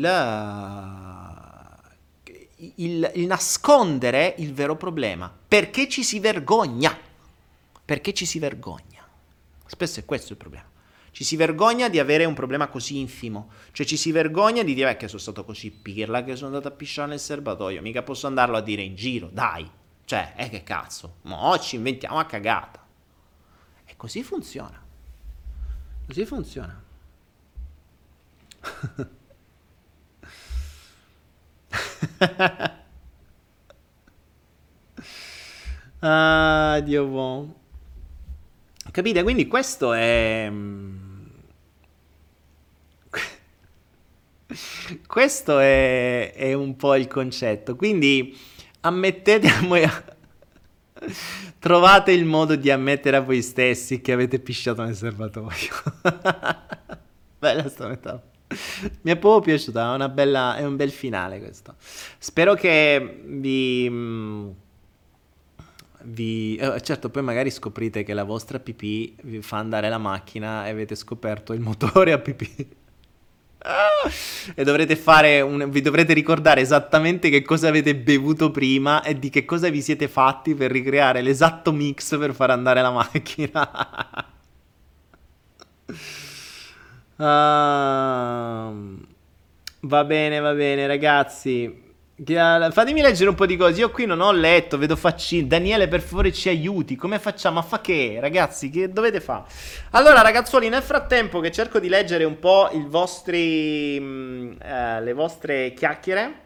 nascondere il vero problema, perché ci si vergogna, spesso è questo il problema, ci si vergogna di avere un problema così infimo, cioè ci si vergogna di dire che sono stato così pirla che sono andato a pisciare nel serbatoio, mica posso andarlo a dire in giro, dai, cioè che cazzo, mo ci inventiamo una cagata, e così funziona. Ah, Dio buono. Capite? Quindi questo è un po' il concetto. Quindi ammettete a voi, trovate il modo di ammettere a voi stessi che avete pisciato nel serbatoio. Bella sta metà. Mi è proprio piaciuta, è un bel finale questo. Spero che certo, poi magari scoprite che la vostra pipì vi fa andare la macchina e avete scoperto il motore a pipì. E vi dovrete ricordare esattamente che cosa avete bevuto prima e di che cosa vi siete fatti per ricreare l'esatto mix per far andare la macchina. Va bene ragazzi, fatemi leggere un po' di cose. Io qui non ho letto, vedo faccine. Daniele, per favore ci aiuti, come facciamo? Ma fa che, ragazzi, che dovete fare? Allora ragazzuoli, nel frattempo che cerco di leggere un po' le vostre chiacchiere,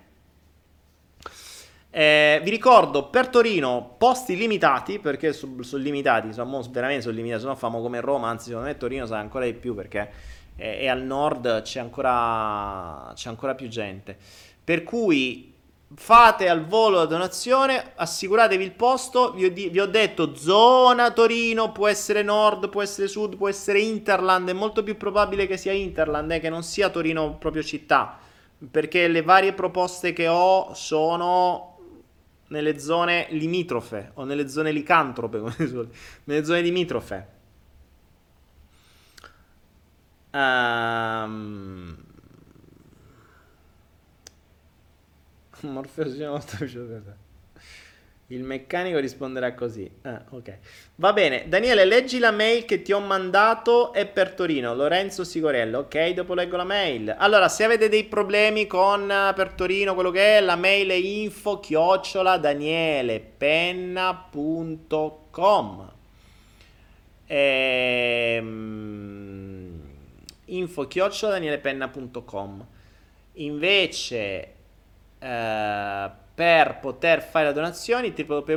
vi ricordo per Torino posti limitati, perché sono limitati, veramente sono limitati, se no famo come Roma, anzi secondo me Torino sarà ancora di più perché e al nord c'è ancora più gente, per cui fate al volo la donazione, assicuratevi il posto, vi ho detto zona Torino, può essere nord, può essere sud, può essere Interland, è molto più probabile che sia Interland, che non sia Torino proprio città, perché le varie proposte che ho sono nelle zone limitrofe o nelle zone licantrope, nelle zone limitrofe. Morfeo si chiama il meccanico risponderà così. Ok. Va bene. Daniele, leggi la mail che ti ho mandato, è per Torino. Lorenzo Sigorello. Ok, dopo leggo la mail. Allora, se avete dei problemi con per Torino, quello che è, la mail è info@danielepenna.com. info@danielepenna.com. Invece per poter fare le donazioni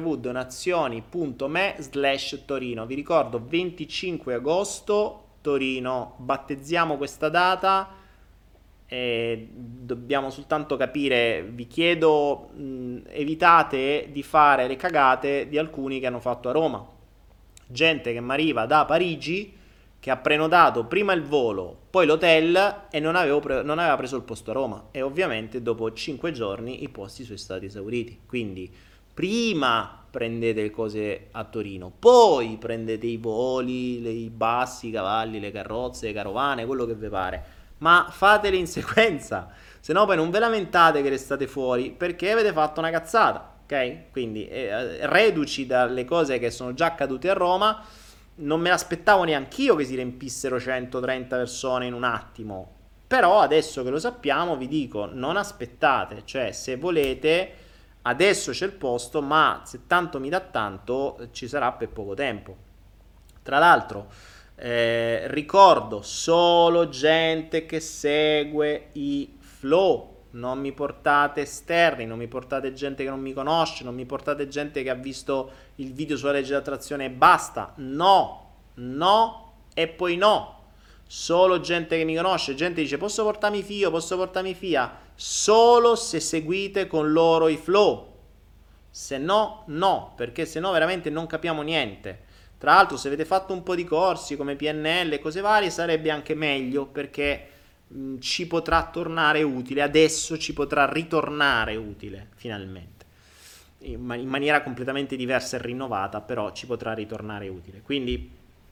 www.donazioni.me/Torino. Vi ricordo 25 agosto Torino, battezziamo questa data e dobbiamo soltanto capire, vi chiedo evitate di fare le cagate di alcuni che hanno fatto a Roma, gente che mi arriva da Parigi che ha prenotato prima il volo, poi l'hotel e non aveva preso il posto a Roma. E ovviamente dopo 5 giorni i posti sono stati esauriti. Quindi prima prendete le cose a Torino, poi prendete i voli, i bassi, i cavalli, le carrozze, le carovane, quello che vi pare. Ma fatele in sequenza, se no poi non ve lamentate che restate fuori perché avete fatto una cazzata, ok? Quindi reduci dalle cose che sono già accadute a Roma. Non me l'aspettavo neanch'io che si riempissero 130 persone in un attimo, però adesso che lo sappiamo vi dico, non aspettate, cioè se volete adesso c'è il posto, ma se tanto mi dà tanto ci sarà per poco tempo. Tra l'altro ricordo solo gente che segue i flow, non mi portate esterni, non mi portate gente che non mi conosce, non mi portate gente che ha visto il video sulla legge d'attrazione e basta. No, no e poi no. Solo gente che mi conosce, gente che dice posso portarmi Fio, posso portarmi Fia, solo se seguite con loro i flow. Se no, no, perché se no veramente non capiamo niente. Tra l'altro se avete fatto un po' di corsi come PNL e cose varie sarebbe anche meglio, perché ci potrà tornare utile, adesso ci potrà ritornare utile finalmente in maniera completamente diversa e rinnovata, però ci potrà ritornare utile, quindi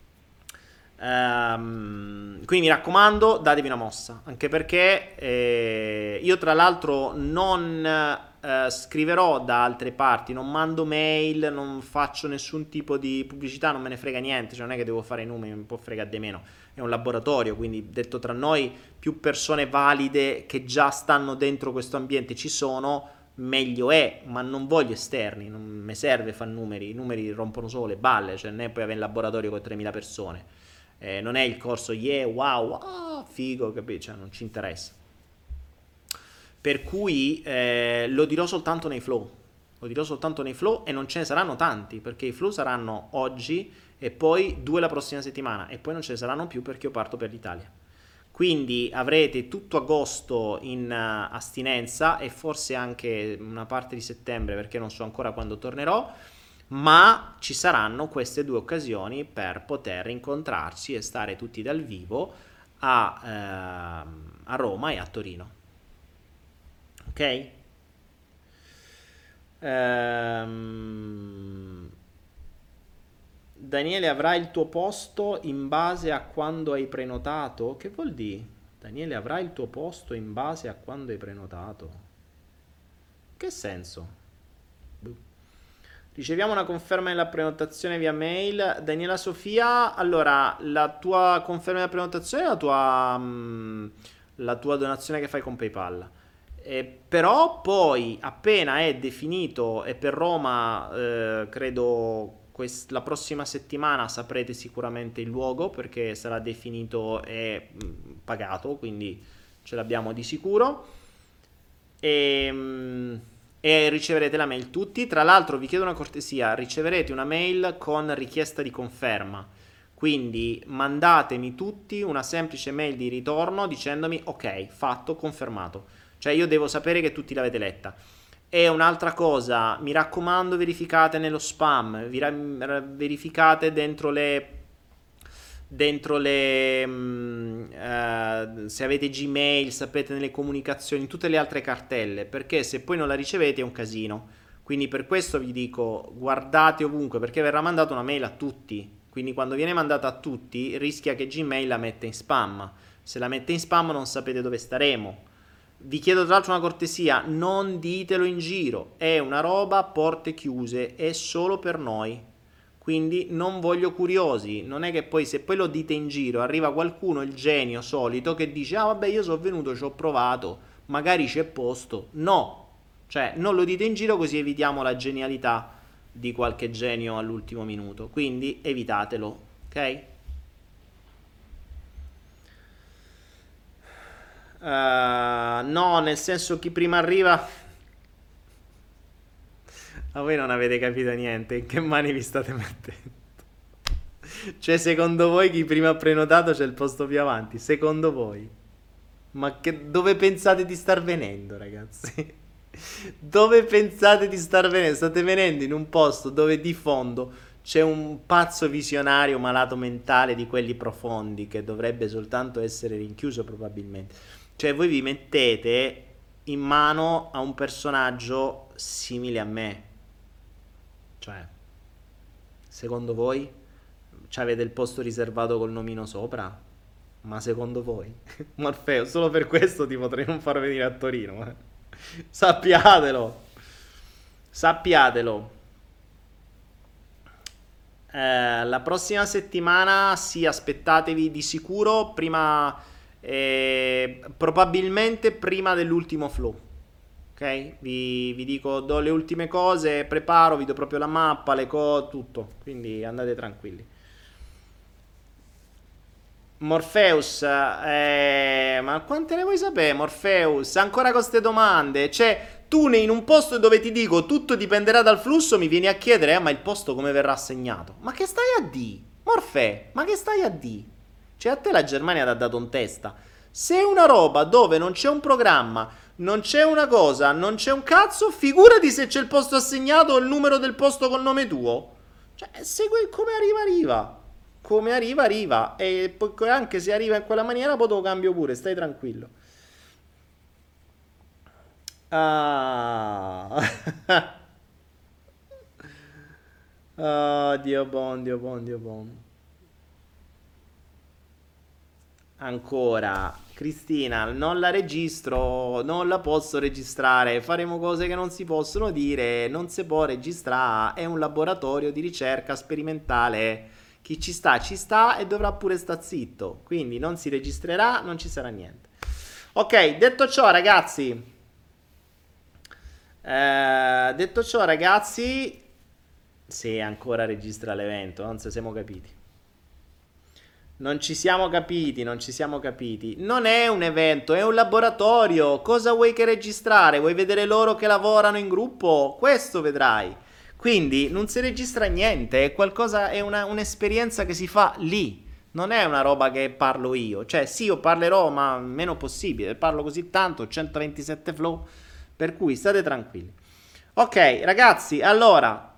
mi raccomando, datevi una mossa, anche perché io tra l'altro non scriverò da altre parti, non mando mail, non faccio nessun tipo di pubblicità, non me ne frega niente, cioè non è che devo fare i numeri, mi può fregare di meno, è un laboratorio, quindi detto tra noi, più persone valide che già stanno dentro questo ambiente ci sono, meglio è, ma non voglio esterni, non mi serve fare numeri, i numeri rompono solo le balle, cioè non è poi avere un laboratorio con 3.000 persone, non è il corso wow, figo, capito? Cioè non ci interessa. Per cui lo dirò soltanto nei flow. Lo dirò soltanto nei flow e non ce ne saranno tanti, perché i flow saranno oggi e poi 2 la prossima settimana e poi non ce ne saranno più perché io parto per l'Italia. Quindi avrete tutto agosto in astinenza e forse anche una parte di settembre, perché non so ancora quando tornerò, ma ci saranno queste 2 occasioni per poter incontrarci e stare tutti dal vivo a Roma e a Torino. Ok? Daniele, avrai il tuo posto in base a quando hai prenotato? Che vuol dire? Daniele, avrai il tuo posto in base a quando hai prenotato? Che senso? Riceviamo una conferma della prenotazione via mail. Daniela Sofia, allora, la tua conferma della prenotazione è la tua donazione che fai con PayPal. Però poi appena è definito, e per Roma credo la prossima settimana saprete sicuramente il luogo, perché sarà definito e pagato, quindi ce l'abbiamo di sicuro, e riceverete la mail tutti. Tra l'altro vi chiedo una cortesia, riceverete una mail con richiesta di conferma, quindi mandatemi tutti una semplice mail di ritorno dicendomi ok, fatto, confermato. Cioè io devo sapere che tutti l'avete letta. E un'altra cosa, mi raccomando, verificate nello spam, verificate se avete Gmail, sapete nelle comunicazioni, in tutte le altre cartelle, perché se poi non la ricevete è un casino. Quindi per questo vi dico, guardate ovunque, perché verrà mandata una mail a tutti. Quindi quando viene mandata a tutti, rischia che Gmail la metta in spam. Se la mette in spam non sapete dove staremo. Vi chiedo tra l'altro una cortesia, non ditelo in giro, è una roba a porte chiuse, è solo per noi. Quindi non voglio curiosi, non è che poi se poi lo dite in giro arriva qualcuno, il genio solito, che dice ah vabbè io sono venuto, ci ho provato, magari c'è posto. No, cioè non lo dite in giro così evitiamo la genialità di qualche genio all'ultimo minuto, quindi evitatelo, ok? No, nel senso chi prima arriva. Ma voi non avete capito niente, in che mani vi state mettendo? Cioè, secondo voi chi prima ha prenotato c'è il posto più avanti? Secondo voi? Ma dove pensate di star venendo, ragazzi? Dove pensate di star venendo? State venendo in un posto dove di fondo c'è un pazzo visionario malato mentale di quelli profondi che dovrebbe soltanto essere rinchiuso probabilmente. Cioè voi vi mettete in mano a un personaggio simile a me. Cioè, secondo voi avete il posto riservato col nomino sopra? Ma secondo voi? Morfeo, solo per questo ti potrei non far venire a Torino. Sappiatelo. Sappiatelo. La prossima settimana sì, aspettatevi di sicuro prima, probabilmente prima dell'ultimo flow. Ok? Vi dico, do le ultime cose, preparo, vi do proprio la mappa, le cose, tutto. Quindi andate tranquilli. Morpheus, ma quante ne vuoi sapere, Morpheus? Ancora con queste domande? Cioè, tu in un posto dove ti dico tutto dipenderà dal flusso, mi vieni a chiedere, ma il posto come verrà assegnato? Ma che stai a di? Morfe, ma che stai a di? Cioè, a te la Germania ti ha dato un testa. Se è una roba dove non c'è un programma, non c'è una cosa, non c'è un cazzo, figurati se c'è il posto assegnato o il numero del posto col nome tuo. Cioè, segue come arriva. Come arriva. E poi anche se arriva in quella maniera, poi te lo cambio pure, stai tranquillo. Oh, Dio buon. Ancora, Cristina, non la registro, non la posso registrare, faremo cose che non si possono dire, non si può registrare, è un laboratorio di ricerca sperimentale, chi ci sta e dovrà pure sta zitto, quindi non si registrerà, non ci sarà niente. Ok, detto ciò ragazzi, sì, ancora registra l'evento, non ci siamo capiti. Non ci siamo capiti. Non è un evento, è un laboratorio. Cosa vuoi che registrare? Vuoi vedere loro che lavorano in gruppo? Questo vedrai. Quindi non si registra niente, è qualcosa, è un'esperienza che si fa lì. Non è una roba che parlo io. Cioè, sì, io parlerò, ma meno possibile. Parlo così tanto, 127 flow. Per cui state tranquilli. Ok, ragazzi, allora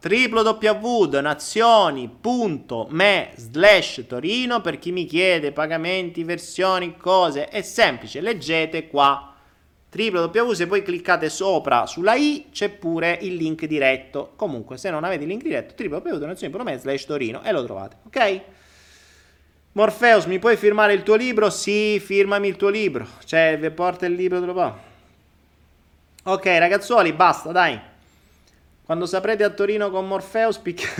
www.nazioni.me/Torino per chi mi chiede pagamenti, versioni, cose, è semplice, leggete qua www, se poi cliccate sopra sulla i c'è pure il link diretto. Comunque se non avete il link diretto www.nazioni.me/Torino e lo trovate, ok? Morpheus, mi puoi firmare il tuo libro? Sì, firmami il tuo libro, cioè porta il libro, te lo può. Ok ragazzuoli, basta, dai. Quando saprete a Torino con Morpheus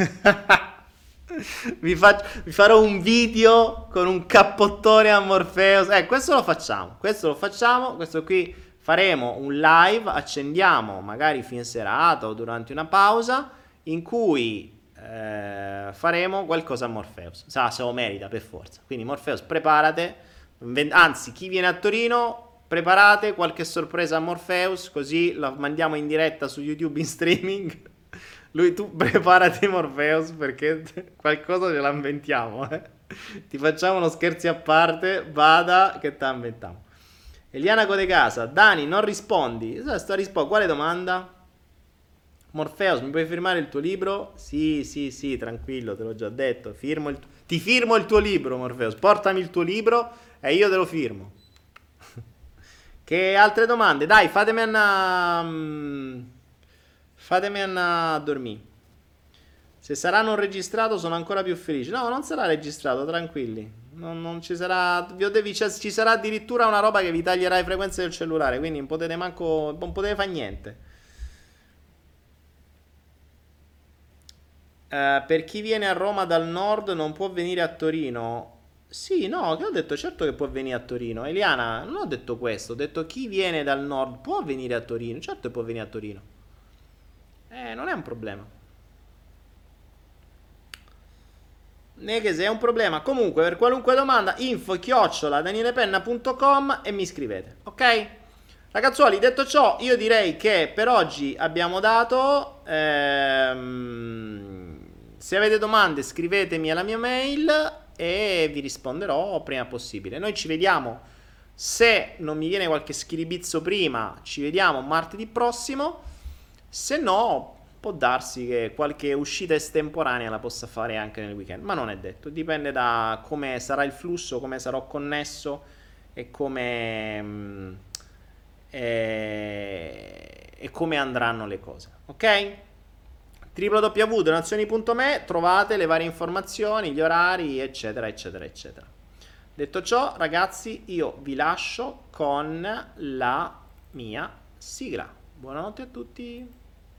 vi farò un video con un cappottone a Morpheus. Questo lo facciamo. Questo qui faremo un live, accendiamo magari fine serata o durante una pausa in cui faremo qualcosa a Morpheus. Se lo merita per forza. Quindi Morpheus, preparate. Anzi, chi viene a Torino, preparate qualche sorpresa a Morpheus, così la mandiamo in diretta su YouTube in streaming. Tu preparati Morpheus, perché qualcosa ce la inventiamo, Ti facciamo uno scherzi a parte, vada che te la inventiamo. Eliana Codecasa, Dani non rispondi. Quale domanda? Morpheus, mi puoi firmare il tuo libro? Sì, tranquillo, te l'ho già detto. Ti firmo il tuo libro, Morpheus. Portami il tuo libro e io te lo firmo. Che altre domande? Dai, fatemi a dormire. Se sarà non registrato sono ancora più felice. No, non sarà registrato, tranquilli. Non ci sarà. Ci sarà addirittura una roba che vi taglierà le frequenze del cellulare. Quindi non potete fare niente. Per chi viene a Roma dal nord non può venire a Torino. Sì, no, che ho detto certo che può venire a Torino. Eliana, non ho detto questo. Ho detto chi viene dal nord può venire a Torino. Certo che può venire a Torino. Non è un problema. Neche se è un problema. Comunque, per qualunque domanda, info@danielepenna.com e mi scrivete, ok? Ragazzuoli, detto ciò, io direi che per oggi abbiamo dato. Se avete domande, scrivetemi alla mia mail e vi risponderò prima possibile. Noi ci vediamo. Se non mi viene qualche schiribizzo prima, ci vediamo martedì prossimo. Se no, può darsi che qualche uscita estemporanea la possa fare anche nel weekend, ma non è detto, dipende da come sarà il flusso, come sarò connesso e come andranno le cose, ok? www.donazioni.me, trovate le varie informazioni, gli orari, eccetera eccetera eccetera. Detto ciò, ragazzi, io vi lascio con la mia sigla. Buonanotte a tutti.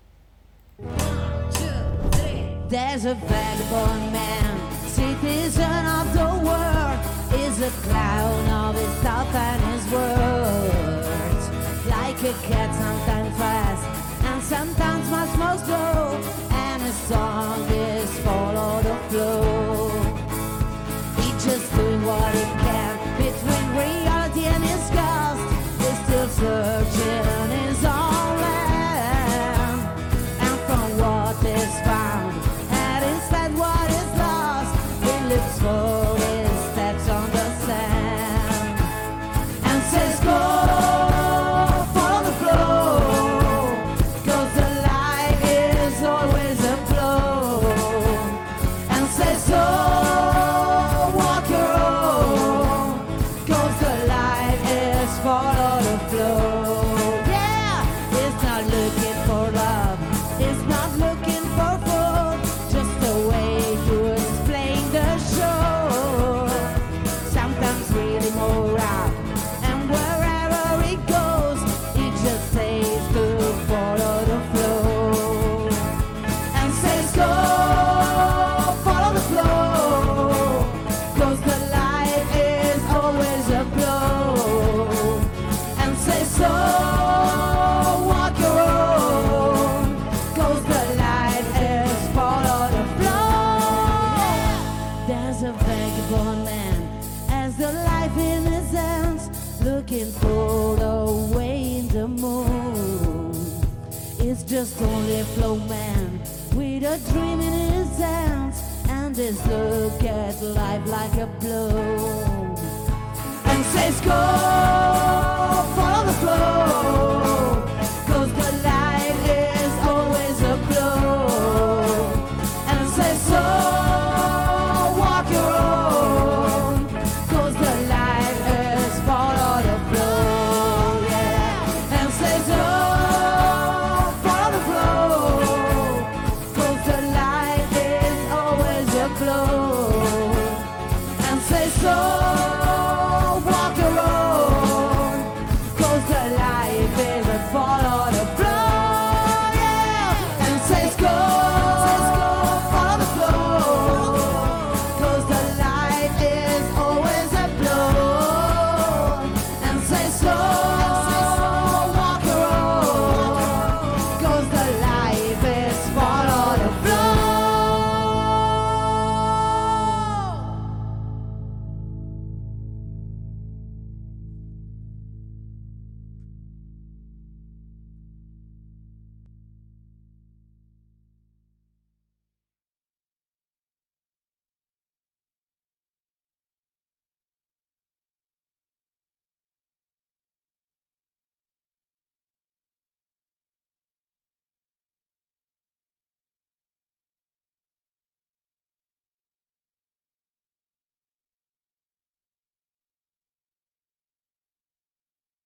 There's a vagabond man, citizen of the world, is a clown of his thought and his words. Like a cat, sometimes fast and sometimes much more slow, and his song is follow the flow. He's just doing what he can between reality and his ghost. He's still searching his own land, and from what is found and instead what is lost, he looks for his steps on the sand and says go, follow the flow, 'cause the light is always a flow, and says so, walk your own, 'cause the light is follow the flow. Yeah, it's not looking for love, it's not looking for food, just a way to explain the show. Sometimes really more out, and wherever it goes, it just says to follow the flow, and says go, follow the flow, 'cause the light is always a glow, and says so, walk your own, 'cause the light is follow the flow. There's a vagabond man, has the life in his hands, looking for the way in the moon. It's just only a flow man with a dream in his hands, and this look at life like a blow, and says go,